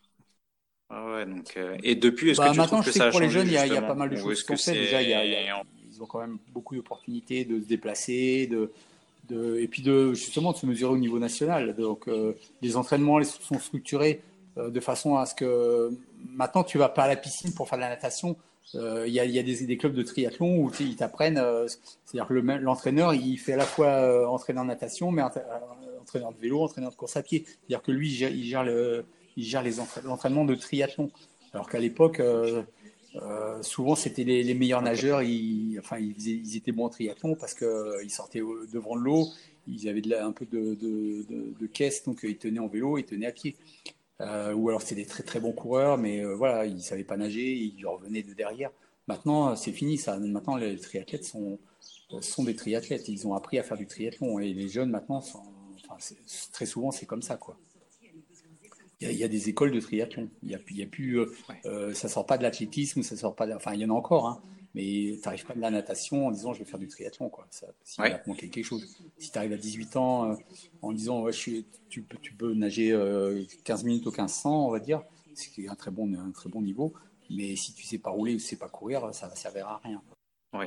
Speaker 1: Ah ouais, donc, euh, et depuis, est-ce que
Speaker 2: Bah,
Speaker 1: tu
Speaker 2: maintenant,
Speaker 1: trouves
Speaker 2: je
Speaker 1: que
Speaker 2: sais
Speaker 1: ça
Speaker 2: que
Speaker 1: a
Speaker 2: pour les
Speaker 1: changé
Speaker 2: jeunes, il y a, il y a pas
Speaker 1: justement?
Speaker 2: mal de
Speaker 1: Ou
Speaker 2: choses qui
Speaker 1: est-ce que
Speaker 2: sont faites. Déjà, il y a, il y a-
Speaker 1: c'est...
Speaker 2: ils ont quand même beaucoup d'opportunités de se déplacer, de, de, et puis de justement de se mesurer au niveau national. Donc, euh, les entraînements les, sont structurés euh, de façon à ce que maintenant, tu vas pas à la piscine pour faire de la natation. Euh, Il y a, il y a des, des clubs de triathlon où tu sais, ils t'apprennent. Euh, c'est-à-dire que le même- l'entraîneur, il fait à la fois euh, entraîneur de natation, mais entra- euh, entraîneur de vélo, entraîneur de course à pied. C'est-à-dire que lui, il gère, il gère le, il gère les entra- l'entraînement de triathlon. Alors qu'à l'époque, euh, euh, souvent c'était les, les meilleurs
Speaker 1: Ok.
Speaker 2: nageurs, ils, enfin ils, faisaient- ils étaient bons en triathlon parce qu'ils euh, sortaient au- devant de l'eau, ils avaient de la- un peu de, de, de, de caisse, donc euh, ils tenaient en vélo, ils tenaient à pied. Euh, ou alors c'était des très très bons coureurs, mais euh, voilà, ils savaient pas nager, ils revenaient de derrière. Maintenant, euh, c'est fini ça. Maintenant, les triathlètes sont, euh, sont des triathlètes. Ils ont appris à faire du triathlon. Et les jeunes maintenant, sont, enfin, c'est- très souvent, c'est comme ça, quoi. Il y, a, il y a des écoles de triathlon. Il y a, il y a plus, euh,
Speaker 1: Ouais.
Speaker 2: euh, ça sort pas de l'athlétisme, ça sort pas. De, enfin, il y en a encore, hein, mais tu n'arrives pas de la natation en disant je vais faire du triathlon, quoi. Ça, s'il
Speaker 1: Ouais.
Speaker 2: va te manquer quelque chose. Si tu arrives à dix-huit ans euh, en disant ouais, je suis, tu, peux, tu peux nager euh, quinze minutes au quinze cents, on va dire, c'est un très bon, un très bon niveau. Mais si tu sais pas rouler ou tu sais pas courir, ça va servir à rien.
Speaker 1: Ouais.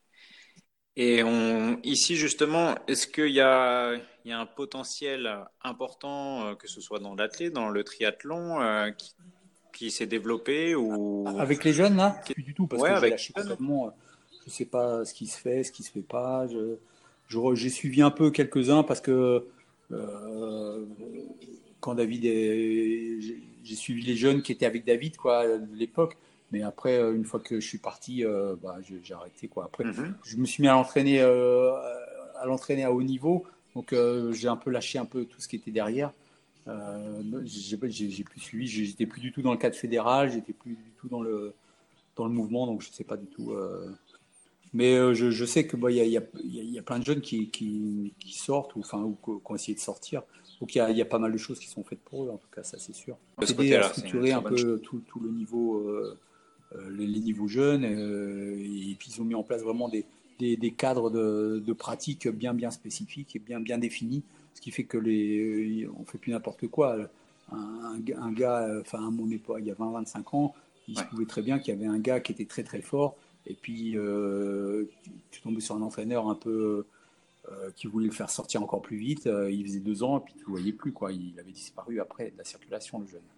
Speaker 1: Et on, ici, justement, est-ce qu'il y a, il y a un potentiel important, euh, que ce soit dans l'athlète, dans le triathlon, euh, qui, qui s'est développé ou...
Speaker 2: Avec les jeunes, là, plus du tout, parce
Speaker 1: Ouais,
Speaker 2: que j'ai
Speaker 1: avec
Speaker 2: lâché
Speaker 1: les jeunes.
Speaker 2: complètement. euh, Je sais pas ce qui se fait, ce qui se fait pas. Je, je re- j'ai suivi un peu quelques-uns parce que euh, quand David est, j'ai j'ai suivi les jeunes qui étaient avec David, quoi, de l'époque. Mais après, euh, une fois que je suis parti, euh, bah, j'ai j'ai arrêté, quoi. Après,
Speaker 1: Mhm.
Speaker 2: je me suis mis à l'entraîner, euh, à l'entraîner à haut niveau, donc euh, j'ai un peu lâché un peu tout ce qui était derrière. Euh, j'ai j'ai- j'ai plus suivi, j'étais plus du tout dans le cadre fédéral, j'étais plus du tout dans le, dans le mouvement, donc je sais pas du tout. euh. Mais euh, je, je sais que bah, il y, a, il y, a, il y a plein de jeunes qui, qui, qui sortent, ou, enfin, ou qui ont essayé de sortir. Donc il y, a, il y a pas mal de choses qui sont faites pour eux, en tout cas, ça c'est sûr.
Speaker 1: De ce
Speaker 2: Aider à
Speaker 1: côté-là, c'est une
Speaker 2: structurer
Speaker 1: très
Speaker 2: un
Speaker 1: bonne chose.
Speaker 2: peu tout, tout le niveau, euh, euh, les, les niveaux jeunes, euh, et puis ils ont mis en place vraiment des, des, des cadres de, de pratique bien bien spécifiques et bien bien définis, ce qui fait que les, on fait plus n'importe quoi. Un, un, un gars, enfin à mon époque, il y a vingt vingt-cinq ans, il se
Speaker 1: Ouais.
Speaker 2: pouvait très bien qu'il y avait un gars qui était très très fort, et puis euh, tu, tu tombais sur un entraîneur un peu euh, qui voulaient le faire sortir encore plus vite. Euh, il faisait deux ans et puis tu ne le voyais plus, quoi. Il avait disparu après de la circulation, le jeune.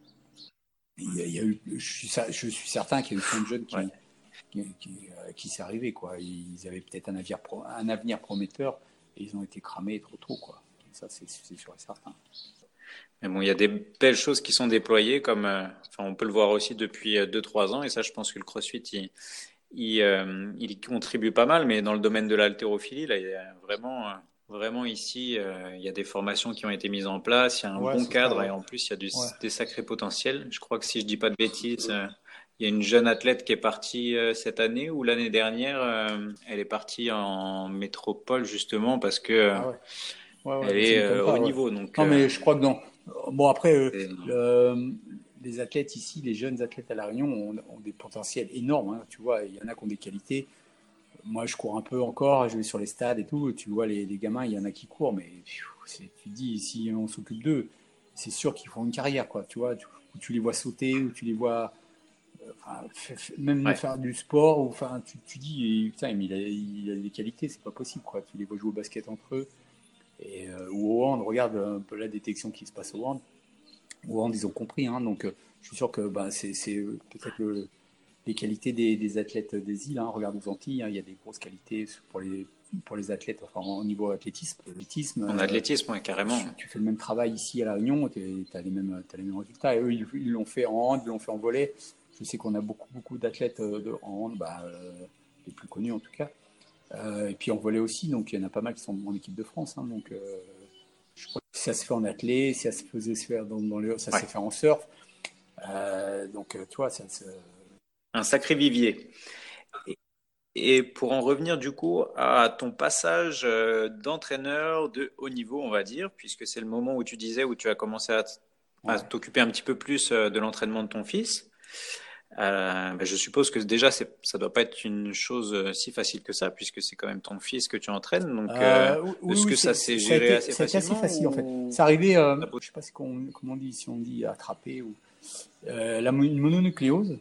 Speaker 2: Il y a, il y a eu, je, suis, je suis certain qu'il y a eu plein de jeunes qui, ouais. qui, qui, euh, qui s'est arrivé, quoi. Ils avaient peut-être un avenir, un avenir prometteur et ils ont été cramés trop tôt, quoi. Ça, c'est, c'est sûr et certain.
Speaker 1: Mais bon, il y a des belles choses qui sont déployées, comme, euh, enfin, on peut le voir aussi depuis deux trois ans, et ça, je pense que le CrossFit, il, il, euh, il y contribue pas mal, mais dans le domaine de l'haltérophilie, là, il y a vraiment, euh, vraiment ici, euh, il y a des formations qui ont été mises en place, il y a un
Speaker 2: ouais,
Speaker 1: bon cadre,
Speaker 2: ça, ouais.
Speaker 1: et en plus, il y a du,
Speaker 2: ouais.
Speaker 1: des sacrés potentiels. Je crois que si je dis pas de bêtises, euh, il y a une jeune athlète qui est partie euh, cette année ou l'année dernière, euh, elle est partie en métropole justement parce que euh,
Speaker 2: ah ouais. Ouais, ouais,
Speaker 1: elle
Speaker 2: bah, ça
Speaker 1: est euh,
Speaker 2: m'étonne pas,
Speaker 1: au
Speaker 2: ouais.
Speaker 1: niveau. Donc,
Speaker 2: Non, mais
Speaker 1: euh,
Speaker 2: je crois que non. Bon, après, euh,
Speaker 1: c'est-
Speaker 2: le- les athlètes ici, les jeunes athlètes à La Réunion ont, ont des potentiels énormes, hein, tu vois. Il y en a qui ont des qualités. Moi, je cours un peu encore, je vais sur les stades et tout. Tu vois, les, les gamins, il y en a qui courent, mais pfiou, c'est- tu te dis, si on s'occupe d'eux, c'est sûr qu'ils font une carrière, quoi. Tu vois, tu, où tu les vois sauter, ou tu les vois euh, enfin, f- f- même
Speaker 1: ouais.
Speaker 2: faire du sport, ou, enfin, tu, tu dis, putain, mais il a, il a des qualités, c'est pas possible, quoi. Tu les vois jouer au basket entre eux. Et, euh, ou au hand, regarde un peu la détection qui se passe au hand. Au hand, ils ont compris, hein, donc euh, je suis sûr que bah, c'est, c'est euh, peut-être le, les qualités des, des athlètes des îles. Hein. Regarde aux Antilles, hein, il y a des grosses qualités pour les, pour les athlètes, enfin au niveau athlétisme. athlétisme
Speaker 1: En
Speaker 2: euh,
Speaker 1: athlétisme, ouais, carrément.
Speaker 2: tu, tu fais le même travail ici à La Réunion, tu as les, mêmes, t'as les mêmes résultats. Et eux, ils, ils l'ont fait en hand, ils l'ont fait en volley. Je sais qu'on a beaucoup, beaucoup d'athlètes de, en hand, bah, euh, les plus connus en tout cas. Euh, et puis en volley aussi, donc il y en a pas mal qui sont en équipe de France. Hein, donc euh, je crois que ça se fait en athlée, ça se faisait se faire dans, dans le, ça
Speaker 1: Ouais.
Speaker 2: s'est fait en surf. Euh, donc tu vois, ça, ça...
Speaker 1: Un sacré vivier. Et, et pour en revenir du coup à ton passage euh, d'entraîneur de haut niveau, on va dire, puisque c'est le moment où tu disais où tu as commencé à, t- à
Speaker 2: ouais.
Speaker 1: t'occuper un petit peu plus euh, de l'entraînement de ton fils. Euh, ben, je suppose que déjà c'est, ça doit pas être une chose euh, si facile que ça, puisque c'est quand même ton fils que tu entraînes. Donc, euh,
Speaker 2: Euh, oui,
Speaker 1: est-ce
Speaker 2: oui,
Speaker 1: que ça
Speaker 2: c'est,
Speaker 1: s'est
Speaker 2: ça a
Speaker 1: géré
Speaker 2: été,
Speaker 1: assez
Speaker 2: ça a été assez
Speaker 1: facilement
Speaker 2: facile en fait.
Speaker 1: ou
Speaker 2: C'est arrivé, euh,
Speaker 1: ça pose-
Speaker 2: je sais pas si qu'on, comment on dit, si on dit attraper ou euh, la, une mononucléose.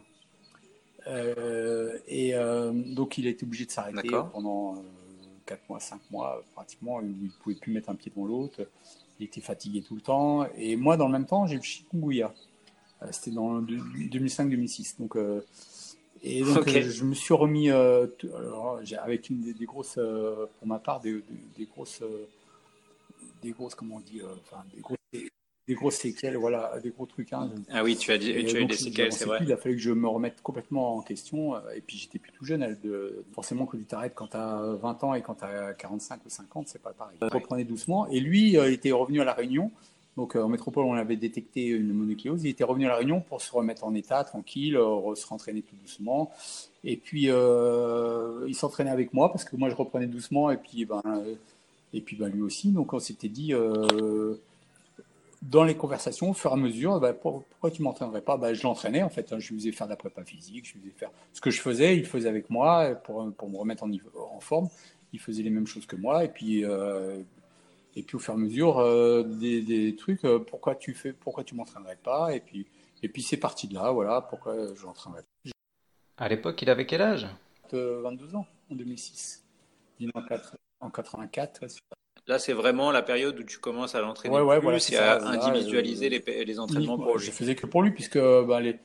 Speaker 2: Euh, et euh, donc il a été obligé de s'arrêter
Speaker 1: D'accord.
Speaker 2: pendant euh, quatre mois, cinq mois pratiquement. Il ne pouvait plus mettre un pied devant l'autre. Il était fatigué tout le temps. Et moi, dans le même temps, j'ai eu le chikungunya. Euh, C'était dans deux mille cinq deux mille six. Donc, euh, et donc,
Speaker 1: Ok.
Speaker 2: euh, je me suis remis euh, t- alors, j'ai- avec une des, des grosses, euh, pour ma part, des, des- des grosses, euh, des grosses, comment on dit, euh, enfin, des grosses, des grosses séquelles, voilà, des gros trucs. Hein.
Speaker 1: Ah oui, tu as dit,
Speaker 2: Et
Speaker 1: tu as eu
Speaker 2: donc,
Speaker 1: des
Speaker 2: je
Speaker 1: séquelles, c'est
Speaker 2: n'avançais
Speaker 1: vrai.
Speaker 2: plus. Il a fallu que je me remette complètement en question. euh, Et puis, j'étais plus tout jeune. Elle, de, forcément, quand tu t'arrêtes quand tu as vingt ans et quand tu as quarante-cinq ou cinquante, c'est pas pareil. Je
Speaker 1: Ouais.
Speaker 2: reprenais doucement. Et lui, euh, il était revenu à La Réunion. Donc, euh, en métropole, on avait détecté une mononucléose. Il était revenu à La Réunion pour se remettre en état, tranquille, euh, se rentraîner tout doucement. Et puis, euh, il s'entraînait avec moi parce que moi, je reprenais doucement. Et puis, ben, euh, et puis ben, lui aussi. Donc, on s'était dit. Euh, dans les conversations, au fur et à mesure, bah, pour, pourquoi tu m'entraînerais pas bah, je l'entraînais en fait. Hein, je lui faisais faire de la prépa physique, je lui faisais faire ce que je faisais, il faisait avec moi pour, pour me remettre en, niveau, en forme. Il faisait les mêmes choses que moi. Et puis, euh, et puis au fur et à mesure, euh, des, des trucs, euh, pourquoi tu fais, pourquoi tu m'entraînerais pas Et puis, et puis c'est parti de là, voilà, pourquoi je l'entraînerais pas.
Speaker 1: À l'époque, il avait quel âge?
Speaker 2: J'ai vingt-deux ans en deux mille six. En, quatre- en quatre-vingt-quatre. Ouais,
Speaker 1: Là, c'est vraiment la période où tu commences à l'entraîner
Speaker 2: ouais, ouais, voilà, c'est
Speaker 1: plus et
Speaker 2: ça.
Speaker 1: à
Speaker 2: Là,
Speaker 1: individualiser
Speaker 2: euh,
Speaker 1: les, les entraînements
Speaker 2: uniquement,
Speaker 1: pour
Speaker 2: je
Speaker 1: lui.
Speaker 2: faisais que pour lui, puisque bah, les,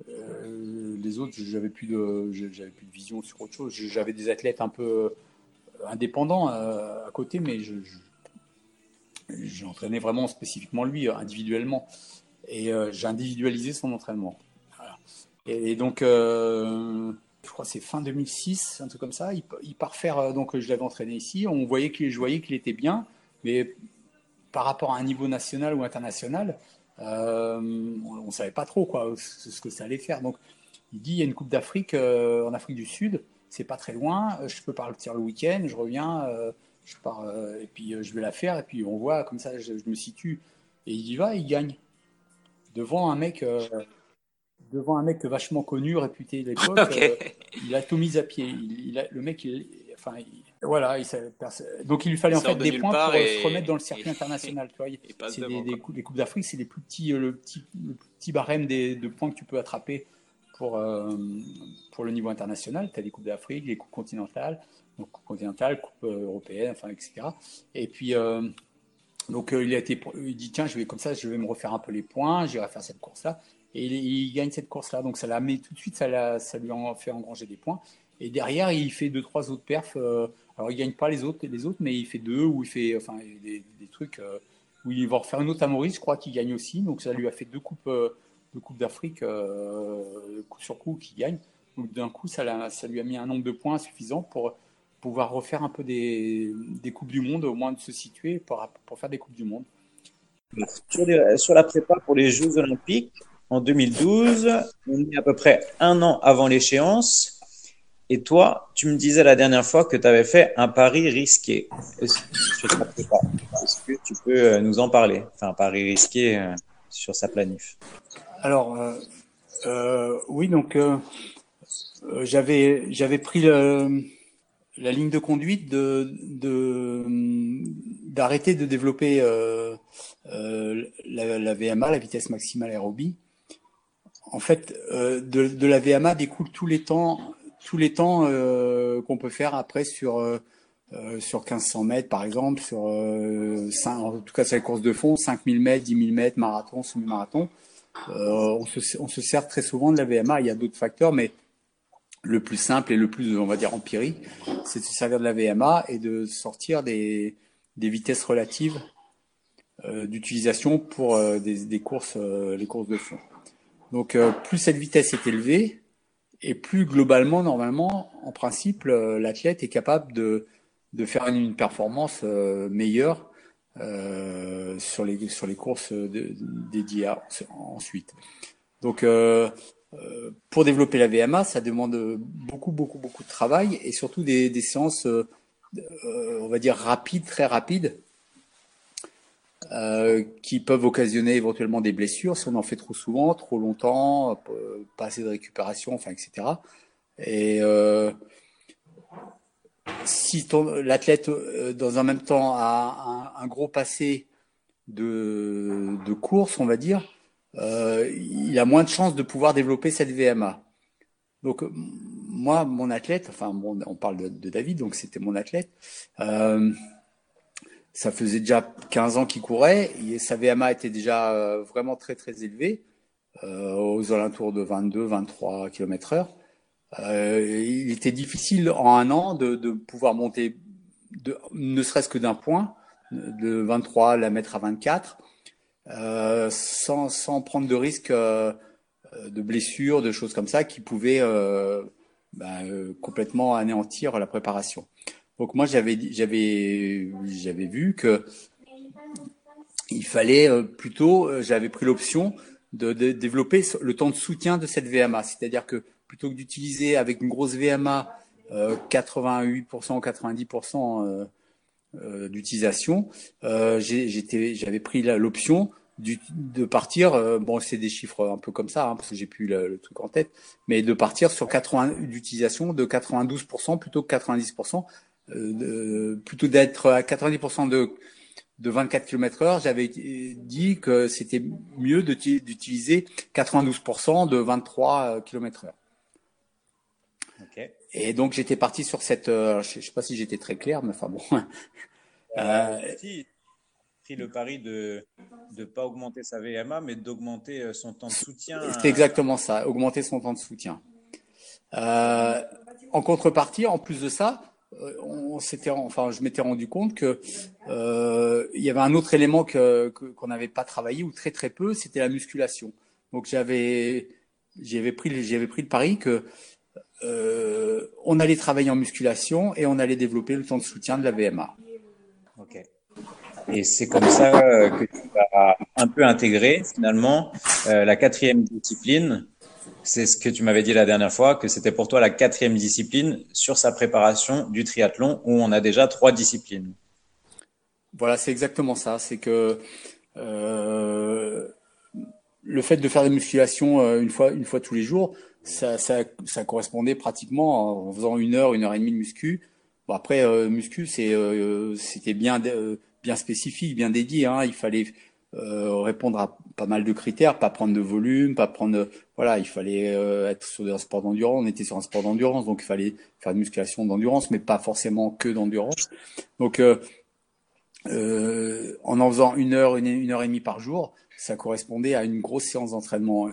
Speaker 2: Euh, les autres, j'avais plus de, j'avais plus de vision sur autre chose. J'avais des athlètes un peu indépendants euh, à côté, mais je, je, j'entraînais vraiment spécifiquement lui, individuellement. Et euh, j'ai individualisé son entraînement. Voilà. Et, et donc, euh, je crois que c'est fin deux mille six, un truc comme ça. Il, il part faire, euh, donc je l'avais entraîné ici. On voyait qu'il, je voyais qu'il était bien, mais par rapport à un niveau national ou international, euh, on ne savait pas trop quoi, ce, ce que ça allait faire. Donc, il dit il y a une Coupe d'Afrique euh, en Afrique du Sud, c'est pas très loin, je peux partir le week-end, je reviens, euh, je pars, euh, et puis euh, je vais la faire, et puis on voit, comme ça je, je me situe. Et il y va, il gagne. Devant un mec, euh, devant un mec vachement connu, réputé de l'époque,
Speaker 1: Ok.
Speaker 2: euh, il a tout mis à pied. Il, il a, le mec, il, enfin, il, voilà, il, donc il lui fallait
Speaker 1: Il
Speaker 2: en fait
Speaker 1: sort de
Speaker 2: des
Speaker 1: nulle
Speaker 2: points
Speaker 1: part
Speaker 2: pour euh, se remettre dans
Speaker 1: et,
Speaker 2: le circuit
Speaker 1: et,
Speaker 2: international. Tu vois,
Speaker 1: et passe
Speaker 2: c'est des,
Speaker 1: devant,
Speaker 2: des,
Speaker 1: quoi.
Speaker 2: les coupes d'Afrique, c'est les plus petits, euh, le petit, le petit barème des, de points que tu peux attraper pour, euh, pour le niveau international. Tu as les Coupes d'Afrique, les Coupes continentales, donc Coupe continentale, Coupe européenne, enfin, et cetera. Et puis, euh, donc, euh, il a été, il dit, tiens, je vais comme ça, je vais me refaire un peu les points, j'irai faire cette course-là. Et il, il gagne cette course-là. Donc, ça l'a mis tout de suite, ça, l'a, ça lui en fait engranger des points. Et derrière, il fait deux, trois autres perfs. Euh, alors, il gagne pas les autres, les autres, mais il fait deux, ou il fait, enfin, des, des trucs euh, où il va refaire une autre à Maurice, je crois qu'il gagne aussi. Donc, ça lui a fait deux coupes, euh, deux coupes d'Afrique, euh, coup sur coup, qu'il gagne. Donc, d'un coup, ça, l'a, ça lui a mis un nombre de points suffisant pour pouvoir refaire un peu des, des Coupes du Monde, au moins de se situer pour, pour faire des Coupes du Monde.
Speaker 3: Sur, les, sur la prépa pour les Jeux Olympiques, en deux mille douze, on est à peu près un an avant l'échéance. Et toi, tu me disais la dernière fois que tu avais fait un pari risqué sur ta prépa. Est-ce que tu peux nous en parler? Enfin, un pari risqué euh, sur sa planif.
Speaker 2: Alors, euh, euh, oui, donc euh, euh, j'avais j'avais pris le, la ligne de conduite de de d'arrêter de développer euh, euh, la, la V M A, la vitesse maximale aérobie. En fait, euh, de, de la V M A découlent tous les temps tous les temps euh, qu'on peut faire après sur euh, sur quinze cents mètres par exemple, sur euh, cinq, en tout cas sur les courses de fond, cinq mille mètres, dix mille mètres, marathon, semi-marathon. Euh, on, se, on se sert très souvent de la V M A. Il y a d'autres facteurs, mais le plus simple et le plus, on va dire, empirique, c'est de se servir de la V M A et de sortir des, des vitesses relatives euh, d'utilisation pour euh, des, des courses, euh, les courses de fond. Donc, euh, plus cette vitesse est élevée, et plus globalement, normalement, en principe, euh, l'athlète est capable de, de faire une, une performance euh, meilleure euh, sur les sur les courses de, dédiées à, ensuite. Donc, euh, euh, pour développer la V M A, ça demande beaucoup, beaucoup, beaucoup de travail et surtout des, des séances, euh, on va dire rapides, très rapides, euh, qui peuvent occasionner éventuellement des blessures si on en fait trop souvent, trop longtemps, pas assez de récupération, enfin, et cetera. Et euh, si l'athlète, euh, dans un même temps, a un, un gros passé de, de course, on va dire, euh, il a moins de chances de pouvoir développer cette V M A. Donc moi, mon athlète, enfin bon, on parle de, de David, donc c'était mon athlète, euh, ça faisait déjà quinze ans qu'il courait, et sa V M A était déjà euh, vraiment très très élevée, euh, aux alentours de vingt-deux à vingt-trois kilomètres heure. Euh, il était difficile en un an de, de pouvoir monter, de, ne serait-ce que d'un point, de vingt-trois la mettre à vingt-quatre, euh, sans, sans prendre de risques euh, de blessures, de choses comme ça qui pouvaient euh, bah, euh, complètement anéantir la préparation. Donc moi j'avais j'avais j'avais vu que il fallait euh, plutôt, euh, j'avais pris l'option de, de développer le temps de soutien de cette V M A, c'est-à-dire que plutôt que d'utiliser avec une grosse V M A euh, quatre-vingt-huit pour cent ou quatre-vingt-dix pour cent euh, euh, d'utilisation, euh, j'étais, j'avais pris l'option de partir, euh, bon c'est des chiffres un peu comme ça, hein, parce que j'ai plus le, le truc en tête, mais de partir sur quatre-vingts d'utilisation de quatre-vingt-douze pour cent plutôt que quatre-vingt-dix pour cent, euh, de, plutôt d'être à quatre-vingt-dix pour cent de de vingt-quatre kilomètres heure, j'avais dit que c'était mieux d'utiliser quatre-vingt-douze pour cent de vingt-trois kilomètres heure. Okay. Et donc j'étais parti sur cette, euh, je ne sais pas si j'étais très clair, mais enfin bon.
Speaker 3: Euh, euh, si, pris le pari de ne pas augmenter sa V M A, mais d'augmenter son temps de soutien.
Speaker 2: C'est exactement ça, augmenter son temps de soutien. Euh, en contrepartie, en plus de ça, on s'était, enfin, je m'étais rendu compte que euh, il y avait un autre élément que qu'on n'avait pas travaillé ou très très peu, c'était la musculation. Donc j'avais j'avais pris j'avais pris le pari que euh, on allait travailler en musculation et on allait développer le temps de soutien de la V M A.
Speaker 3: Ok. Et c'est comme ça que tu as un peu intégré finalement euh, la quatrième discipline. C'est ce que tu m'avais dit la dernière fois, que c'était pour toi la quatrième discipline sur sa préparation du triathlon où on a déjà trois disciplines.
Speaker 2: Voilà, c'est exactement ça. C'est que euh, le fait de faire des musculations euh, une fois, une fois tous les jours, ça, ça, ça correspondait pratiquement en faisant une heure, une heure et demie de muscu. Bon, après, euh, muscu, c'est, euh, c'était bien, euh, bien spécifique, bien dédié. Hein. Il fallait euh, répondre à pas mal de critères, pas prendre de volume, pas prendre, voilà, il fallait euh, être sur un sport d'endurance. On était sur un sport d'endurance, donc il fallait faire de musculation d'endurance, mais pas forcément que d'endurance. Donc euh, euh, en en faisant une heure, une, une heure et demie par jour, ça correspondait à une grosse séance d'entraînement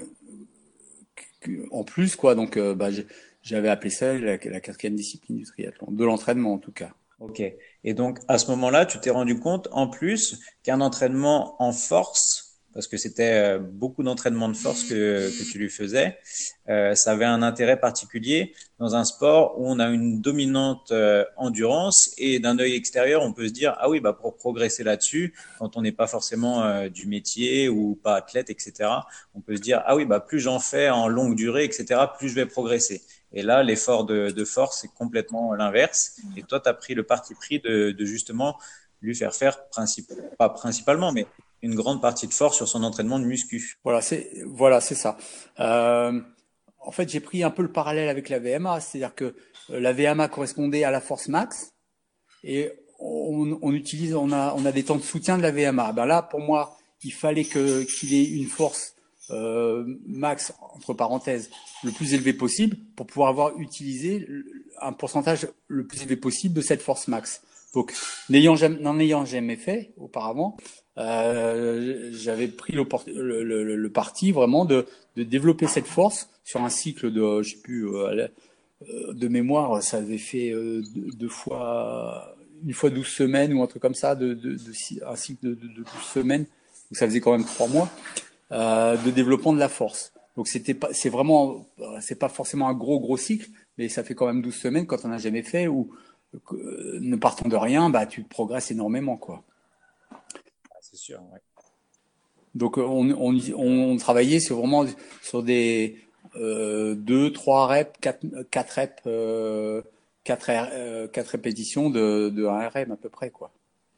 Speaker 2: en plus, quoi. Donc, euh, bah, j'avais appelé ça la, la quatrième discipline du triathlon, de l'entraînement en tout cas.
Speaker 3: Ok. Et donc, à ce moment-là, tu t'es rendu compte, en plus, qu'un entraînement en force, parce que c'était euh, beaucoup d'entraînement de force que, que tu lui faisais, euh, ça avait un intérêt particulier dans un sport où on a une dominante euh, endurance et d'un œil extérieur, on peut se dire, ah oui, bah, pour progresser là-dessus, quand on n'est pas forcément euh, du métier ou pas athlète, et cetera, on peut se dire, ah oui, bah, plus j'en fais en longue durée, et cetera, plus je vais progresser. Et là, l'effort de, de force, c'est complètement l'inverse. Et toi, tu as pris le parti pris de, de justement lui faire faire, principe, pas principalement, mais une grande partie de force sur son entraînement de muscu.
Speaker 2: Voilà, c'est voilà, c'est ça. Euh, en fait, j'ai pris un peu le parallèle avec la V M A, c'est-à-dire que euh, la V M A correspondait à la force max et on, on utilise, on a, on a des temps de soutien de la V M A. Ben là, pour moi, il fallait que qu'il ait une force euh, max entre parenthèses le plus élevé possible pour pouvoir avoir utilisé un pourcentage le plus élevé possible de cette force max. Donc, n'ayant jamais, n'en ayant jamais fait auparavant, euh, j'avais pris le, le, le, le parti vraiment de, de développer cette force sur un cycle de, je sais plus, euh, de mémoire, ça avait fait euh, deux, deux fois, une fois douze semaines ou un truc comme ça, de, de, de un cycle de, de, de douze semaines, donc ça faisait quand même trois mois euh, de développement de la force. Donc c'était pas, c'est vraiment, c'est pas forcément un gros gros cycle, mais ça fait quand même douze semaines quand on n'a jamais fait ou euh, ne partant de rien, bah tu progresses énormément quoi.
Speaker 3: Ah, c'est sûr, ouais.
Speaker 2: Donc on, on, on travaillait sur vraiment sur des euh, deux, trois reps, quatre, quatre reps, euh, quatre, euh, quatre répétitions de, de un R M à peu près quoi,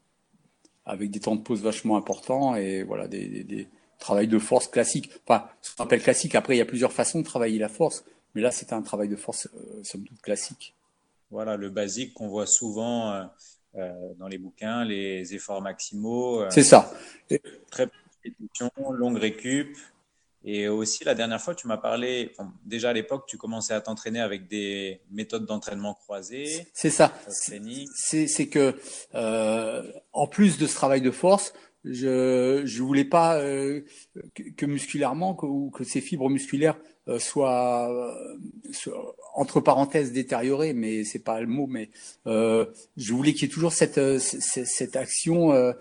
Speaker 2: avec des temps de pause vachement importants et voilà des, des, des travails de force classiques. Enfin, ce qu'on appelle classique. Après, il y a plusieurs façons de travailler la force, mais là c'était un travail de force euh, somme toute classique.
Speaker 3: Voilà le basique qu'on voit souvent euh, euh, dans les bouquins, les efforts maximaux, euh,
Speaker 2: C'est ça. Et,
Speaker 3: très peu de répétitions, longue récup. Et aussi, la dernière fois, tu m'as parlé, enfin, déjà à l'époque, tu commençais à t'entraîner avec des méthodes d'entraînement croisées,
Speaker 2: C'est ça.
Speaker 3: cross-training.
Speaker 2: C'est c'est que euh, en plus de ce travail de force, je je voulais pas euh, que, que musculairement que, ou que ces fibres musculaires euh, soient, euh, soient, entre parenthèses détériorées, mais c'est pas le mot, mais euh, je voulais qu'il y ait toujours cette euh, cette, cette action euh,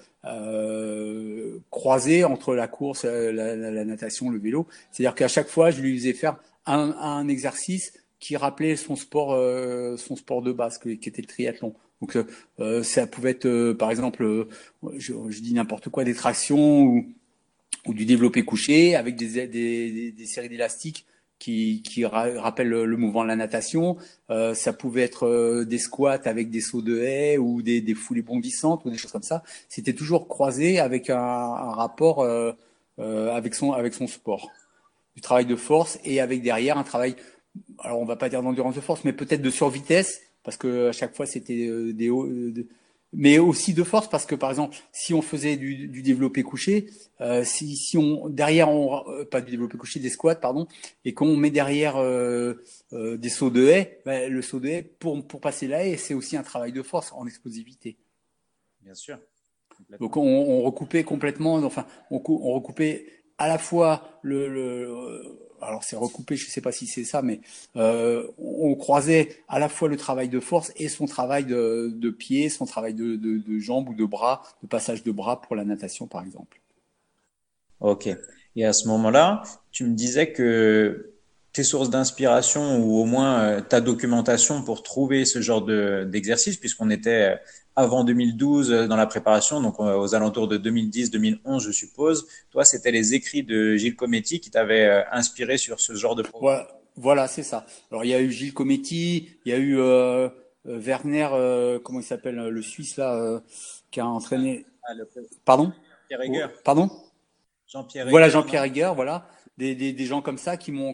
Speaker 2: euh, croisée entre la course, la, la, la natation, le vélo. C'est-à-dire qu'à chaque fois, je lui faisais faire un, un exercice qui rappelait son sport, euh, son sport de base, qui était le triathlon. Donc euh, ça pouvait être, euh, par exemple, euh, je, je dis n'importe quoi, des tractions ou, ou du développé couché avec des, des, des, des séries d'élastiques qui, qui ra rappellent le, le mouvement de la natation. Euh, ça pouvait être euh, des squats avec des sauts de haie ou des, des foulées bondissantes ou des choses comme ça. C'était toujours croisé avec un, un rapport euh, euh, avec son avec son sport, du travail de force et avec derrière un travail, alors on va pas dire d'endurance de force, mais peut-être de survitesse, parce que à chaque fois c'était euh, des hauts, euh, de- mais aussi de force, parce que par exemple, si on faisait du, du développé couché, euh, si, si on derrière on euh, pas du développé couché, des squats, pardon, et qu'on met derrière euh, euh, des sauts de haie, ben, le saut de haie pour pour passer la haie, c'est aussi un travail de force en explosivité.
Speaker 3: Bien sûr,
Speaker 2: Donc
Speaker 3: complètement.
Speaker 2: on, on recoupait complètement, enfin on, on recoupait à la fois le, le alors c'est recoupé, je sais pas si c'est ça, mais euh, on croisait à la fois le travail de force et son travail de, de pied, son travail de, de, de jambes ou de bras, de passage de bras pour la natation par exemple.
Speaker 3: Ok. Et à ce moment-là, tu me disais que tes sources d'inspiration ou au moins euh, ta documentation pour trouver ce genre de d'exercice, puisqu'on était euh, avant deux mille douze euh, dans la préparation, donc euh, aux alentours de deux mille dix, deux mille onze, je suppose. Toi, c'était les écrits de Gilles Cometti qui t'avaient euh, inspiré sur ce genre de programme.
Speaker 2: Voilà, voilà, c'est ça. Alors il y a eu Gilles Cometti, il y a eu euh, euh, Werner, euh, comment il s'appelle, le Suisse là, euh, qui a entraîné.
Speaker 3: Ah, le-
Speaker 2: Pardon?
Speaker 3: Pierre
Speaker 2: Oh,
Speaker 3: Heger,
Speaker 2: pardon?
Speaker 3: Jean-Pierre
Speaker 2: Voilà
Speaker 3: Heger,
Speaker 2: Jean-Pierre
Speaker 3: non?
Speaker 2: Heger, voilà, des, des, des gens comme ça qui m'ont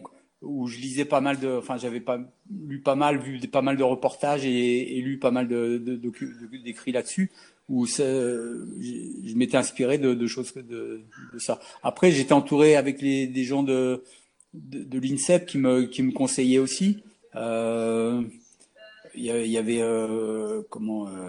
Speaker 2: où je lisais pas mal de, enfin j'avais pas lu pas mal, vu des- pas mal de reportages et, et lu pas mal de, de, docu- de- d'écrits là-dessus, où ça, je, je m'étais inspiré de, de choses que de, de ça. Après, j'étais entouré avec les, des gens de, de, de l'INSEP qui me, qui me conseillaient aussi. Euh, Il y, a- il y avait euh, comment euh,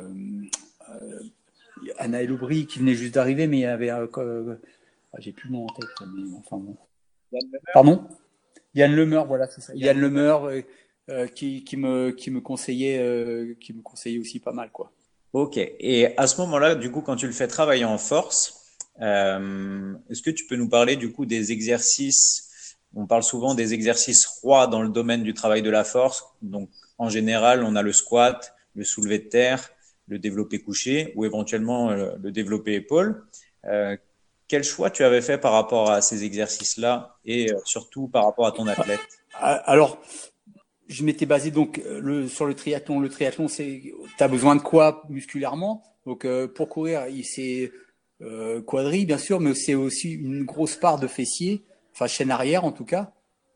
Speaker 2: Anna El Oubri qui venait juste d'arriver, mais il y avait euh, euh, ah, j'ai plus le nom en tête, mais enfin bon. Pardon? Yann Lemeur, voilà, c'est ça. Yann Lemeur euh, euh, qui, qui me qui me conseillait euh, qui me conseillait aussi pas mal quoi.
Speaker 3: Ok. Et à ce moment-là, du coup, quand tu le fais travailler en force, euh, est-ce que tu peux nous parler du coup des exercices? On parle souvent des exercices rois dans le domaine du travail de la force. Donc, en général, on a le squat, le soulevé de terre, le développé couché ou éventuellement euh, le développé épaule. Euh, quel choix tu avais fait par rapport à ces exercices-là et euh, surtout par rapport à ton athlète?
Speaker 2: Ah, alors, je m'étais basé donc euh, le, sur le triathlon. Le triathlon, c'est t'as besoin de quoi musculairement? Donc euh, pour courir, il- c'est euh, quadri bien sûr, mais c'est aussi une grosse part de fessier, enfin chaîne arrière en tout cas.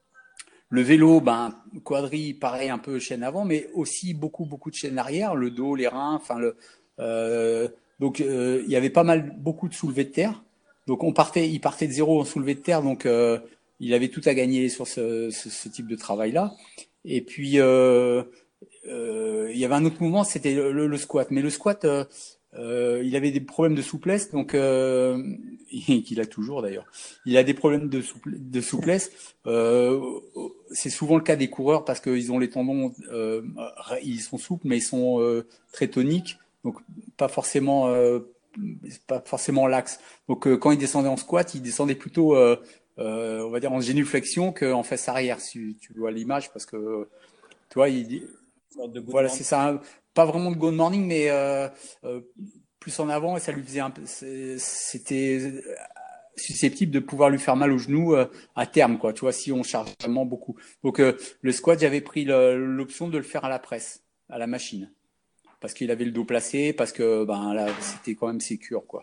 Speaker 2: Le vélo, ben quadri, pareil un peu chaîne avant, mais aussi beaucoup beaucoup de chaîne arrière, le dos, les reins, enfin le euh, donc euh, il y avait pas mal beaucoup de soulevés de terre. Donc on partait, il partait de zéro en soulevé de terre, donc euh, il avait tout à gagner sur ce, ce, ce type de travail-là. Et puis euh, euh, il y avait un autre mouvement, c'était le, le, le squat. Mais le squat, euh, euh, il avait des problèmes de souplesse, donc euh, qu'il a toujours d'ailleurs. Il a des problèmes de, souple, de souplesse. Euh, c'est souvent le cas des coureurs parce qu'ils ont les tendons, euh, ils sont souples, mais ils sont euh, très toniques, donc pas forcément, euh, pas forcément laxes. Donc euh, quand il descendait en squat, il descendait plutôt, euh, euh, on va dire en génuflexion qu'en fesse arrière, si tu vois l'image, parce que tu vois, il,
Speaker 3: Une sorte de good
Speaker 2: voilà,
Speaker 3: morning.
Speaker 2: c'est ça. Hein. Pas vraiment de good morning, mais euh, euh, plus en avant et ça lui faisait un peu. C'était susceptible de pouvoir lui faire mal au genou euh, à terme, quoi. Tu vois, si on charge vraiment beaucoup. Donc euh, le squat, j'avais pris l'option de le faire à la presse, à la machine, parce qu'il avait le dos placé, parce que ben là, c'était quand même sécure, quoi.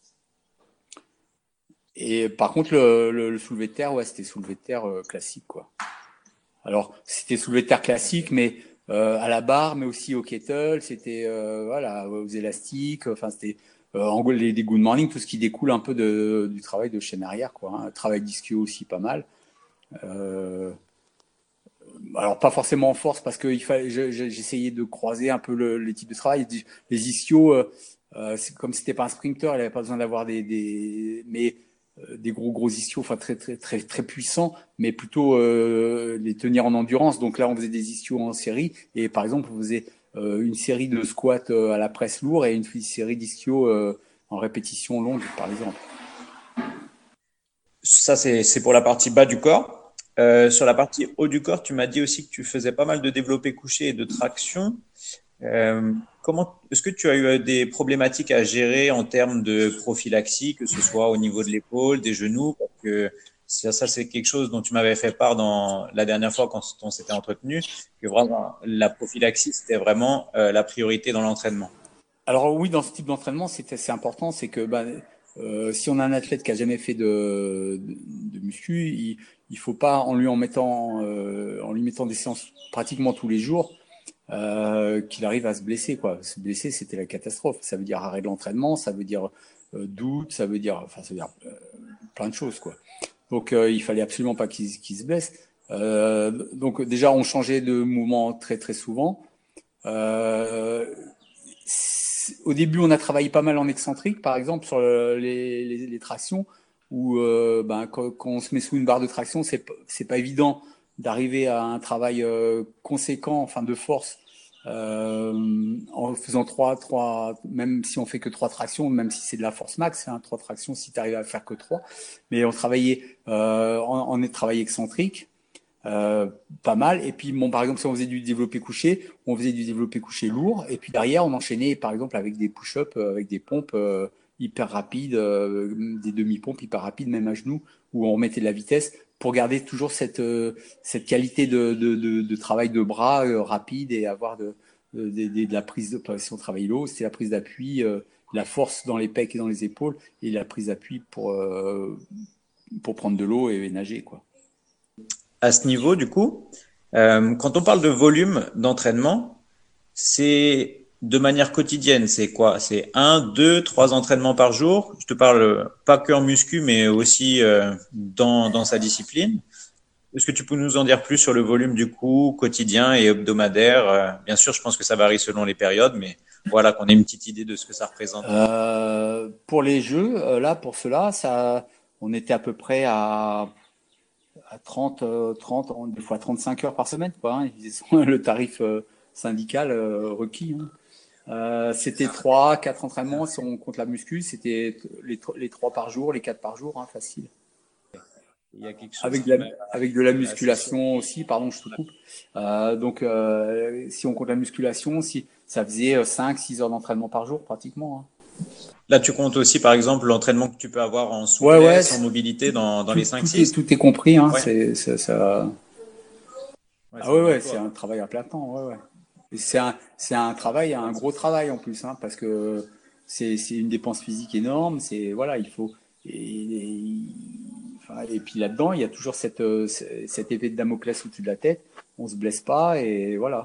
Speaker 2: Et par contre, le, le, le soulevé de terre, ouais, c'était soulevé de terre euh, classique, quoi. Alors, c'était soulevé de terre classique, mais euh, à la barre, mais aussi au kettle, c'était euh, voilà, aux élastiques, enfin c'était euh, en gros les, les good morning, tout ce qui découle un peu de, du travail de chaîne arrière, quoi. Hein. Travail d'ischio aussi pas mal. Euh, alors pas forcément en force parce que il fallait, j'essayais de croiser un peu le, les types de travail. Les ischios, euh, euh, comme c'était pas un sprinter, il avait pas besoin d'avoir des, des, mais euh, des gros gros ischios, enfin très très très très puissants, mais plutôt euh, les tenir en endurance. Donc là, on faisait des ischios en série et par exemple, on faisait euh, une série de squats euh, à la presse lourde et une série d'ischios euh, en répétition longue, par exemple.
Speaker 3: Ça, c'est, c'est pour la partie bas du corps. Euh, sur la partie haut du corps, tu m'as dit aussi que tu faisais pas mal de développé couché et de traction. Euh, comment, est-ce que tu as eu euh, des problématiques à gérer en termes de prophylaxie, que ce soit au niveau de l'épaule, des genoux, parce que ça, ça c'est quelque chose dont tu m'avais fait part dans la dernière fois quand on s'était entretenu, que vraiment la prophylaxie c'était vraiment euh, la priorité dans l'entraînement.
Speaker 2: Alors oui, dans ce type d'entraînement, c'est assez important, c'est que bah, euh, si on a un athlète qui a jamais fait de, de, de muscu, il, il faut pas en lui en mettant euh, en lui mettant des séances pratiquement tous les jours euh, qu'il arrive à se blesser quoi. Se blesser, c'était la catastrophe. Ça veut dire arrêt de l'entraînement, ça veut dire euh, doute, ça veut dire enfin ça veut dire euh, plein de choses quoi. Donc euh, il fallait absolument pas qu'il qu'il se blesse. Euh, donc déjà on changeait de mouvement très très souvent. Euh, au début, on a travaillé pas mal en excentrique, par exemple sur le- les, les, les tractions, où euh, ben, quand, quand on se met sous une barre de traction, c'est p- c'est pas évident d'arriver à un travail euh, conséquent, enfin de force, euh, en faisant trois, trois, même si on fait que trois tractions, même si c'est de la force max, hein, trois tractions si tu arrives à faire que trois. Mais on travaillait euh, en, en travail excentrique. Euh, pas mal. Et puis, bon, par exemple, si on faisait du développé couché, on faisait du développé couché lourd. Et puis derrière, on enchaînait, par exemple, avec des push-ups, euh, avec des pompes euh, hyper rapides, euh, des demi-pompes hyper rapides, même à genoux, où on remettait de la vitesse pour garder toujours cette euh, cette qualité de, de, de, de travail de bras euh, rapide et avoir de, de, de, de la prise de, si on travaille l'eau, c'était la prise d'appui, euh, la force dans les pecs et dans les épaules et la prise d'appui pour euh, pour prendre de l'eau et nager, quoi.
Speaker 3: à ce niveau, du coup, euh, quand on parle de volume d'entraînement, c'est de manière quotidienne. C'est quoi? C'est un, deux, trois entraînements par jour. Je te parle pas que en muscu, mais aussi euh, dans, dans sa discipline. Est-ce que tu peux nous en dire plus sur le volume du coup quotidien et hebdomadaire? Euh, Bien sûr, je pense que ça varie selon les périodes, mais voilà qu'on ait une petite idée de ce que ça représente.
Speaker 2: Euh, pour les jeux, euh, là, pour cela, ça, on était à peu près à, à trente, euh, trente, des fois trente-cinq heures par semaine, quoi, hein. Ils ont le tarif euh, syndical euh, requis, hein. Euh, c'était trois, quatre entraînements. Si on compte la muscu, c'était les, tro- les trois par jour, les quatre par jour, hein, facile.
Speaker 3: Il y a quelque chose
Speaker 2: Avec
Speaker 3: qui
Speaker 2: de la,
Speaker 3: m'a
Speaker 2: avec de la
Speaker 3: assez
Speaker 2: musculation
Speaker 3: surpris.
Speaker 2: aussi, pardon, je te coupe. Euh, donc, euh, si on compte la musculation, si, ça faisait cinq, six heures d'entraînement par jour, pratiquement, hein.
Speaker 3: Là, tu comptes aussi, par exemple, l'entraînement que tu peux avoir en
Speaker 2: Ouais, ouais,
Speaker 3: souplesse, en
Speaker 2: c'est-
Speaker 3: mobilité
Speaker 2: tout,
Speaker 3: dans, dans
Speaker 2: tout,
Speaker 3: les cinq
Speaker 2: tout est,
Speaker 3: six.
Speaker 2: tout est compris, hein.
Speaker 3: Ouais,
Speaker 2: C'est, c'est- ça.
Speaker 3: ouais,
Speaker 2: Ah
Speaker 3: c'est
Speaker 2: ouais,
Speaker 3: de
Speaker 2: ouais, c'est
Speaker 3: l'emploi,
Speaker 2: un
Speaker 3: quoi.
Speaker 2: travail à plein temps, ouais, ouais. Et c'est un, c'est un travail, un gros travail en plus, hein, parce que c'est, c'est une dépense physique énorme. C'est, voilà, il faut. Et, et- enfin, et puis là-dedans, il y a toujours cette, euh, ce- cet épée de Damoclès au-dessus de la tête. On se blesse pas et voilà.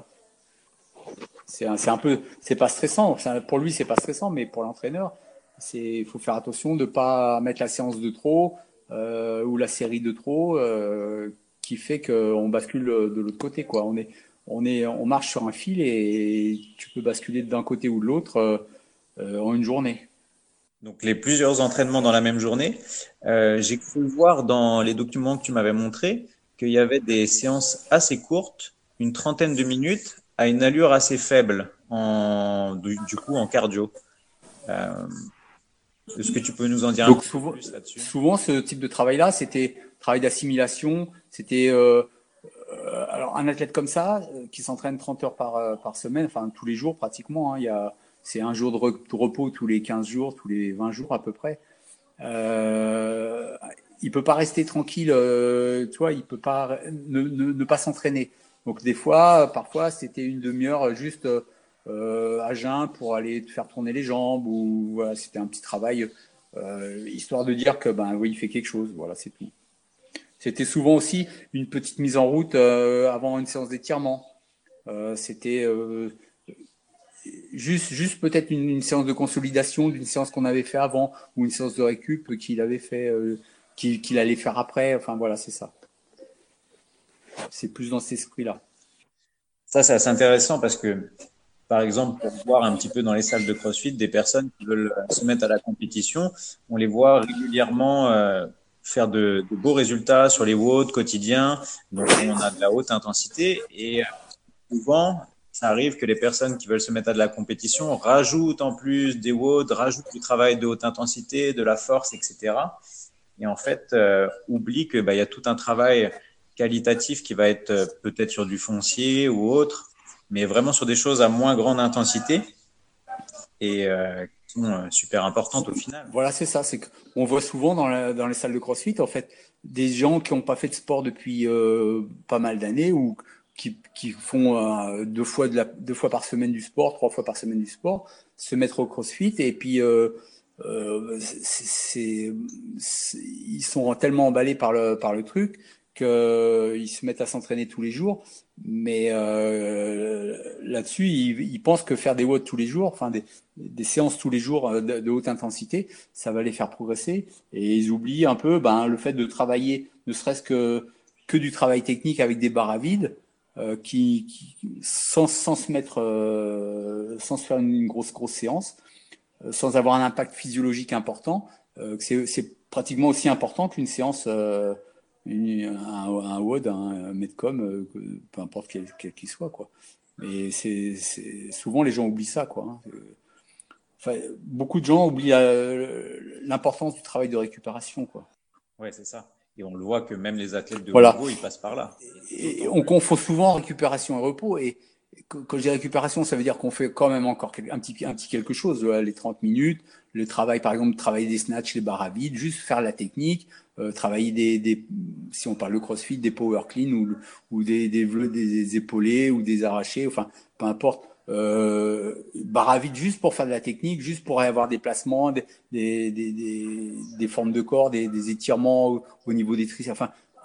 Speaker 2: C'est un, c'est un peu, c'est pas stressant. C'est un- pour lui, c'est pas stressant, mais pour l'entraîneur, c'est, il faut faire attention de pas mettre la séance de trop euh, ou la série de trop euh, qui fait qu'on bascule de l'autre côté, quoi. On est, on est, on marche sur un fil et tu peux basculer d'un côté ou de l'autre euh, euh, en une journée.
Speaker 3: Donc, les plusieurs entraînements dans la même journée. Euh, j'ai cru voir dans les documents que tu m'avais montrés qu'il y avait des séances assez courtes, une trentaine de minutes, à une allure assez faible, en, du, du coup, en cardio. Euh, Est-ce que tu peux nous en dire un
Speaker 2: Donc
Speaker 3: petit peu
Speaker 2: souvent,
Speaker 3: plus là-dessus?
Speaker 2: souvent ce type de travail-là, c'était travail d'assimilation, c'était euh, Euh, alors, un athlète comme ça, euh, qui s'entraîne trente heures par, euh, par semaine, enfin tous les jours pratiquement, hein, il y a, c'est un jour de, re- de repos tous les quinze jours, tous les vingt jours à peu près. Euh, il peut pas rester tranquille, euh, tu vois, il peut pas ne, ne, ne pas s'entraîner. Donc des fois, parfois, c'était une demi-heure juste euh, à jeun pour aller te faire tourner les jambes ou voilà, c'était un petit travail euh, histoire de dire que ben oui, il fait quelque chose. Voilà, c'est tout. C'était souvent aussi une petite mise en route euh, avant une séance d'étirement. Euh, c'était euh, juste, juste peut-être une, une séance de consolidation d'une séance qu'on avait fait avant ou une séance de récup qu'il avait fait, euh, qu'il qu'il allait faire après. Enfin voilà, c'est ça. C'est plus dans cet esprit-là.
Speaker 3: Ça, c'est assez intéressant parce que, par exemple, pour voir un petit peu dans les salles de CrossFit des personnes qui veulent euh, se mettre à la compétition, on les voit régulièrement euh, faire de, de beaux résultats sur les WOD quotidiens. Donc, on a de la haute intensité et euh, souvent, ça arrive que les personnes qui veulent se mettre à de la compétition rajoutent en plus des WOD, rajoutent du travail de haute intensité, de la force, et cetera. Et en fait, euh, oublient que bah, il y a tout un travail qualitatif qui va être euh, peut-être sur du foncier ou autre, mais vraiment sur des choses à moins grande intensité et euh, qui sont euh, super importantes au final.
Speaker 2: Voilà, c'est ça. C'est qu'on voit souvent dans, la- dans les salles de CrossFit, en fait, des gens qui n'ont pas fait de sport depuis euh, pas mal d'années ou qui, qui font euh, deux fois de la, deux fois par semaine du sport, trois fois par semaine du sport, se mettre au CrossFit et puis euh, euh, c'est, c'est- ils sont tellement emballés par le, par le truc qu'ils se mettent à s'entraîner tous les jours. Mais euh, là-dessus, ils, ils pensent que faire des watts tous les jours, enfin des, des séances tous les jours euh, de, de haute intensité, ça va les faire progresser. Et ils oublient un peu ben, le fait de travailler, ne serait-ce que, que du travail technique avec des barres à vide, euh, qui, qui, sans, sans se mettre, euh, sans se faire une grosse grosse séance, euh, sans avoir un impact physiologique important. Euh, c'est, c'est pratiquement aussi important qu'une séance, euh, une, un, un WOD, un Medcom, euh, peu importe quel, quel qu'il soit, quoi. Mais c'est, c'est souvent les gens oublient ça, quoi, hein. Enfin, beaucoup de gens oublient euh, l'importance du travail de récupération, quoi.
Speaker 3: Ouais, c'est ça. Et on le voit que même les athlètes de haut
Speaker 2: Voilà.
Speaker 3: niveau, ils passent par là.
Speaker 2: Et
Speaker 3: D'autant
Speaker 2: on
Speaker 3: plus.
Speaker 2: confond souvent récupération et repos. Et quand je dis récupération, ça veut dire qu'on fait quand même encore un petit, un petit quelque chose, les trente minutes, le travail, par exemple, travailler des snatchs, les barres à vide, juste faire la technique, euh, travailler des, des, si on parle de CrossFit, des power clean ou, ou des, des, des, des épaulés ou des arrachés, enfin, peu importe. Euh, barre à vide juste pour faire de la technique, juste pour avoir des placements, des, des, des, des, des formes de corps, des, des étirements au, au niveau des triceps. Enfin,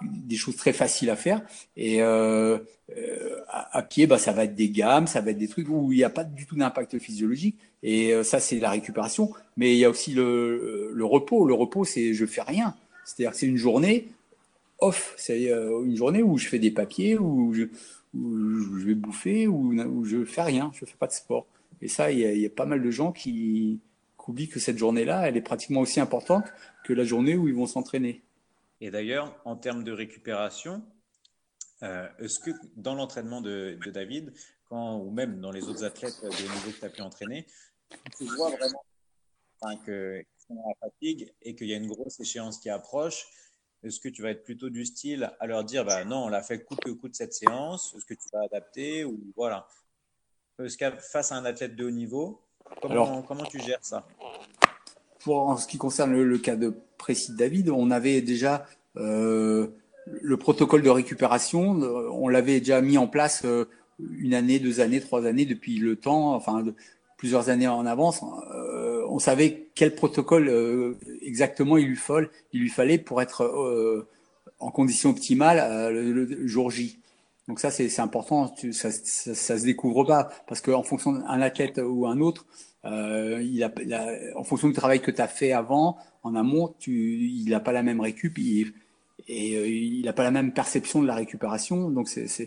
Speaker 2: des choses très faciles à faire. Et euh, euh, à, à pied, bah, ça va être des gammes, ça va être des trucs où il n'y a pas du tout d'impact physiologique. Et euh, ça, c'est la récupération. Mais il y a aussi le, le repos. Le repos, c'est je fais rien. C'est-à-dire que c'est une journée off. C'est euh, une journée où je fais des papiers, où je, où je vais bouffer, où, où je fais rien. Je fais pas de sport. Et ça, il y a, il y a pas mal de gens qui, qui oublient que cette journée-là, elle est pratiquement aussi importante que la journée où ils vont s'entraîner.
Speaker 3: Et d'ailleurs, en termes de récupération, euh, est-ce que dans l'entraînement de, de David, quand, ou même dans les autres athlètes de haut niveau que tu as pu entraîner, tu vois vraiment enfin, que, qu'ils sont dans la fatigue et qu'il y a une grosse échéance qui approche? Est-ce que tu vas être plutôt du style à leur dire, bah non, on l'a fait coûte que coûte cette séance? Est-ce que tu vas adapter ou voilà? Parce que face à un athlète de haut niveau,
Speaker 2: Alors,
Speaker 3: comment, comment tu gères ça?
Speaker 2: pour, en ce qui concerne le, le cas de précis de David, on avait déjà euh, le protocole de récupération, euh, on l'avait déjà mis en place euh, une année, deux années, trois années depuis le temps, enfin de, plusieurs années en avance. Euh, on savait quel protocole euh, exactement il lui, fallait, il lui fallait pour être euh, en condition optimale euh, le, le jour J. Donc ça, c'est important, tu, ça, ça, ça se découvre pas, parce qu'en fonction d'un athlète ou un autre, euh, il a, il a, en fonction du travail que tu as fait avant, en amont, tu, il n'a pas la même récup il, et euh, il n'a pas la même perception de la récupération. Donc c'est, c'est,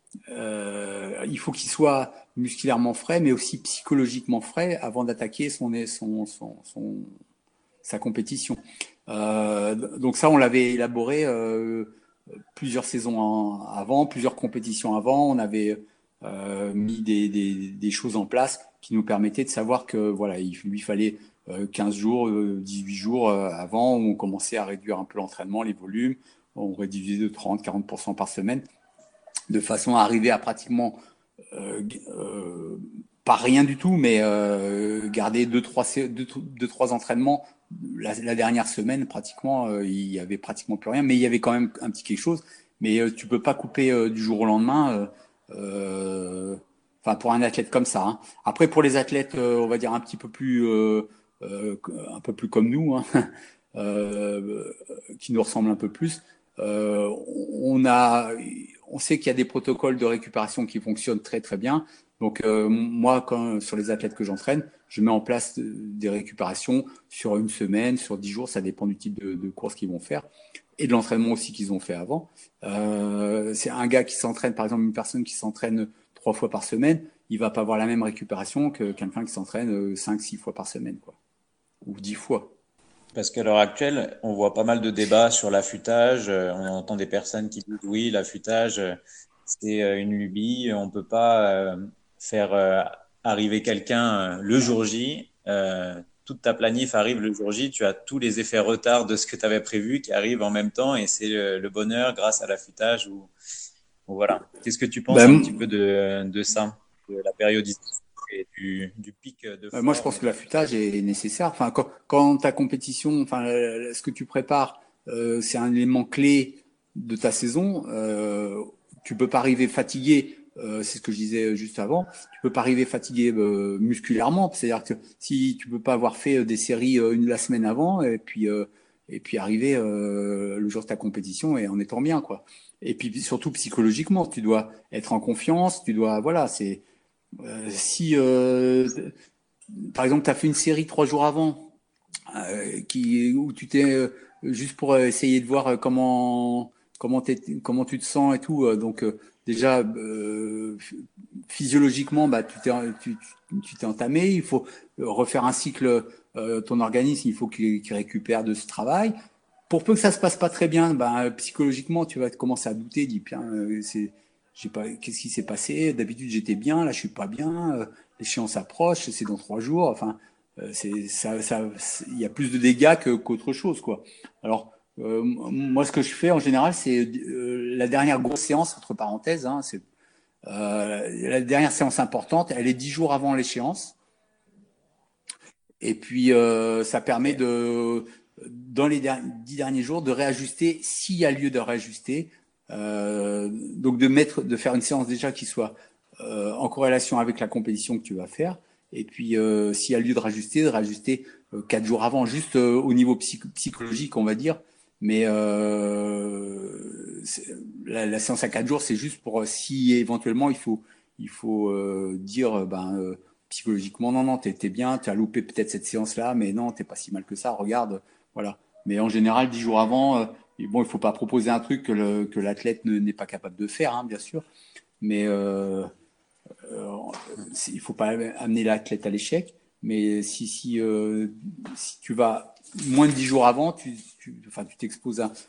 Speaker 2: euh, il faut qu'il soit musculairement frais, mais aussi psychologiquement frais avant d'attaquer son, son, son, son, sa compétition. Euh, donc ça, on l'avait élaboré euh, plusieurs saisons en, avant, plusieurs compétitions avant. On avait euh, mis des, des, des choses en place qui nous permettaient de savoir que voilà, il lui fallait euh, quinze jours, euh, dix-huit jours euh, avant où on commençait à réduire un peu l'entraînement, les volumes. On réduisait de trente à quarante pour cent par semaine, de façon à arriver à pratiquement euh, euh, pas rien du tout, mais euh, garder deux trois deux, deux trois entraînements la, la dernière semaine pratiquement, euh, il y avait pratiquement plus rien, mais il y avait quand même un petit quelque chose. Mais euh, tu peux pas couper euh, du jour au lendemain. Euh, euh, Enfin, pour un athlète comme ça. Hein. Après, pour les athlètes, euh, on va dire un petit peu plus, euh, euh, un peu plus comme nous, hein, euh, qui nous ressemblent un peu plus. Euh, on a, on sait qu'il y a des protocoles de récupération qui fonctionnent très très bien. Donc euh, moi, quand, sur les athlètes que j'entraîne, je mets en place des récupérations sur une semaine, sur dix jours, ça dépend du type de, de course qu'ils vont faire et de l'entraînement aussi qu'ils ont fait avant. Euh, c'est un gars qui s'entraîne, par exemple, une personne qui s'entraîne trois fois par semaine, il va pas avoir la même récupération que quelqu'un qui s'entraîne cinq, six fois par semaine, quoi, ou dix fois.
Speaker 3: Parce qu'à l'heure actuelle, on voit pas mal de débats sur l'affûtage. Euh, On entend des personnes qui disent oui, l'affûtage, euh, c'est euh, une lubie. On peut pas euh, faire euh, arriver quelqu'un euh, le jour J. Euh, toute ta planif arrive le jour J. Tu as tous les effets retard de ce que tu avais prévu qui arrivent en même temps et c'est le, le bonheur grâce à l'affûtage. Ou, ou voilà. Qu'est-ce que tu penses un petit
Speaker 2: Ben,
Speaker 3: peu de, de ça, de la périodisation et du, du pic de
Speaker 2: Euh, moi, je
Speaker 3: forme
Speaker 2: pense
Speaker 3: et
Speaker 2: que
Speaker 3: de
Speaker 2: l'affûtage est nécessaire. Enfin, quand, quand ta compétition, enfin, euh, ce que tu prépares, euh, c'est un élément clé de ta saison. Euh, tu peux pas arriver fatigué. Euh, c'est ce que je disais juste avant. Tu peux pas arriver fatigué euh, musculairement. C'est-à-dire que si tu peux pas avoir fait euh, des séries euh, une la semaine avant et puis euh, et puis arriver euh, le jour de ta compétition et en étant bien, quoi. Et puis surtout psychologiquement, tu dois être en confiance. Tu dois, voilà, c'est euh, si euh, par exemple, tu as fait une série trois jours avant, euh, qui, où tu t'es euh, juste pour euh, essayer de voir euh, comment comment, t'es- comment tu te sens et tout. euh, donc euh, déjà euh, physiologiquement, bah tu t'es tu, tu tu t'es entamé. Il faut euh, refaire un cycle. Euh, ton organisme, il faut qu'il qu'il récupère de ce travail. Pour peu que ça se passe pas très bien, bah, psychologiquement, tu vas commencer à douter. Dis, bien, euh, c'est, j'ai pas, qu'est-ce qui s'est passé? D'habitude, j'étais bien, là, je suis pas bien. Euh, l'échéance approche, c'est dans trois jours. Enfin, euh, c'est, ça, ça, il y a plus de dégâts que, qu'autre chose, quoi. Alors, euh, moi, ce que je fais en général, c'est euh, la dernière grosse séance, entre parenthèses, hein, c'est euh, la dernière séance importante. Elle est dix jours avant l'échéance. Et puis, euh, ça permet
Speaker 3: Ok.
Speaker 2: de, dans les der- dix derniers jours, de réajuster s'il y a lieu de réajuster. Euh, donc, de mettre, de faire une séance déjà qui soit euh, en corrélation avec la compétition que tu vas faire. Et puis, euh, s'il y a lieu de réajuster, de réajuster euh, quatre jours avant, juste euh, au niveau psych- psychologique, on va dire, Mais euh, la, la séance à quatre jours, c'est juste pour si éventuellement il faut, il faut euh, dire ben, euh, psychologiquement non, non, t'es, t'es bien, tu as loupé peut-être cette séance-là, mais non, t'es pas si mal que ça, regarde, voilà. Mais en général, dix jours avant, euh, bon, il faut pas proposer un truc que, le, que l'athlète ne, n'est pas capable de faire, hein, bien sûr, mais euh, euh, il ne faut pas amener l'athlète à l'échec. Mais si, si, euh, si tu vas moins de dix jours avant, tu, tu, enfin, tu t'exposes à,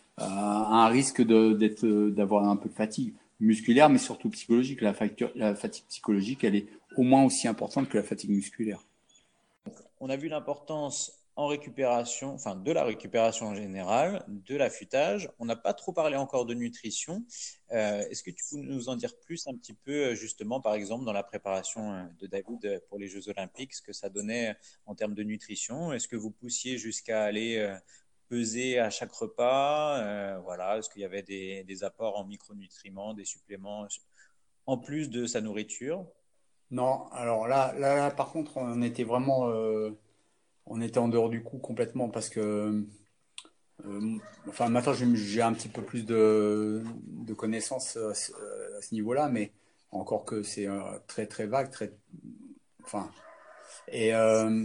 Speaker 2: à un risque de, d'être, d'avoir un peu de fatigue musculaire, mais surtout psychologique. La, facture, la fatigue psychologique, elle est au moins aussi importante que la fatigue musculaire.
Speaker 3: On a vu l'importance en récupération, enfin de la récupération en général, de l'affûtage. On n'a pas trop parlé encore de nutrition. Euh, est-ce que tu peux nous en dire plus un petit peu, justement, par exemple, dans la préparation de David pour les Jeux Olympiques, ce que ça donnait en termes de nutrition? Est-ce que vous poussiez jusqu'à aller peser à chaque repas? Euh, voilà. Est-ce qu'il y avait des, des apports en micronutriments, des suppléments en plus de sa nourriture?
Speaker 2: Non, alors là, là, là, par contre, on était vraiment, euh, on était en dehors du coup complètement parce que, euh, enfin, maintenant j'ai j'ai un petit peu plus de, de connaissances à ce à ce niveau-là, mais encore que c'est euh, très très vague, très, enfin, et euh,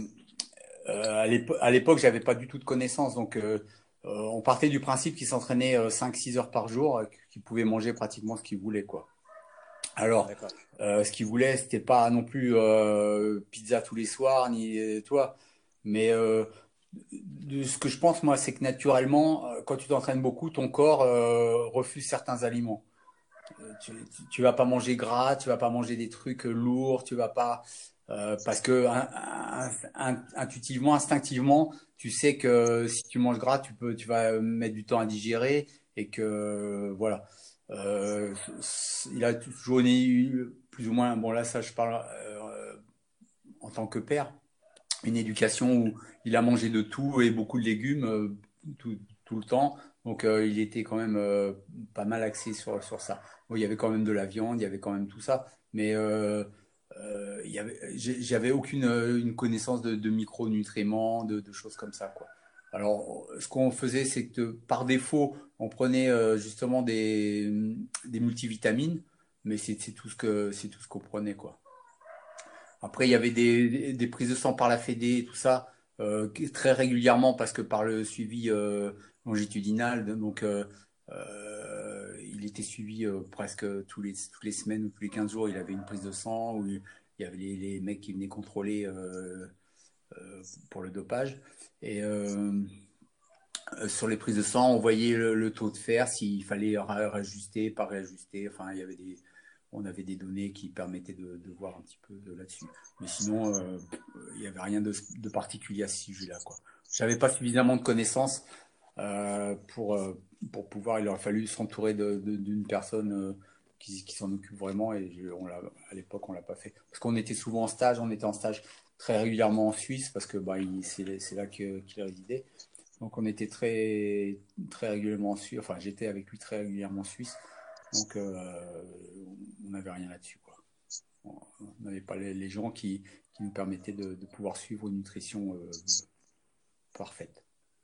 Speaker 2: euh, à l'épo- à l'époque, j'avais pas du tout de connaissances, donc euh, euh, on partait du principe qu'ils s'entraînaient euh, cinq six heures par jour, euh, qu'ils pouvaient manger pratiquement ce qu'ils voulaient, quoi. Alors,
Speaker 3: D'accord.
Speaker 2: euh, ce qu'ils voulaient, c'était pas non plus euh, pizza tous les soirs, ni euh, toi, mais euh, de ce que je pense, moi, c'est que naturellement, euh, quand tu t'entraînes beaucoup, ton corps euh, refuse certains aliments. Euh, Tu, tu, tu vas pas manger gras, tu vas pas manger des trucs euh, lourds, tu vas pas euh, parce que un- un- un- intuitivement, instinctivement, tu sais que si tu manges gras, tu peux, tu vas mettre du temps à digérer et que voilà. Euh, c- il a toujours eu plus ou moins, bon là ça je parle euh, en tant que père, une éducation où il a mangé de tout et beaucoup de légumes euh, tout, tout le temps. Donc euh, il était quand même euh, pas mal axé sur, sur ça. Bon, il y avait quand même de la viande, il y avait quand même tout ça, mais euh, euh, il y avait, j'ai- j'avais aucune euh, une connaissance de, de micronutriments, de, de choses comme ça, quoi. Alors, ce qu'on faisait, c'est que par défaut, on prenait euh, justement des, des multivitamines, mais c'est c'est tout ce que c'est tout ce qu'on prenait, quoi. Après, il y avait des, des prises de sang par la Fédé et tout ça, euh, très régulièrement parce que par le suivi euh, longitudinal, donc euh, euh, il était suivi euh, presque tous les, toutes les semaines ou tous les quinze jours, il avait une prise de sang où il y avait les, les mecs qui venaient contrôler euh, euh, pour le dopage. Et euh, sur les prises de sang, on voyait le, le taux de fer, s'il fallait réajuster, pas réajuster. Enfin, il y avait des, on avait des données qui permettaient de, de voir un petit peu là-dessus. Mais sinon, euh, il n'y avait rien de, de particulier à ce sujet-là, quoi. J'avais pas suffisamment de connaissances euh, pour, euh, pour pouvoir. Il aurait fallu s'entourer de, de, d'une personne euh, qui, qui s'en occupe vraiment. Et je, on l'a, à l'époque, on l'a pas fait parce qu'on était souvent en stage. On était en stage très régulièrement en Suisse parce que bah, il, c'est, c'est là que, qu'il résidait. Donc on était très, très régulièrement en Suisse, enfin j'étais avec lui très régulièrement en Suisse, donc euh, on n'avait rien là-dessus, quoi. On n'avait pas les, les gens qui, qui nous permettaient de, de pouvoir suivre une nutrition euh, parfaite.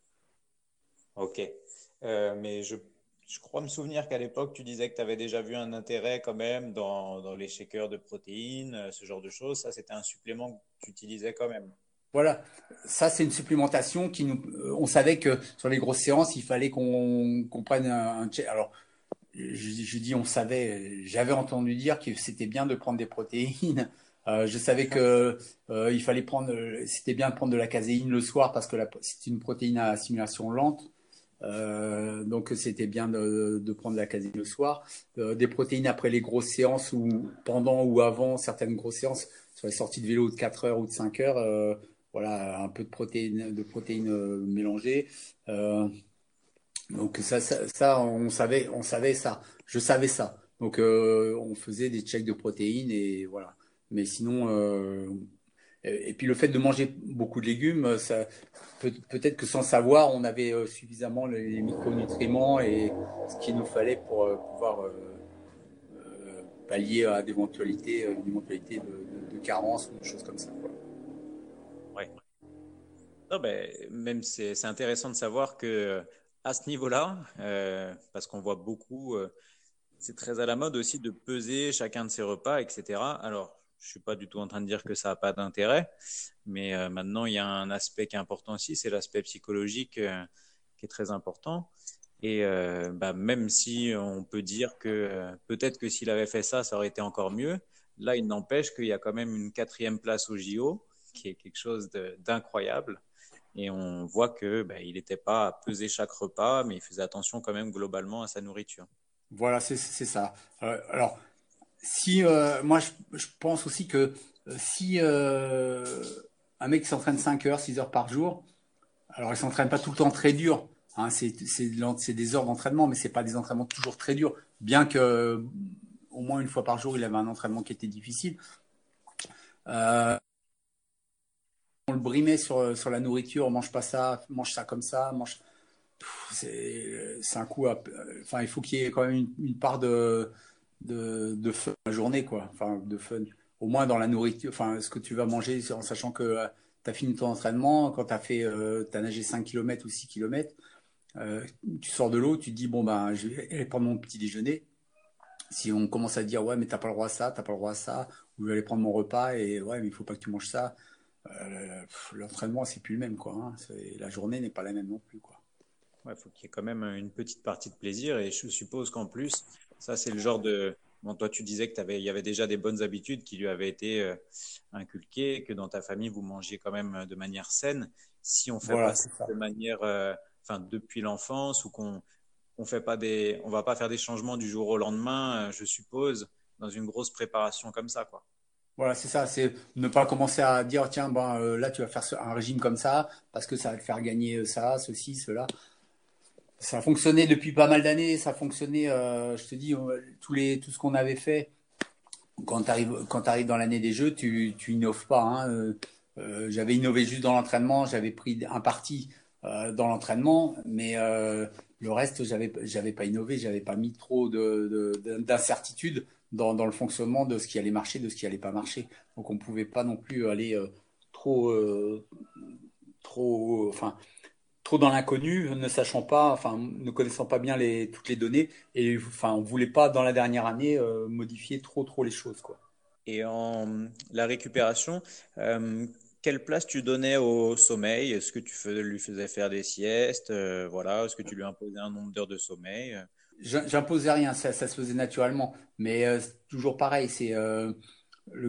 Speaker 3: Ok. Euh, mais je, je crois me souvenir qu'à l'époque, tu disais que tu avais déjà vu un intérêt quand même dans, dans les shakers de protéines, euh, ce genre de choses. Ça, c'était un supplément que tu utilisais quand même.
Speaker 2: Voilà, ça c'est une supplémentation qui nous, euh, on savait que sur les grosses séances, il fallait qu'on qu'on prenne un, un check. Alors je, je dis on savait, j'avais entendu dire que c'était bien de prendre des protéines. Euh, je savais que euh, il fallait prendre, c'était bien de prendre de la caséine le soir parce que la- c'est une protéine à assimilation lente. Euh, donc c'était bien de, de prendre de la caséine le soir. Euh, des protéines après les grosses séances ou pendant ou avant certaines grosses séances sur les sorties de vélo de quatre heures ou de cinq heures. Euh, voilà, un peu de protéines, de protéines euh, mélangées. Euh, donc ça, ça, ça, on savait, on savait ça. Je savais ça. Donc euh, on faisait des checks de protéines et voilà. Mais sinon, euh, et puis le fait de manger beaucoup de légumes, ça, peut, peut-être que sans le savoir, on avait euh, suffisamment les, les micronutriments et ce qu'il nous fallait pour euh, pouvoir euh, euh, pallier à d'éventualités, euh, une éventualité de, de, de carence ou de choses comme ça, quoi.
Speaker 3: Ouais. Non, ben, même c'est c'est intéressant de savoir que À ce niveau-là, euh, parce qu'on voit beaucoup, euh, c'est très à la mode aussi de peser chacun de ses repas, et cetera. Alors, je suis pas du tout en train de dire que ça n'a pas d'intérêt, mais euh, maintenant, il y a un aspect qui est important aussi, c'est l'aspect psychologique euh, qui est très important. Et euh, bah, même si on peut dire que euh, peut-être que s'il avait fait ça, ça aurait été encore mieux, là, il n'empêche qu'il y a quand même une quatrième place au J O, qui est quelque chose de- d'incroyable. Et on voit que bah, il n'était pas à peser chaque repas, mais il faisait attention quand même globalement à sa nourriture.
Speaker 2: Voilà, c'est c'est ça. Euh, alors, si euh, moi, je, je pense aussi que euh, si euh, un mec s'entraîne cinq heures, six heures par jour, alors il s'entraîne pas tout le temps très dur. Hein, c'est c'est de l'en- c'est des heures d'entraînement, mais c'est pas des entraînements toujours très durs. Bien que euh, au moins une fois par jour, il avait un entraînement qui était difficile. Euh, on le brimait sur, sur la nourriture, mange pas ça, mange ça comme ça, mange. C'est c'est un coup à. Enfin, il faut qu'il y ait quand même une, une part de, de, de fun dans la journée, quoi. Enfin, de fun. Au moins dans la nourriture, enfin, ce que tu vas manger, en sachant que tu as fini ton entraînement, quand tu as fait, euh, t'as nagé cinq kilomètres ou six kilomètres, euh, tu sors de l'eau, tu te dis, bon, ben, je vais aller prendre mon petit déjeuner. Si on commence à dire, ouais, mais t'as pas le droit à ça, t'as pas le droit à ça, ou je vais aller prendre mon repas, et ouais, mais il faut pas que tu manges ça. Euh, L'entraînement, c'est plus le même, quoi. Hein. La journée n'est pas la même non plus, quoi.
Speaker 3: Il faut qu'il y ait quand même une petite partie de plaisir. Et je suppose qu'en plus, ça, c'est le genre de. Bon, toi, tu disais que t'avais, il y avait déjà des bonnes habitudes qui lui avaient été euh, inculquées, que dans ta famille, vous mangiez quand même euh, de manière saine. Si on fait
Speaker 2: Voilà,
Speaker 3: pas ça
Speaker 2: c'est ça.
Speaker 3: de manière, euh, enfin, depuis l'enfance, ou qu'on on fait pas des, on va pas faire des changements du jour au lendemain, euh, je suppose, dans une grosse préparation comme ça, quoi.
Speaker 2: Voilà, c'est ça. C'est ne pas commencer à dire, tiens, ben, euh, là, tu vas faire ce- un régime comme ça, parce que ça va te faire gagner euh, ça, ceci, cela. Ça a fonctionné depuis pas mal d'années. Ça a fonctionné, euh, je te dis, euh, tous les, tout ce qu'on avait fait. Quand tu arrives, quand t'arrives dans l'année des Jeux, tu, tu innoves pas. Hein. Euh, euh, j'avais innové juste dans l'entraînement, j'avais pris un parti euh, dans l'entraînement, mais euh, le reste, j'avais, j'avais pas innové, j'avais pas mis trop de, de- d'incertitude dans, dans le fonctionnement de ce qui allait marcher, de ce qui allait pas marcher. Donc on pouvait pas non plus aller euh, trop, euh, trop, enfin, trop dans l'inconnu, ne sachant pas, enfin, ne connaissant pas bien les, toutes les données, et enfin, on voulait pas dans la dernière année euh, modifier trop, trop les choses, quoi.
Speaker 3: Et en la récupération, euh, quelle place tu donnais au sommeil? Est-ce que tu fais- lui faisais faire des siestes? Euh, voilà, est-ce que tu lui imposais un nombre d'heures de sommeil?
Speaker 2: J'im- J'imposais rien, ça, ça se faisait naturellement. Mais euh, c'est toujours pareil, c'est euh, le,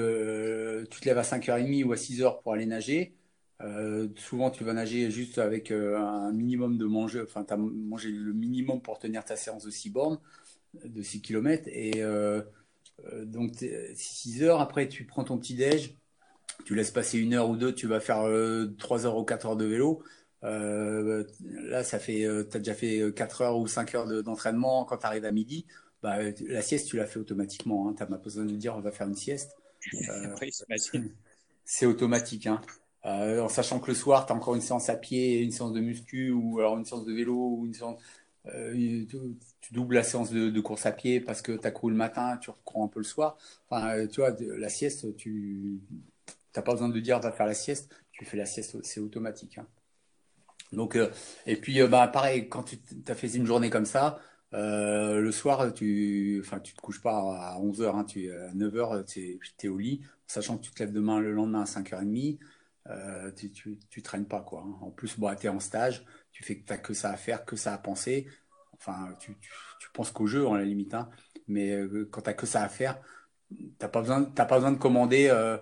Speaker 2: le- tu te lèves à cinq heures trente ou à six heures pour aller nager. Euh, souvent, tu vas nager juste avec euh, un minimum de manger, enfin, tu as mangé le minimum pour tenir ta séance de six bornes, de six kilomètres. Et euh, euh, donc, six heures, après, tu prends ton petit-déj, tu laisses passer une heure ou deux, tu vas faire euh, trois heures ou quatre heures de vélo. Euh, Là, ça fait, euh, t'as déjà fait euh, quatre heures ou cinq heures de- d'entraînement. Quand tu arrives à midi, bah, la sieste, tu la fais automatiquement. Hein. Tu n'as pas besoin de dire on va faire une sieste. Euh,
Speaker 3: Oui, j'imagine.
Speaker 2: c'est automatique. Hein. Euh, en sachant que le soir, tu as encore une séance à pied, une séance de muscu, ou alors une séance de vélo, ou une séance, euh, tu, tu doubles la séance de, de course à pied parce que tu as couru le matin, tu reprends un peu le soir. Enfin, euh, tu vois, de- la sieste, tu n'as pas besoin de dire va faire la sieste, tu fais la sieste, c'est automatique. Hein. Donc, euh, et puis, euh, bah, pareil, quand tu as fait une journée comme ça, euh, le soir, tu, enfin, tu te couches pas à onze heures, hein, tu, à neuf heures, tu es, au lit, sachant que tu te lèves demain le lendemain à cinq heures trente, euh, tu, tu, tu traînes pas, quoi. Hein. En plus, bon, tu es en stage, tu fais que t'as que ça à faire, que ça à penser. Enfin, tu, tu, tu penses qu'au jeu, en la limite, hein. Mais euh, quand tu que ça à faire, t'as pas besoin, t'as pas besoin de commander. Euh,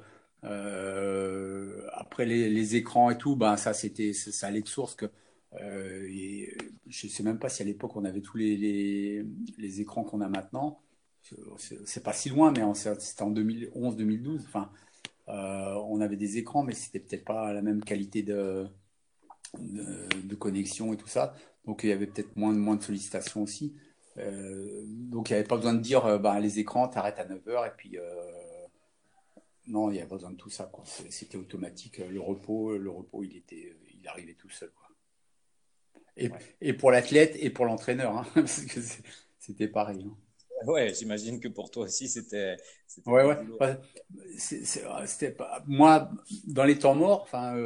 Speaker 2: euh, après les, les écrans et tout, ben ça c'était, ça, ça allait de source que euh, et je sais même pas si à l'époque on avait tous les, les, les écrans qu'on a maintenant. C'est c'est pas si loin, mais en- c'était en deux mille onze, deux mille douze. Enfin, euh, on avait des écrans, mais c'était peut-être pas la même qualité de, de, de connexion et tout ça. Donc il y avait peut-être moins, moins de sollicitations aussi. Euh, donc il n'y avait pas besoin de dire euh, bah, les écrans, t'arrêtes à neuf heures et puis euh, non, il n'y avait pas besoin de tout ça, quoi. C'est- C'était automatique. Le repos, le repos, il était, il arrivait tout seul, quoi. Et,
Speaker 3: Ouais,
Speaker 2: et pour l'athlète et pour l'entraîneur, hein, parce que c'est- c'était pareil. Hein.
Speaker 3: ouais, j'imagine que pour toi aussi, c'était, c'était
Speaker 2: Ouais,
Speaker 3: du
Speaker 2: ouais.
Speaker 3: boulot.
Speaker 2: Enfin, c'est- c'est- c'était pas, moi, dans les temps morts, enfin, euh,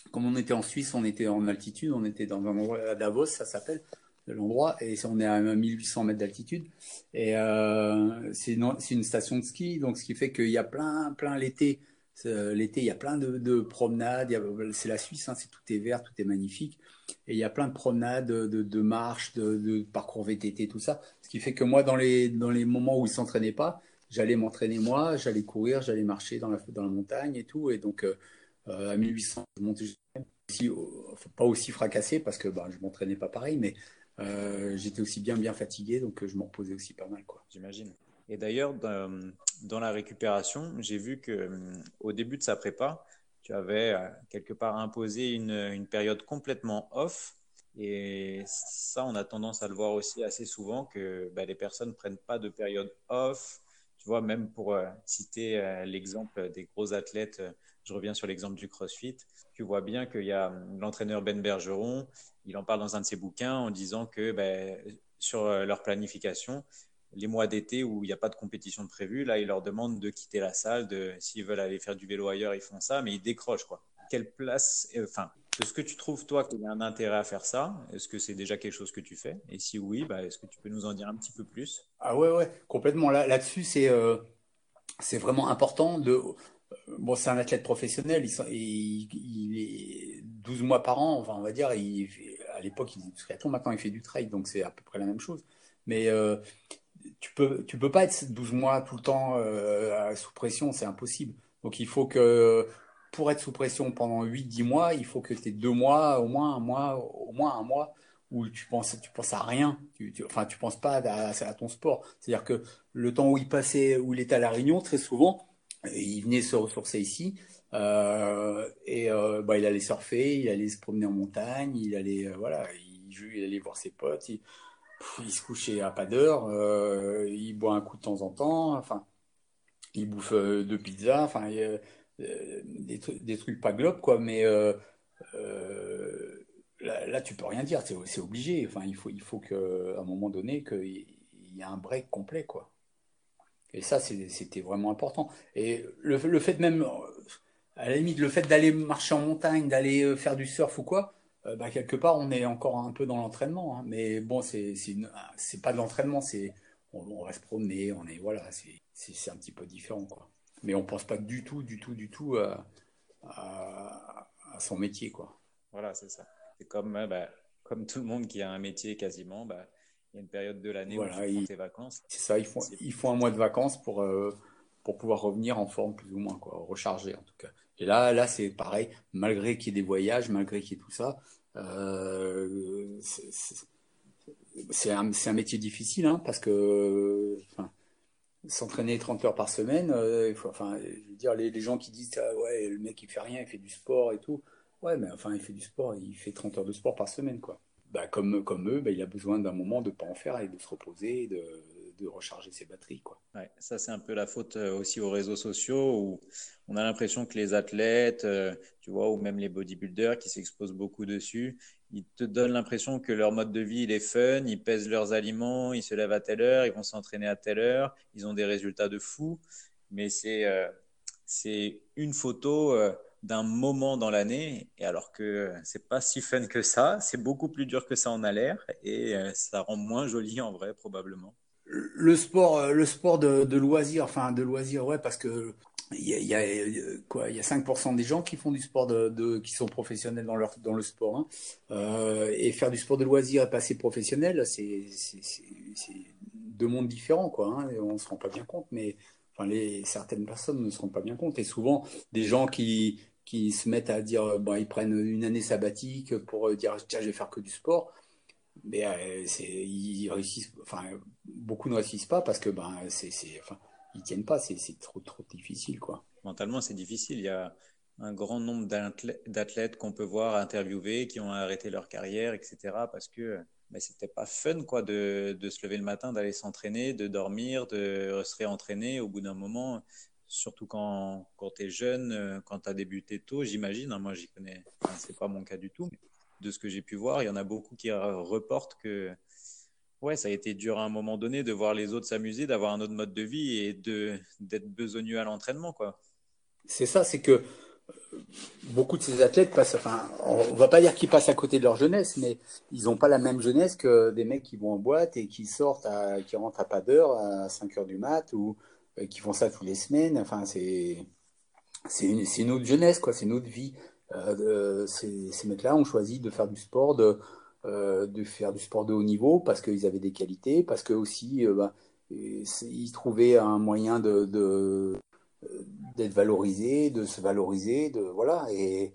Speaker 2: comme on était en Suisse, on était en altitude, on était dans un endroit à Davos, ça s'appelle l'endroit, et on est à mille huit cents mètres d'altitude. Et euh, c'est une, c'est une station de ski, donc ce qui fait qu'il y a plein, plein l'été. L'été, il y a plein de, de promenades. C'est la Suisse, hein, c'est, tout est vert, tout est magnifique. Et il y a plein de promenades, de, de, de marches, de, de parcours V T T, tout ça. Ce qui fait que moi, dans les, dans les moments où ils ne s'entraînaient pas, j'allais m'entraîner moi, j'allais courir, j'allais marcher dans la, dans la montagne et tout. Et donc, euh, à mille huit cents, je montais aussi, pas aussi fracassé parce que ben, je ne m'entraînais pas pareil, mais euh, j'étais aussi bien, bien fatigué, donc je me reposais aussi pas mal, quoi.
Speaker 3: J'imagine. Et d'ailleurs, dans, dans la récupération, j'ai vu que euh, au début de sa prépa, tu avais euh, quelque part imposé une, une période complètement off. Et ça, on a tendance à le voir aussi assez souvent que bah, les personnes ne prennent pas de période off. Tu vois, même pour euh, citer euh, l'exemple des gros athlètes, euh, je reviens sur l'exemple du CrossFit. Tu vois bien qu'il y a euh, l'entraîneur Ben Bergeron, il en parle dans un de ses bouquins en disant que bah, sur euh, leur planification, les mois d'été où il n'y a pas de compétition de prévue, là, ils leur demandent de quitter la salle, de, s'ils veulent aller faire du vélo ailleurs, ils font ça, mais ils décrochent, quoi. Quelle place, euh, enfin, est-ce que tu trouves, toi, qu'il y a un intérêt à faire ça? Est-ce que c'est déjà quelque chose que tu fais? Et si oui, bah, est-ce que tu peux nous en dire un petit peu plus?
Speaker 2: Ah ouais, ouais, complètement. Là, là-dessus, c'est euh, c'est vraiment important de. Bon, c'est un athlète professionnel, il, s'en- il- il est douze mois par an, enfin, on va dire. Il, fait- à l'époque, il faisait du triathlon, maintenant il fait du trail, donc c'est à peu près la même chose. Mais euh, tu peux, tu peux pas être douze mois tout le temps euh, sous pression, c'est impossible. Donc il faut que, pour être sous pression pendant huit dix mois, il faut que tu aies deux mois, au moins un mois, au moins un mois où tu penses, tu penses à rien. Tu, tu- enfin, tu penses pas à, à ton sport. C'est-à-dire que le temps où il passait, où il était à La Réunion, très souvent, il venait se ressourcer ici. Euh, et euh, bah, il allait surfer, il allait se promener en montagne, il allait, euh, voilà, il, il allait voir ses potes, il, il se couchait à pas d'heure, euh, il boit un coup de temps en temps, enfin, il bouffe euh, deux pizzas, enfin, il y a, euh, des, trucs, des trucs pas globes, quoi, mais euh, euh, là, là, tu peux rien dire, c'est c'est obligé, enfin, il faut, il faut qu'à un moment donné, qu'il y ait un break complet, quoi. Et ça, c'est- c'était vraiment important. Et le, le fait même, à la limite, le fait d'aller marcher en montagne, d'aller euh, faire du surf ou quoi, euh, bah, quelque part, on est encore un peu dans l'entraînement, hein. Mais bon, c'est c'est une- c'est pas de l'entraînement, c'est on, on va se promener, on est voilà, c'est c'est c'est un petit peu différent, quoi. Mais on pense pas du tout, du tout, du tout à, à, à son métier, quoi.
Speaker 3: Voilà, c'est ça. C'est comme, euh, bah, comme tout le monde qui a un métier quasiment, bah, il y a une période de l'année où tu
Speaker 2: Voilà,
Speaker 3: prends
Speaker 2: il-
Speaker 3: tes vacances.
Speaker 2: c'est ça, il faut
Speaker 3: C'est
Speaker 2: il
Speaker 3: plus
Speaker 2: faut un mois de
Speaker 3: difficile.
Speaker 2: vacances pour euh, pour pouvoir revenir en forme plus ou moins, quoi, recharger en tout cas. Et là, là, c'est pareil, malgré qu'il y ait des voyages, malgré qu'il y ait tout ça, euh, c'est c'est- c'est un, c'est un métier difficile, hein, parce que enfin, s'entraîner trente heures par semaine, euh, il faut, enfin, je veux dire, les, les gens qui disent ah, ouais, le mec il fait rien, il fait du sport et tout, ouais, mais enfin, il fait du sport, il fait trente heures de sport par semaine, quoi. Bah, comme, comme eux, bah, il a besoin d'un moment de pas en faire et de se reposer, de, de recharger ses batteries, quoi.
Speaker 3: Ouais, ça, c'est un peu la faute euh, aussi aux réseaux sociaux où on a l'impression que les athlètes, euh, tu vois, ou même les bodybuilders qui s'exposent beaucoup dessus, ils te donnent l'impression que leur mode de vie, il est fun, ils pèsent leurs aliments, ils se lèvent à telle heure, ils vont s'entraîner à telle heure, ils ont des résultats de fou, mais c'est euh, c'est une photo euh, d'un moment dans l'année, et alors que euh, c'est pas si fun que ça, c'est beaucoup plus dur que ça en a l'air, et euh, ça rend moins joli en vrai, probablement.
Speaker 2: Le sport, euh, le sport de, de loisir, enfin de loisir, ouais, parce que il y a, il y a, euh, quoi, il y a cinq pour cent des gens qui font du sport de, de- qui sont professionnels dans leur dans le sport, hein. Euh, et faire du sport de loisir et passer professionnel, c'est c'est c'est- c'est deux mondes différents, quoi, hein, et on se rend pas bien compte, mais enfin les certaines personnes ne se rendent pas bien compte. Et souvent des gens qui qui se mettent à dire, euh, bon, ils prennent une année sabbatique pour euh, dire tiens je vais faire que du sport. Mais euh, c'est, ils réussissent, enfin, beaucoup ne réussissent pas parce que ben, c'est, c'est, enfin, ils tiennent pas, c'est, c'est trop, trop difficile, quoi.
Speaker 3: Mentalement, c'est difficile. Il y a un grand nombre d'athlètes qu'on peut voir interviewer qui ont arrêté leur carrière, et cetera. Parce que ben, c'était pas fun quoi, de, de se lever le matin, d'aller s'entraîner, de dormir, de se réentraîner au bout d'un moment. Surtout quand, quand tu es jeune, euh, quand tu as débuté tôt, j'imagine. Hein, moi, j'y connais, enfin, c'est pas mon cas du tout. Mais de ce que j'ai pu voir, il y en a beaucoup qui reportent que ouais, ça a été dur à un moment donné de voir les autres s'amuser, d'avoir un autre mode de vie et de d'être besogneux à l'entraînement, quoi.
Speaker 2: C'est ça, c'est que beaucoup de ces athlètes passent, enfin, on va pas dire qu'ils passent à côté de leur jeunesse, mais ils n'ont pas la même jeunesse que des mecs qui vont en boîte et qui sortent, à, qui rentrent à pas d'heure à cinq heures du mat ou euh, qui font ça tous les semaines. Enfin, c'est c'est une, c'est une autre jeunesse, quoi. C'est une autre vie. Euh, de- ces, ces mecs-là ont choisi de faire du sport, de, euh, de faire du sport de haut niveau parce qu'ils avaient des qualités, parce que aussi, euh, ben, et c'est- ils trouvaient un moyen de, de- d'être valorisés, de se valoriser, de voilà. Et,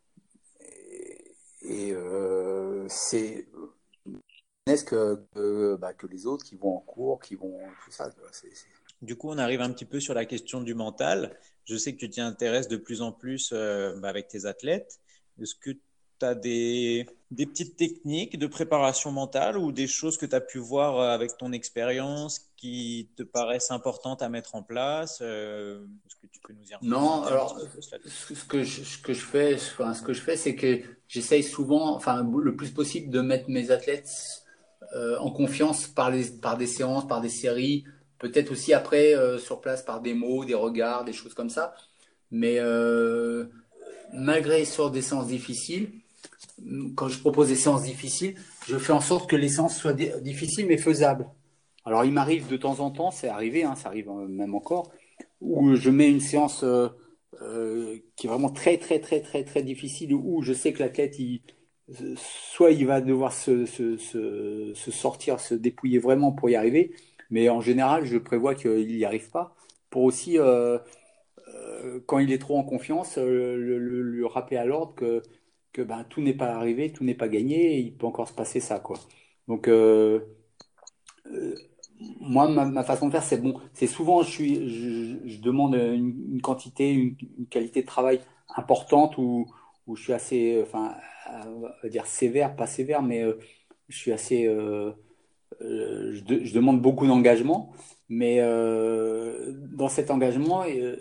Speaker 2: et euh, c'est n'est-ce que, que, bah, que les autres qui vont en cours, qui vont tout ça. quoi. C'est, c'est-
Speaker 3: Du coup, on arrive un petit peu sur la question du mental. Je sais que tu t'y intéresses de plus en plus euh, bah, avec tes athlètes. Est-ce que tu as des, des petites techniques de préparation mentale ou des choses que tu as pu voir euh, avec ton expérience qui te paraissent importantes à mettre en place? Euh, est-ce que tu peux nous, y- nous en
Speaker 2: Non,
Speaker 3: dire un petit
Speaker 2: alors
Speaker 3: peu plus là-dessus?
Speaker 2: ce ce que je, ce que je fais, enfin, ce que je fais, c'est que j'essaye souvent, enfin le plus possible, de mettre mes athlètes euh, en confiance par les, par des séances, par des séries, peut-être aussi après euh, sur place par des mots, des regards, des choses comme ça. Mais euh, malgré sur des séances difficiles, quand je propose des séances difficiles, je fais en sorte que les séances soient di- difficiles mais faisables. Alors il m'arrive de temps en temps, c'est arrivé, hein, ça arrive euh, même encore, où je mets une séance euh, euh, qui est vraiment très très très très très difficile, où je sais que l'athlète, il, soit il va devoir se, se, se, se sortir, se dépouiller vraiment pour y arriver, mais en général je prévois qu'il n'y arrive pas, pour aussi, euh, euh, quand il est trop en confiance, euh, le, le- le rappeler à l'ordre que, que ben, tout n'est pas arrivé, tout n'est pas gagné, et il peut encore se passer ça, quoi. Donc, euh, euh, moi, ma, ma façon de faire, c'est bon. C'est souvent, je suis, je, je demande une, une quantité, une, une qualité de travail importante où, où je suis assez, enfin, on va dire sévère, pas sévère, mais euh, je suis assez, euh, euh, je, de- je demande beaucoup d'engagement. Mais euh, dans cet engagement, euh,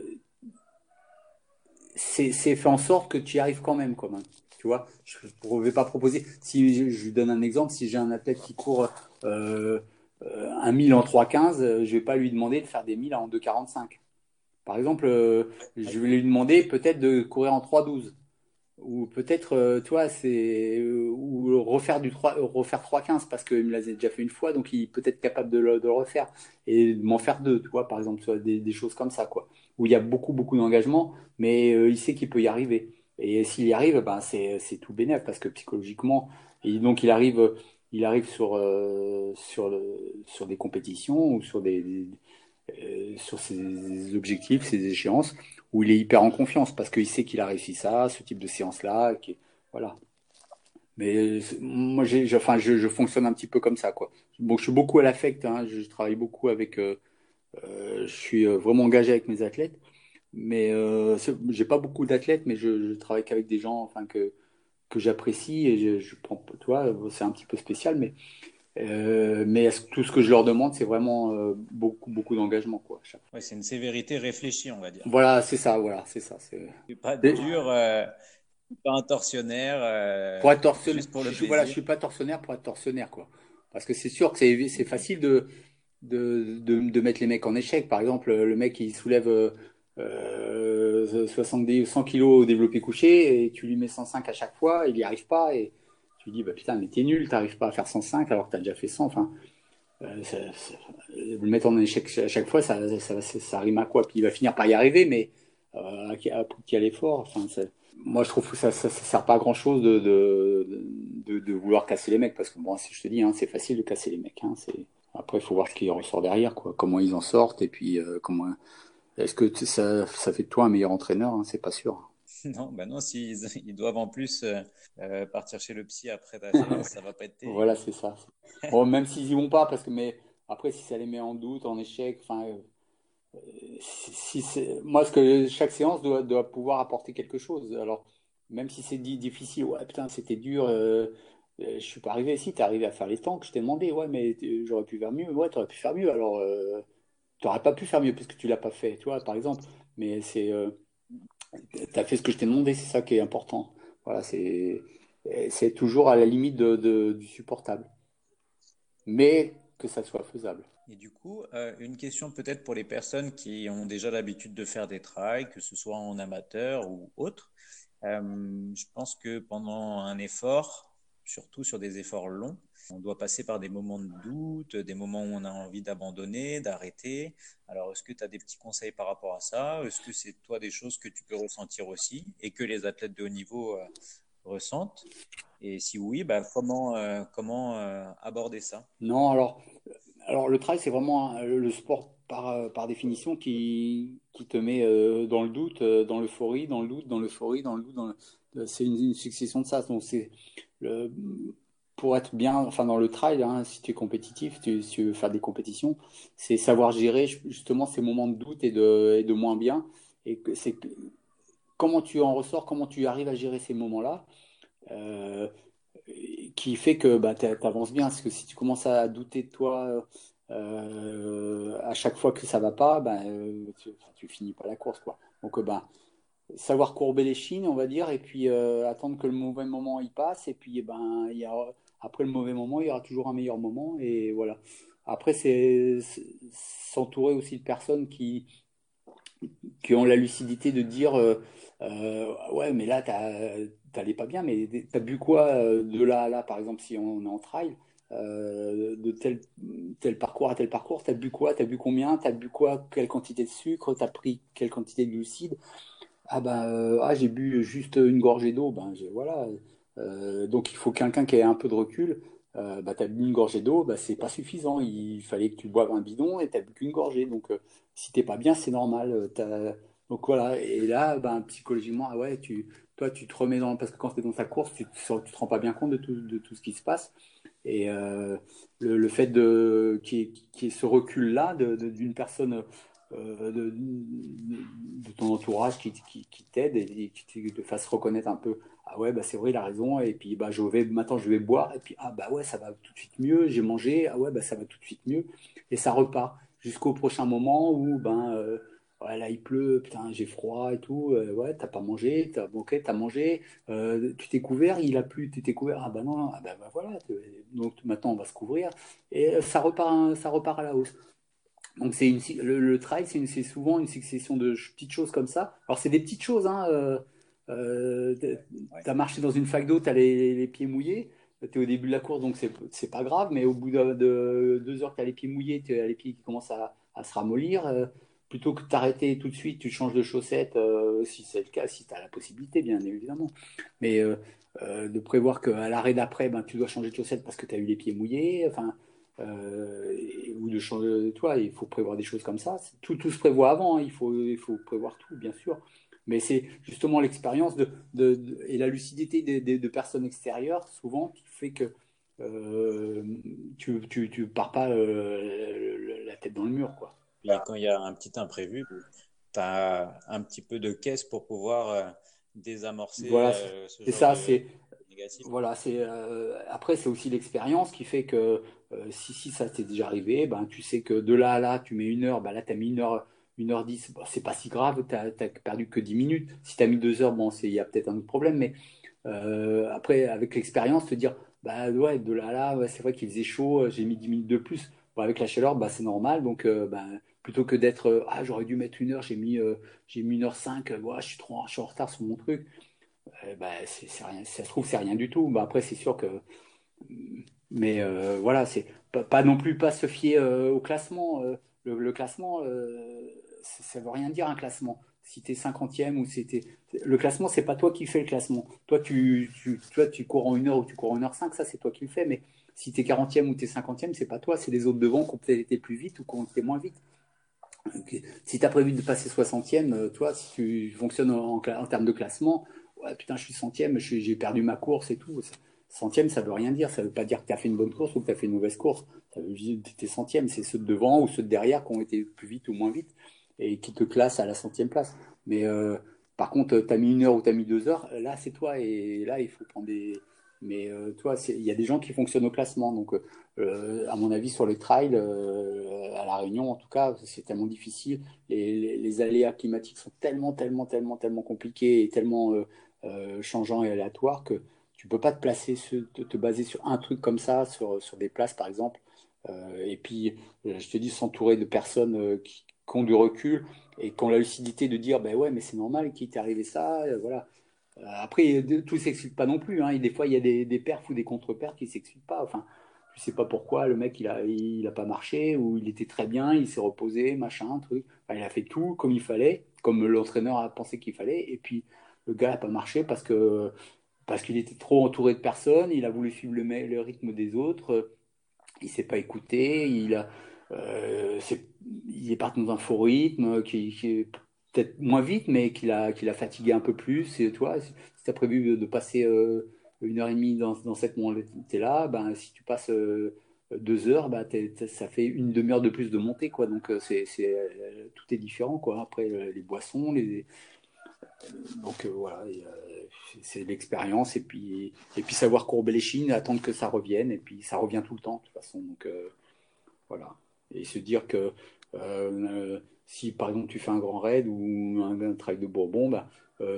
Speaker 2: c'est c'est fait en sorte que tu y arrives quand même, quand même. Tu vois, je ne vais pas proposer. Si je, je lui donne un exemple, si j'ai un athlète qui court euh, euh, un mille en trois quinze, euh, je vais pas lui demander de faire des mille en deux quarante-cinq. Par exemple, euh, je vais lui demander peut-être de courir en trois douze. Ou peut-être, euh, tu vois, c'est euh, ou refaire du trois, refaire trois quinze parce qu'il me l'a déjà fait une fois, donc il est peut-être capable de le, de le refaire et de m'en faire deux, tu vois, par exemple, soit des, des choses comme ça, quoi, où il y a beaucoup, beaucoup d'engagement, mais euh, il sait qu'il peut y arriver. Et s'il y arrive, ben c'est c'est tout bénef parce que psychologiquement, et donc il arrive, il arrive sur euh, sur le, sur des compétitions ou sur des, des- euh, sur ses objectifs, ses échéances, où il est hyper en confiance parce qu'il sait qu'il a réussi ça, ce type de séance-là. Qui, voilà. Mais euh, moi, j'ai, je, enfin, je, je fonctionne un petit peu comme ça, quoi. Bon, je suis beaucoup à l'affect, hein, je travaille beaucoup avec. Euh, euh, je suis euh, vraiment engagé avec mes athlètes, mais euh, c'est- j'ai pas beaucoup d'athlètes, mais je, je travaille qu'avec des gens, enfin que que j'apprécie et je, je prends, tu vois, c'est un petit peu spécial, mais euh, mais tout ce que je leur demande, c'est vraiment euh, beaucoup beaucoup d'engagement, quoi. à chaque fois.
Speaker 3: Ouais, c'est une sévérité réfléchie, on va dire.
Speaker 2: Voilà, c'est ça, voilà, c'est ça. C'est
Speaker 3: C'est pas
Speaker 2: c'est-
Speaker 3: dur, euh, pas un tortionnaire,
Speaker 2: pour
Speaker 3: euh,
Speaker 2: être tortionnaire,
Speaker 3: juste pour
Speaker 2: je,
Speaker 3: le
Speaker 2: suis- voilà, je
Speaker 3: plaisir.
Speaker 2: suis pas tortionnaire pour être tortionnaire, quoi. Parce que c'est sûr que c'est c'est facile de, de, de, de mettre les mecs en échec. Par exemple, le mec il soulève euh, euh, soixante-dix, cent kilos au développé couché et tu lui mets cent cinq à chaque fois, il n'y arrive pas et tu lui dis bah putain mais t'es nul, t'arrives pas à faire cent cinq alors que t'as déjà fait cent. Enfin, euh, ça- ça- le mettre en échec à chaque fois, ça, ça, ça, ça rime à quoi? Puis il va finir par y arriver, mais euh, à, à, à l'effort. Enfin, moi, je trouve que ça, ça, ça sert pas à grand chose de, de, de, de vouloir casser les mecs parce que bon, si je te dis, hein, c'est facile de casser les mecs. Hein, c'est... Après, il faut voir ce qui ressort derrière, quoi. Comment ils en sortent et puis euh, comment. Est-ce que t- ça, ça fait de toi un meilleur entraîneur? Hein, c'est pas sûr.
Speaker 3: Non, bah non, s'ils ils doivent en plus euh, euh, partir chez le psy après ta séance, ça va pas être
Speaker 2: Voilà,
Speaker 3: terrible.
Speaker 2: c'est ça. Bon, même s'ils y vont pas, parce que mais après, si ça les met en doute, en échec, enfin, euh, si, si c'est... moi, ce que chaque séance doit, doit pouvoir apporter quelque chose. Alors, même si c'est dit difficile, ouais, putain, c'était dur. Euh, euh, je suis pas arrivé. Si, t'es arrivé à faire les temps que je t'ai demandé. Ouais, mais euh, j'aurais pu faire mieux. Ouais, t'aurais pu faire mieux. Alors, euh, t'aurais pas pu faire mieux puisque tu l'as pas fait, tu vois, par exemple. Mais c'est, euh, t'as fait ce que je t'ai demandé, c'est ça qui est important. Voilà, c'est, c'est toujours à la limite de, de- du supportable, mais que ça soit faisable.
Speaker 3: Et du coup, euh, une question peut-être pour les personnes qui ont déjà l'habitude de faire des trails, que ce soit en amateur ou autre. Euh, je pense que pendant un effort, surtout sur des efforts longs, on doit passer par des moments de doute, des moments où on a envie d'abandonner, d'arrêter. Alors, est-ce que tu as des petits conseils par rapport à ça? Est-ce que c'est toi des choses que tu peux ressentir aussi et que les athlètes de haut niveau euh, ressentent? Et si oui, bah, comment, euh, comment euh, aborder ça?
Speaker 2: Non, alors, alors le trail, c'est vraiment un- le sport par, euh, par définition qui, qui te met euh, dans le doute, euh, dans l'euphorie, dans le doute, dans l'euphorie, dans le doute. Dans le- euh, c'est une, une succession de ça. Donc, c'est le, pour être bien, enfin, dans le trail, hein, si tu es compétitif, tu, si tu veux faire des compétitions, c'est savoir gérer justement ces moments de doute et de, et de moins bien. Et que c'est que- comment tu en ressors, comment tu arrives à gérer ces moments-là. Euh, qui fait que bah, tu avances bien. Parce que si tu commences à douter de toi euh, à chaque fois que ça va pas, bah, euh, tu, enfin, tu finis pas la course, quoi. Donc, euh, bah, savoir courber les chines, on va dire, et puis euh, attendre que le mauvais moment y passe, et puis eh ben, il y a, après le mauvais moment, il y aura toujours un meilleur moment, et voilà. Après, c'est c'est s'entourer aussi de personnes qui, qui ont la lucidité de dire euh, euh, ouais mais là t'as- t'allais pas bien mais t'as bu quoi euh, de là à là par exemple si on est en trail euh, de tel, tel parcours à tel parcours t'as bu quoi t'as bu combien t'as bu quoi quelle quantité de sucre t'as pris quelle quantité de glucides ah ben euh, ah j'ai bu juste une gorgée d'eau ben j'ai- voilà. Euh, donc il faut quelqu'un qui ait un peu de recul. Euh, bah, t'as bu une gorgée d'eau, bah, c'est pas suffisant. Il fallait que tu boives un bidon et t'as bu qu'une gorgée. Donc euh, si t'es pas bien, c'est normal. Euh, t'as- Donc voilà. Et là, ben, psychologiquement, ah ouais, tu, toi, tu te remets dans parce que quand tu es dans ta course, tu te, tu te rends pas bien compte de tout, de tout ce qui se passe. Et euh, le, le fait de qu'il y, ait qu'il y ait ce recul-là de- de- d'une personne euh, de, de ton entourage qui, qui, qui t'aide et qui te, te fasse reconnaître un peu ah ouais bah c'est vrai il a raison et puis bah je vais maintenant je vais boire et puis ah bah ouais ça va tout de suite mieux j'ai mangé ah ouais bah ça va tout de suite mieux et ça repart jusqu'au prochain moment où ben euh, ouais, là il pleut putain j'ai froid et tout euh, ouais t'as pas mangé t'as bon, ok t'as mangé euh, tu t'es couvert il a plu tu t'es couvert ah bah non non, ah bah, bah voilà donc maintenant on va se couvrir et euh, ça repart ça repart à la hausse donc c'est une, le, le trail, c'est, une, c'est souvent une succession de petites choses comme ça. Alors c'est des petites choses, hein. Euh, euh,
Speaker 3: Ouais.
Speaker 2: t'as marché dans une flaque d'eau, t'as les, les pieds mouillés. T'es au début de la course, donc c'est, c'est pas grave. Mais au bout de, de deux heures, t'as les pieds mouillés, t'as les pieds qui commencent à, à se ramollir. Euh, plutôt que de t'arrêter tout de suite, tu changes de chaussettes, euh, si c'est le cas, si t'as la possibilité, bien évidemment. Mais euh, euh, de prévoir qu'à l'arrêt d'après, ben, tu dois changer de chaussettes parce que t'as eu les pieds mouillés. Enfin, euh, et- ou de changer, toi, il faut prévoir des choses comme ça. Tout, tout se prévoit avant, hein. Il faut, il faut prévoir tout, bien sûr. Mais c'est justement l'expérience de, de- de- et la lucidité des, des- de personnes extérieures, souvent, qui fait que euh, tu, tu, tu pars pas euh, la tête dans le mur, quoi.
Speaker 3: Et quand il y a un petit imprévu, tu as un petit peu de caisse pour pouvoir euh, désamorcer
Speaker 2: Voilà, c'est
Speaker 3: euh, ce
Speaker 2: c'est
Speaker 3: genre
Speaker 2: ça.
Speaker 3: de
Speaker 2: C'est
Speaker 3: négatif.
Speaker 2: voilà, c'est euh, après c'est aussi l'expérience qui fait que euh, si si ça t'est déjà arrivé, ben tu sais que de là à là tu mets une heure, ben là t'as mis une heure, une heure dix, bon, c'est pas si grave, t'as t'as perdu que dix minutes. Si t'as mis deux heures, bon c'est il y a peut-être un autre problème, mais euh, après avec l'expérience te dire bah ouais de là à là, ouais, c'est vrai qu'il faisait chaud, euh, j'ai mis dix minutes de plus. Bon, avec la chaleur, bah c'est normal, donc euh, ben, plutôt que d'être euh, ah j'aurais dû mettre une heure, j'ai mis euh, j'ai mis une heure cinq, euh, ouais, je suis trop je suis en retard sur mon truc. Euh, bah, c'est c'est rien, si ça se trouve, c'est rien du tout. Bah, après, c'est sûr que. Mais euh, voilà, c'est pas, pas non plus pas se fier euh, au classement. Euh, le, le classement, euh, ça, ça veut rien dire un classement. Si t'es cinquantième ou si t'es. Le classement, c'est pas toi qui fais le classement. Toi, tu, tu, toi, tu cours en une heure ou tu cours en une heure cinq, ça, c'est toi qui le fais. Mais si t'es quarantième ou t'es cinquantième, c'est pas toi, c'est les autres devant qui ont peut-être été plus vite ou qui ont été moins vite. Ok. Si tu as prévu de passer soixantième, euh, toi, si tu fonctionnes en, en termes de classement, ouais, putain, je suis centième, je suis- j'ai perdu ma course et tout. Centième, ça veut rien dire. Ça veut pas dire que tu as fait une bonne course ou que tu as fait une mauvaise course. Ça veut dire que tu es centième. C'est ceux de devant ou ceux de derrière qui ont été plus vite ou moins vite et qui te classent à la centième place. Mais euh, par contre, tu as mis une heure ou tu as mis deux heures, là, c'est toi. Et là, il faut prendre des. Mais euh, toi, c'est- il y a des gens qui fonctionnent au classement. Donc, euh, à mon avis, sur les trails, euh, à La Réunion, en tout cas, c'est tellement difficile. Les, les- les aléas climatiques sont tellement, tellement, tellement, tellement compliqués et tellement euh, euh, changeants et aléatoires que tu peux pas te placer, sur- te, te baser sur un truc comme ça, sur, sur des places, par exemple. Euh, et puis, euh, je te dis, s'entourer de personnes euh, qui, qui ont du recul et qui ont la lucidité de dire, ben ouais, mais c'est normal qu'il t'est arrivé ça, euh, voilà. Euh, après, de- tout ne s'explique pas non plus, hein. Et des fois, il y a des, des perfs ou des contre-perfs qui ne s'expliquent pas. Enfin, tu sais pas pourquoi le mec, il a, il a pas marché, ou il était très bien, il s'est reposé, machin, truc. Enfin, il a fait tout comme il fallait, comme l'entraîneur a pensé qu'il fallait. Et puis, le gars n'a pas marché parce que parce qu'il était trop entouré de personnes, il a voulu suivre le, le rythme des autres, il s'est pas écouté, il a, euh, c'est- il est parti dans un faux rythme qui, qui est peut-être moins vite, mais qui l'a qui l'a fatigué un peu plus. Et toi, si tu as prévu de, de passer euh, une heure et demie dans, dans cette montée-là, ben, si tu passes euh, deux heures, ben, t'es- t'es- ça fait une demi-heure de plus de montée, quoi. Donc, euh, c'est, c'est, euh, tout est différent, quoi. Après, euh, les boissons, les, donc euh, voilà, et, euh, c'est l'expérience et puis, et puis savoir courber les chines, attendre que ça revienne, et puis ça revient tout le temps de toute façon. Donc euh, voilà. Et se dire que euh, si par exemple tu fais un grand raid ou un, un trail de Bourbon, bah,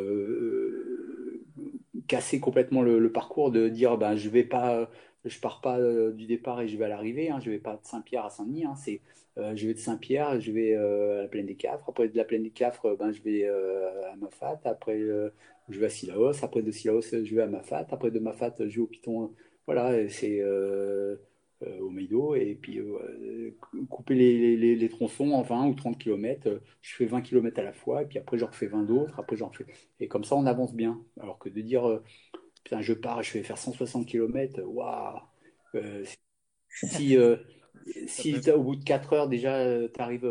Speaker 2: euh, casser complètement le, le parcours, de dire ben je vais pas, je pars pas euh, du départ et je vais à l'arrivée, hein, je vais pas de Saint-Pierre à Saint-Denis, hein, c'est euh, je vais de Saint-Pierre, je vais euh, à la plaine des Cafres, après de la plaine des Cafres, ben, je vais euh, à Mafate, après euh, je vais à Sillaos, après de Sillaos je vais à Mafate, après de Mafate je vais au Piton, voilà, c'est euh, euh, au Maido, et puis euh, couper les, les, les tronçons en vingt ou trente kilomètres, je fais vingt kilomètres à la fois, et puis après j'en refais vingt d'autres, après j'en refais et comme ça, on avance bien. Alors que de dire, euh, putain, je pars, je vais faire cent soixante kilomètres, waouh! Euh, si euh,
Speaker 3: Ça
Speaker 2: si
Speaker 3: peut
Speaker 2: t'as- au bout de quatre heures, déjà, tu arrives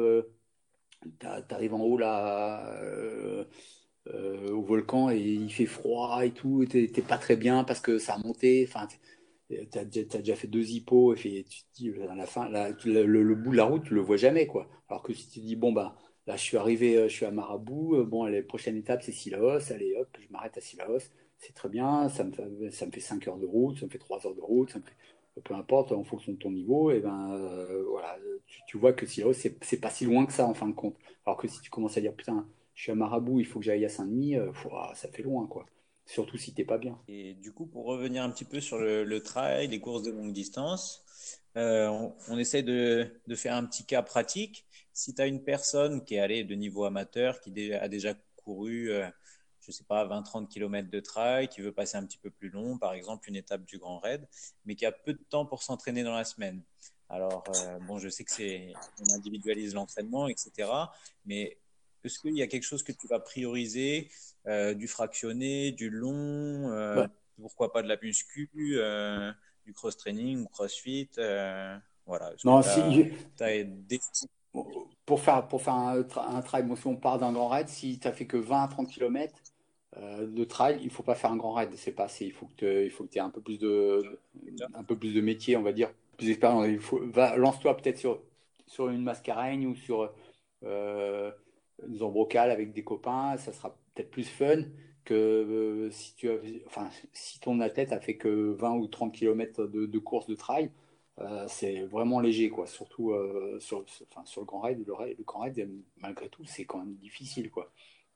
Speaker 2: en haut là, euh, euh, au volcan, et il fait froid et tout, et t'es t'es pas très bien parce que ça a monté. Enfin, t'as, déjà t'as déjà fait deux hippos, et fait- tu te dis, à la fin, là, le, le- le bout de la route, tu le vois jamais, quoi. Alors que si tu te dis, bon, bah, là, je suis arrivé, euh, je suis à Marabout, euh, bon, la prochaine étape, c'est Sillaos, allez, hop, je m'arrête à Sillaos, c'est très bien, ça me fait, ça me fait cinq heures de route, ça me fait trois heures de route, ça me fait, peu importe, en fonction de ton niveau, et ben, euh, voilà, tu, tu vois que Sillaos, c'est c'est pas si loin que ça, en fin de compte. Alors que si tu commences à dire, putain, je suis à Marabout, il faut que j'aille à Saint-Denis, euh, pouah, ça fait loin, quoi. Surtout si t'es pas bien.
Speaker 3: Et du coup, pour revenir un petit peu sur le, le trail, les courses de longue distance, euh, on, on essaie de, de faire un petit cas pratique. Si tu as une personne qui est allée de niveau amateur, qui dé- a déjà couru, euh, je sais pas, vingt trente kilomètres de trail, qui veut passer un petit peu plus long, par exemple une étape du Grand Raid, mais qui a peu de temps pour s'entraîner dans la semaine. Alors, euh, bon, je sais que c'est, on individualise l'entraînement, et cetera. Mais est-ce qu'il y a quelque chose que tu vas prioriser, euh, du fractionné, du long, euh,
Speaker 2: Bah,
Speaker 3: pourquoi pas de la muscu, euh, du cross-training ou crossfit, euh, voilà. Est-ce que
Speaker 2: non,
Speaker 3: tu as,
Speaker 2: si,
Speaker 3: des...
Speaker 2: pour faire, pour faire un, tra- un trail, moi, si on part d'un grand raid, si tu as fait que vingt à trente kilomètres euh, de trail, il faut pas faire un grand raid, c'est pas assez. Il faut que tu aies un peu plus de, un peu plus de métier, on va dire, plus d'expérience. Il faut, va, lance-toi peut-être sur, sur une mascareigne ou sur euh, une zambrocale avec des copains, ça sera peut-être plus fun que euh, si tu as, enfin, si ton athlète a fait que vingt ou trente kilomètres de, de course de trail. Euh, c'est vraiment léger, quoi. Surtout euh, sur, enfin, sur le grand raid, le, raid- le grand raid, malgré tout, c'est quand même difficile, quoi.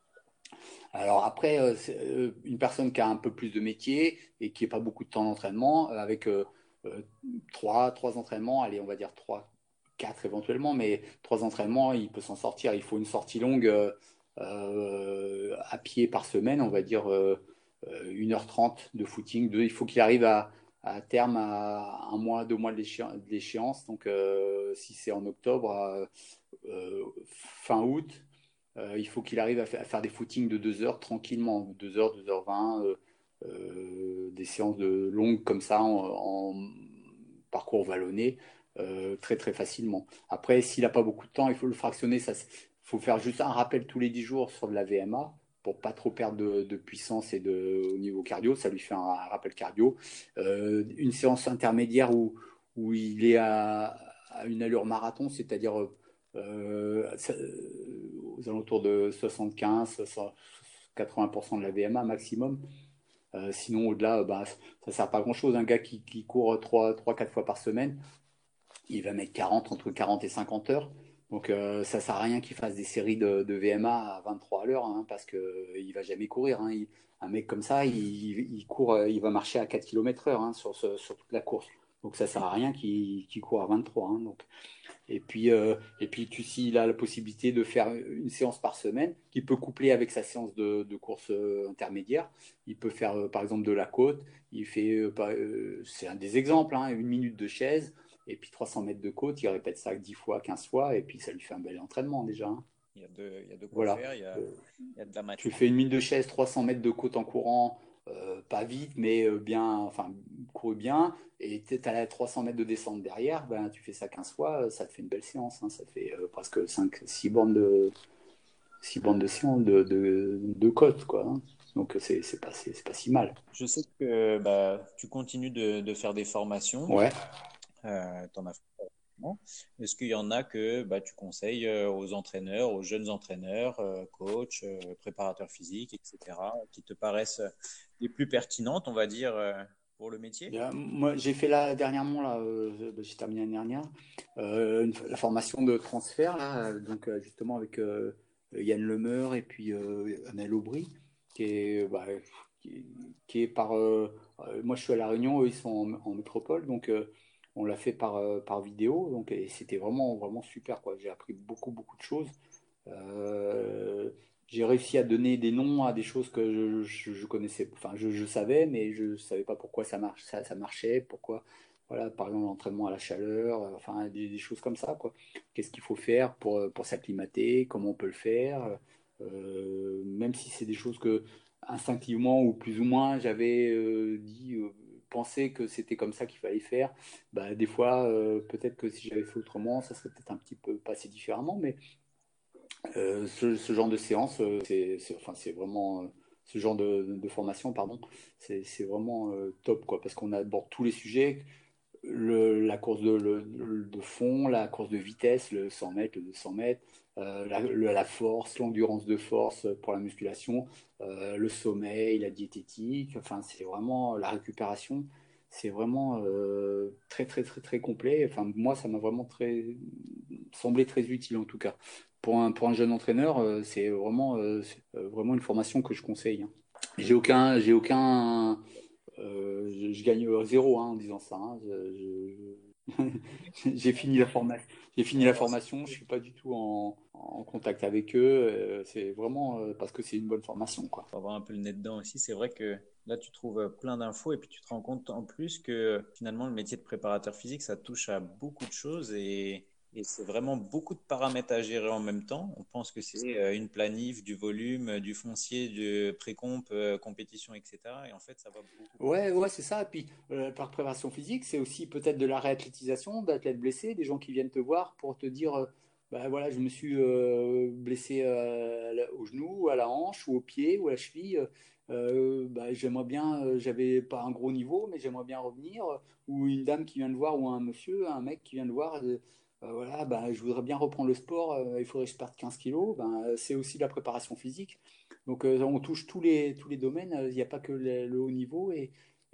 Speaker 2: Alors après, euh, c'est, euh, une personne qui a un peu plus de métier et qui n'a pas beaucoup de temps d'entraînement, euh, avec euh, euh, trois, trois entraînements, allez, on va dire trois, quatre éventuellement, mais trois entraînements, il peut s'en sortir. Il faut une sortie longue euh, euh, à pied par semaine, on va dire euh, euh, une heure trente de footing. Deux, il faut qu'il arrive à, à terme à un mois, deux mois de l'échéance. de l'échéance. Donc euh, si c'est en octobre, à, euh, fin août, euh, il faut qu'il arrive à, fa- à faire des footings de deux heures tranquillement, deux heures, deux heures vingt, euh, euh, des séances de longues comme ça en, en parcours vallonné, euh, très très facilement. Après, s'il n'a pas beaucoup de temps, il faut le fractionner. Ça, il faut faire juste un rappel tous les dix jours sur de la V M A pour pas trop perdre de, de puissance et de, au niveau cardio. Ça lui fait un, un rappel cardio. Euh, une séance intermédiaire où, où il est à, à une allure marathon, c'est-à-dire euh, ça- aux alentours de soixante-quinze, quatre-vingts pour cent de la V M A maximum. Euh, sinon, au-delà, bah, ça ne sert pas à grand-chose. Un gars qui, qui court trois quatre fois par semaine, il va mettre quarante, entre quarante et cinquante heures. Donc, euh, ça ne sert à rien qu'il fasse des séries de, de V M A à vingt-trois à l'heure, hein, parce qu'il ne va jamais courir, hein. Il- un mec comme ça, il, il court, il va marcher à quatre kilomètres heure, hein, sur, ce- sur toute la course. Donc ça sert à rien qu'il qu'il court à vingt-trois. Hein, donc. Et puis, euh, et puis tu, s'il a la possibilité de faire une séance par semaine, qu'il peut coupler avec sa séance de, de course euh, intermédiaire. Il peut faire euh, par exemple de la côte. Il fait, euh, par- euh, c'est un des exemples, hein, une minute de chaise et puis trois cents mètres de côte. Il répète ça dix fois, quinze fois et puis ça lui fait un bel entraînement déjà. Hein.
Speaker 3: Il y a de, il y a de quoi
Speaker 2: Voilà.
Speaker 3: faire, il y a,
Speaker 2: Euh,
Speaker 3: il y a de la
Speaker 2: tu
Speaker 3: matière.
Speaker 2: fais une minute de chaise, trois cents mètres de côte en courant, euh, pas vite, mais euh, bien, enfin, couru bien, et tu as trois cents mètres de descente derrière, ben, tu fais ça quinze fois, euh, ça te fait une belle séance, hein, ça te fait euh, presque cinq, six bandes de, six bandes de séance de, de, de côte, quoi. Hein. Donc c'est c'est pas, c'est c'est pas si mal.
Speaker 3: Je sais que bah, tu continues de, de faire des formations.
Speaker 2: Ouais.
Speaker 3: Euh, t'en as fait forcément. Est-ce qu'il y en a que bah, tu conseilles euh, aux entraîneurs, aux jeunes entraîneurs, euh, coachs, euh, préparateurs physiques, et cetera, qui te paraissent les plus pertinentes, on va dire, euh, pour le métier?
Speaker 2: Bien, moi, j'ai fait là dernièrement, là, euh, ben, j'ai terminé l'année dernière, euh, une- la formation de transfert, là, euh, donc euh, justement avec euh, Yann Lemeur et puis euh, Amel Aubry, qui est, bah, qui, qui est par. Euh, euh, moi, je suis à La Réunion, eux, ils sont en, en métropole, donc euh, on l'a fait par, euh, par vidéo, donc et c'était vraiment, vraiment super, quoi. J'ai appris beaucoup, beaucoup de choses. Euh, j'ai réussi à donner des noms à des choses que je, je, je connaissais, enfin je, je savais, mais je ne savais pas pourquoi ça marche, ça, ça marchait, pourquoi, voilà, par exemple l'entraînement à la chaleur, euh, enfin des, des choses comme ça, quoi. Qu'est-ce qu'il faut faire pour, pour s'acclimater, comment on peut le faire, euh, même si c'est des choses que instinctivement ou plus ou moins j'avais euh, dit, euh, pensé que c'était comme ça qu'il fallait faire. Bah, des fois, euh, peut-être que si j'avais fait autrement, ça serait peut-être un petit peu passé différemment, mais euh, ce, ce genre de séance, euh, c'est c'est- enfin, c'est vraiment euh, ce genre de, de formation, pardon, c'est c'est vraiment euh, top, quoi, parce qu'on aborde tous les sujets, le- la course de, le- de fond, la course de vitesse, le cent mètres, le deux cents mètres, euh, la, le- la force, l'endurance de force pour la musculation, euh, le sommeil, la diététique, enfin, c'est vraiment la récupération. C'est vraiment euh, très, très, très, très complet. Enfin, moi, ça m'a vraiment très, semblé très utile, en tout cas. Pour un, pour un jeune entraîneur, euh, c'est vraiment, euh, c'est, euh, vraiment une formation que je conseille. Hein. J'ai aucun, j'ai aucun, euh, je, je gagne zéro hein, en disant ça. Hein. Je- je- j'ai fini la formation. J'ai fini la
Speaker 3: Alors, c'est
Speaker 2: formation. Je suis pas du tout en, en contact avec eux. Euh, c'est vraiment euh, parce que c'est une bonne formation, quoi.
Speaker 3: pour avoir un peu le nez dedans aussi, c'est vrai que là, tu trouves plein d'infos et puis tu te rends compte en plus que finalement, le métier de préparateur physique, ça touche à beaucoup de choses et, et c'est vraiment beaucoup de paramètres à gérer en même temps. On pense que c'est euh, une planif, du volume, euh, du foncier, du pré-comp, euh, compétition, et cetera. Et en fait, ça va beaucoup plus
Speaker 2: Ouais,
Speaker 3: loin.
Speaker 2: ouais, c'est ça. Et puis, euh, par préparation physique, c'est aussi peut-être de la réathlétisation, d'athlètes blessés, des gens qui viennent te voir pour te dire, euh, bah voilà, je me suis euh, blessé euh, à la- au genou, à la hanche, ou au pied, ou à la cheville. Euh, bah, j'aimerais bien, euh, j'avais pas un gros niveau, mais j'aimerais bien revenir. Ou une dame qui vient te voir, ou un monsieur, un mec qui vient te voir. euh, euh, voilà, bah, je voudrais bien reprendre le sport. euh, il faudrait que je perde quinze kilos. Ben, c'est aussi de la préparation physique. Donc, euh, on touche tous les, tous les domaines. Il n'y a pas que le, le haut niveau. Et,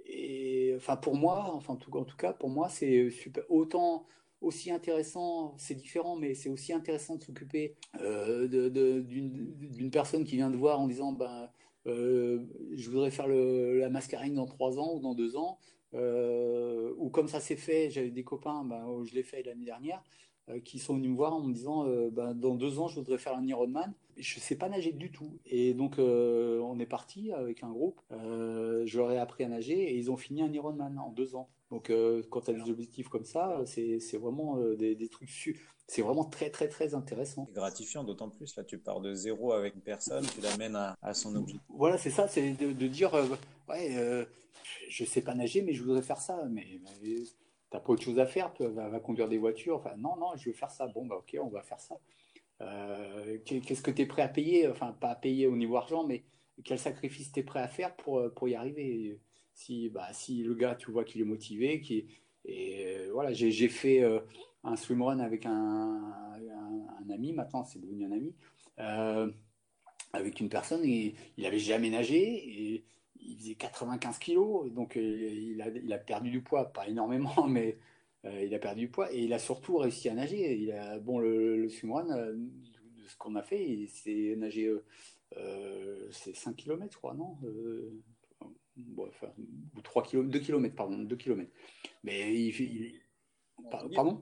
Speaker 2: et enfin, pour moi, enfin, en tout, en tout cas, pour moi, c'est super. Autant aussi intéressant, c'est différent, mais c'est aussi intéressant de s'occuper euh, de- de- d'une d'une personne qui vient te voir en disant, ben, euh, je voudrais faire le, la mascarine dans trois ans ou dans deux ans. Euh, ou comme ça s'est fait, j'avais des copains, ben, je l'ai fait l'année dernière, euh, qui sont venus me voir en me disant, euh, ben, dans deux ans, je voudrais faire un Ironman. Je ne sais pas nager du tout. Et donc, euh, on est parti avec un groupe. Euh, je leur ai appris à nager et ils ont fini un Ironman en deux ans. Donc, euh, quand tu as des objectifs comme ça, c'est c'est vraiment euh, des, des trucs su- c'est vraiment très, très, très intéressant.
Speaker 3: C'est gratifiant, d'autant plus là, tu pars de zéro avec une personne, tu l'amènes à, à son objectif.
Speaker 2: Voilà, c'est ça, c'est de, de dire, euh, ouais, euh, je sais pas nager, mais je voudrais faire ça. Mais, mais t'as pas autre chose à faire, tu vas, va conduire des voitures. Enfin, non, non, je veux faire ça. Bon, bah, ok, on va faire ça. Euh, qu'est-ce que tu es prêt à payer? Enfin, pas à payer au niveau argent, mais quel sacrifice tu es prêt à faire pour, pour y arriver? Si, bah, si le gars, tu vois qu'il est motivé, qui et euh, voilà, j'ai j'ai fait euh, un swimrun avec un, un, un ami, maintenant c'est devenu un ami, euh, avec une personne, et il avait jamais nagé, et il faisait quatre-vingt-quinze kilos, donc euh, il a, il a perdu du poids, pas énormément, mais euh, il a perdu du poids, et il a surtout réussi à nager. Il a, bon, le, le swimrun, euh, de ce qu'on a fait, c'est nager, euh, euh, c'est cinq kilomètres, je crois, non? Euh, bon, enfin, ou trois kilomètres, deux kilomètres, pardon, deux kilomètres. Mais il, il-
Speaker 3: En eau
Speaker 2: par-
Speaker 3: libre.
Speaker 2: pardon?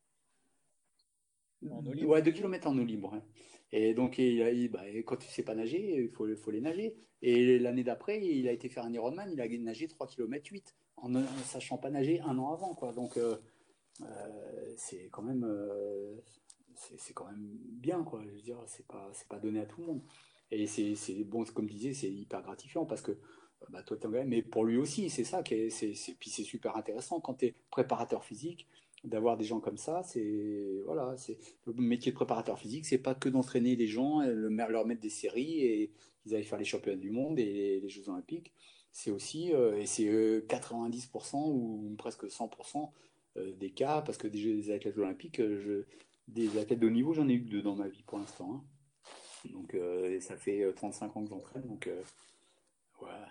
Speaker 3: En eau
Speaker 2: Ouais,
Speaker 3: libre.
Speaker 2: deux kilomètres en eau libre. Ouais. Et donc, il a- il- bah, quand tu sais pas nager, il faut, faut les nager. Et l'année d'après, il a été faire un Ironman, il a nagé trois kilomètres huit en ne sachant pas nager un an avant, quoi. Donc, euh, euh, c'est quand même, euh, c'est c'est quand même bien, quoi. Je veux dire, c'est pas, c'est pas donné à tout le monde. Et c'est c'est- bon, comme je disais, c'est hyper gratifiant parce que euh, bah, toi, t'es engagé, mais pour lui aussi, c'est ça qui est, c'est, c'est- puis c'est super intéressant quand tu es préparateur physique, d'avoir des gens comme ça. C'est voilà, c'est le métier de préparateur physique, c'est pas que d'entraîner les gens, et le- leur mettre des séries et qu'ils aillent faire les championnats du monde et les, les Jeux Olympiques. C'est aussi, euh, et c'est euh, quatre-vingt-dix pour cent ou presque cent pour cent euh, des cas, parce que des, jeux- des athlètes olympiques, euh, je, des athlètes de haut niveau, j'en ai eu que deux dans ma vie pour l'instant, hein. Donc, euh, et ça fait euh, trente-cinq ans que j'entraîne, donc euh, voilà.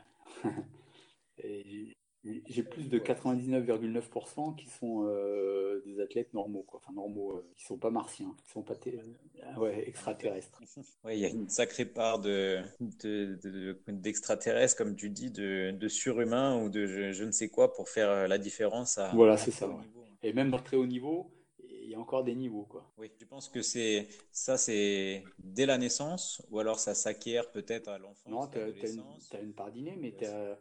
Speaker 2: Et j'ai j'ai
Speaker 3: Au
Speaker 2: plus de
Speaker 3: niveau, ouais.
Speaker 2: quatre-vingt-dix-neuf virgule neuf pour cent qui sont euh, des athlètes normaux, quoi. Enfin normaux, euh, qui sont pas martiens, qui sont pas té- ah ouais,
Speaker 3: En effet.
Speaker 2: extraterrestres.
Speaker 3: Oui, il y a une sacrée part de, de, de- d'extraterrestres, comme tu dis, de, de surhumains ou de je, je ne sais quoi pour faire euh, la différence à,
Speaker 2: Voilà,
Speaker 3: à
Speaker 2: c'est
Speaker 3: très
Speaker 2: ça.
Speaker 3: haut
Speaker 2: Ouais.
Speaker 3: niveau.
Speaker 2: Et même dans le très haut niveau, il y a encore des niveaux, quoi.
Speaker 3: Oui, je pense que c'est ça, c'est dès la naissance, ou alors ça s'acquiert peut-être à
Speaker 2: Non,
Speaker 3: l'enfance,
Speaker 2: tu as, une,
Speaker 3: l'adolescence,
Speaker 2: t'as une part d'inné, mais
Speaker 3: ou
Speaker 2: tu
Speaker 3: est-ce-
Speaker 2: as,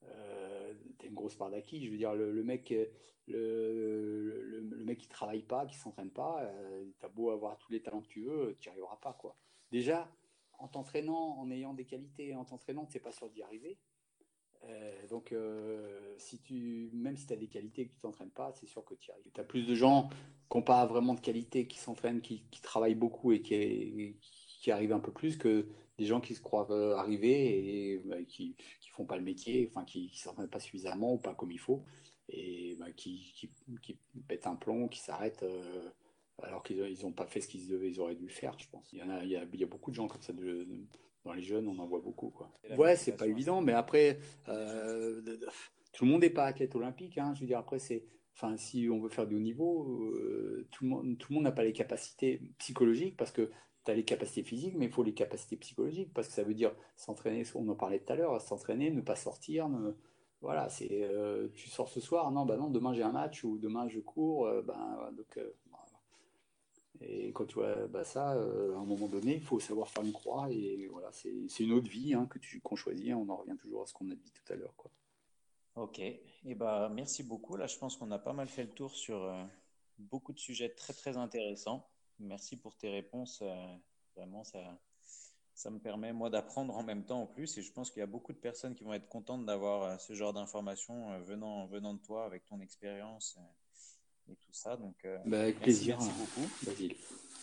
Speaker 2: une grosse part d'acquis. Je veux dire, le, le mec, euh, le, le, le mec qui travaille pas, qui s'entraîne pas, euh, tu as beau avoir tous les talents que tu veux, tu n'y arriveras pas, quoi. Déjà, en t'entraînant, en ayant des qualités, en t'entraînant, tu n'es pas sûr d'y arriver. Euh, donc, euh, si tu, même si tu as des qualités et que tu t'entraînes pas, c'est sûr que tu y arrives. Tu as plus de gens qui n'ont pas vraiment de qualité, qui s'entraînent, qui, qui travaillent beaucoup et qui, qui arrivent un peu plus que des gens qui se croient euh, arriver et bah, qui qui font pas le métier, enfin qui ne s'entraînent pas suffisamment ou pas comme il faut et bah, qui, qui, qui pètent un plomb, qui s'arrêtent euh, alors qu'ils n'ont pas fait ce qu'ils devaient- ils auraient dû faire, je pense. Il y en a, il y a, il y a beaucoup de gens comme ça de, de- dans les jeunes, on en voit beaucoup, quoi.
Speaker 3: c'est la
Speaker 2: Ouais, c'est pas
Speaker 3: motivation à
Speaker 2: évident,
Speaker 3: cette
Speaker 2: mais après,
Speaker 3: déjà.
Speaker 2: euh, de- de- tout le monde n'est pas athlète olympique, hein. Je veux dire, après, c'est, enfin, si on veut faire du haut niveau, euh, tout le monde, tout le monde n'a pas les capacités psychologiques parce que tu as les capacités physiques, mais il faut les capacités psychologiques parce que ça veut dire s'entraîner, on en parlait tout à l'heure, s'entraîner, ne pas sortir, ne- voilà, c'est, euh, tu sors ce soir, non, bah non, demain j'ai un match ou demain je cours, euh, ben, voilà, donc, euh, voilà. Et quand tu vois bah, ça, euh, à un moment donné, il faut savoir faire une croix et voilà, c'est c'est une autre vie hein, que tu qu'on choisit, hein. On en revient toujours à ce qu'on a dit tout à l'heure, quoi.
Speaker 3: Ok, et bah merci beaucoup. Là, je pense qu'on a pas mal fait le tour sur euh, beaucoup de sujets très très intéressants. Merci pour tes réponses. euh, vraiment, ça, ça me permet moi d'apprendre en même temps en plus. Et je pense qu'il y a beaucoup de personnes qui vont être contentes d'avoir euh, ce genre d'informations euh, venant venant de toi avec ton expérience euh, et tout ça. Donc, euh,
Speaker 2: Bah, avec
Speaker 3: merci,
Speaker 2: plaisir,
Speaker 3: merci
Speaker 2: hein,
Speaker 3: beaucoup.
Speaker 2: Basile.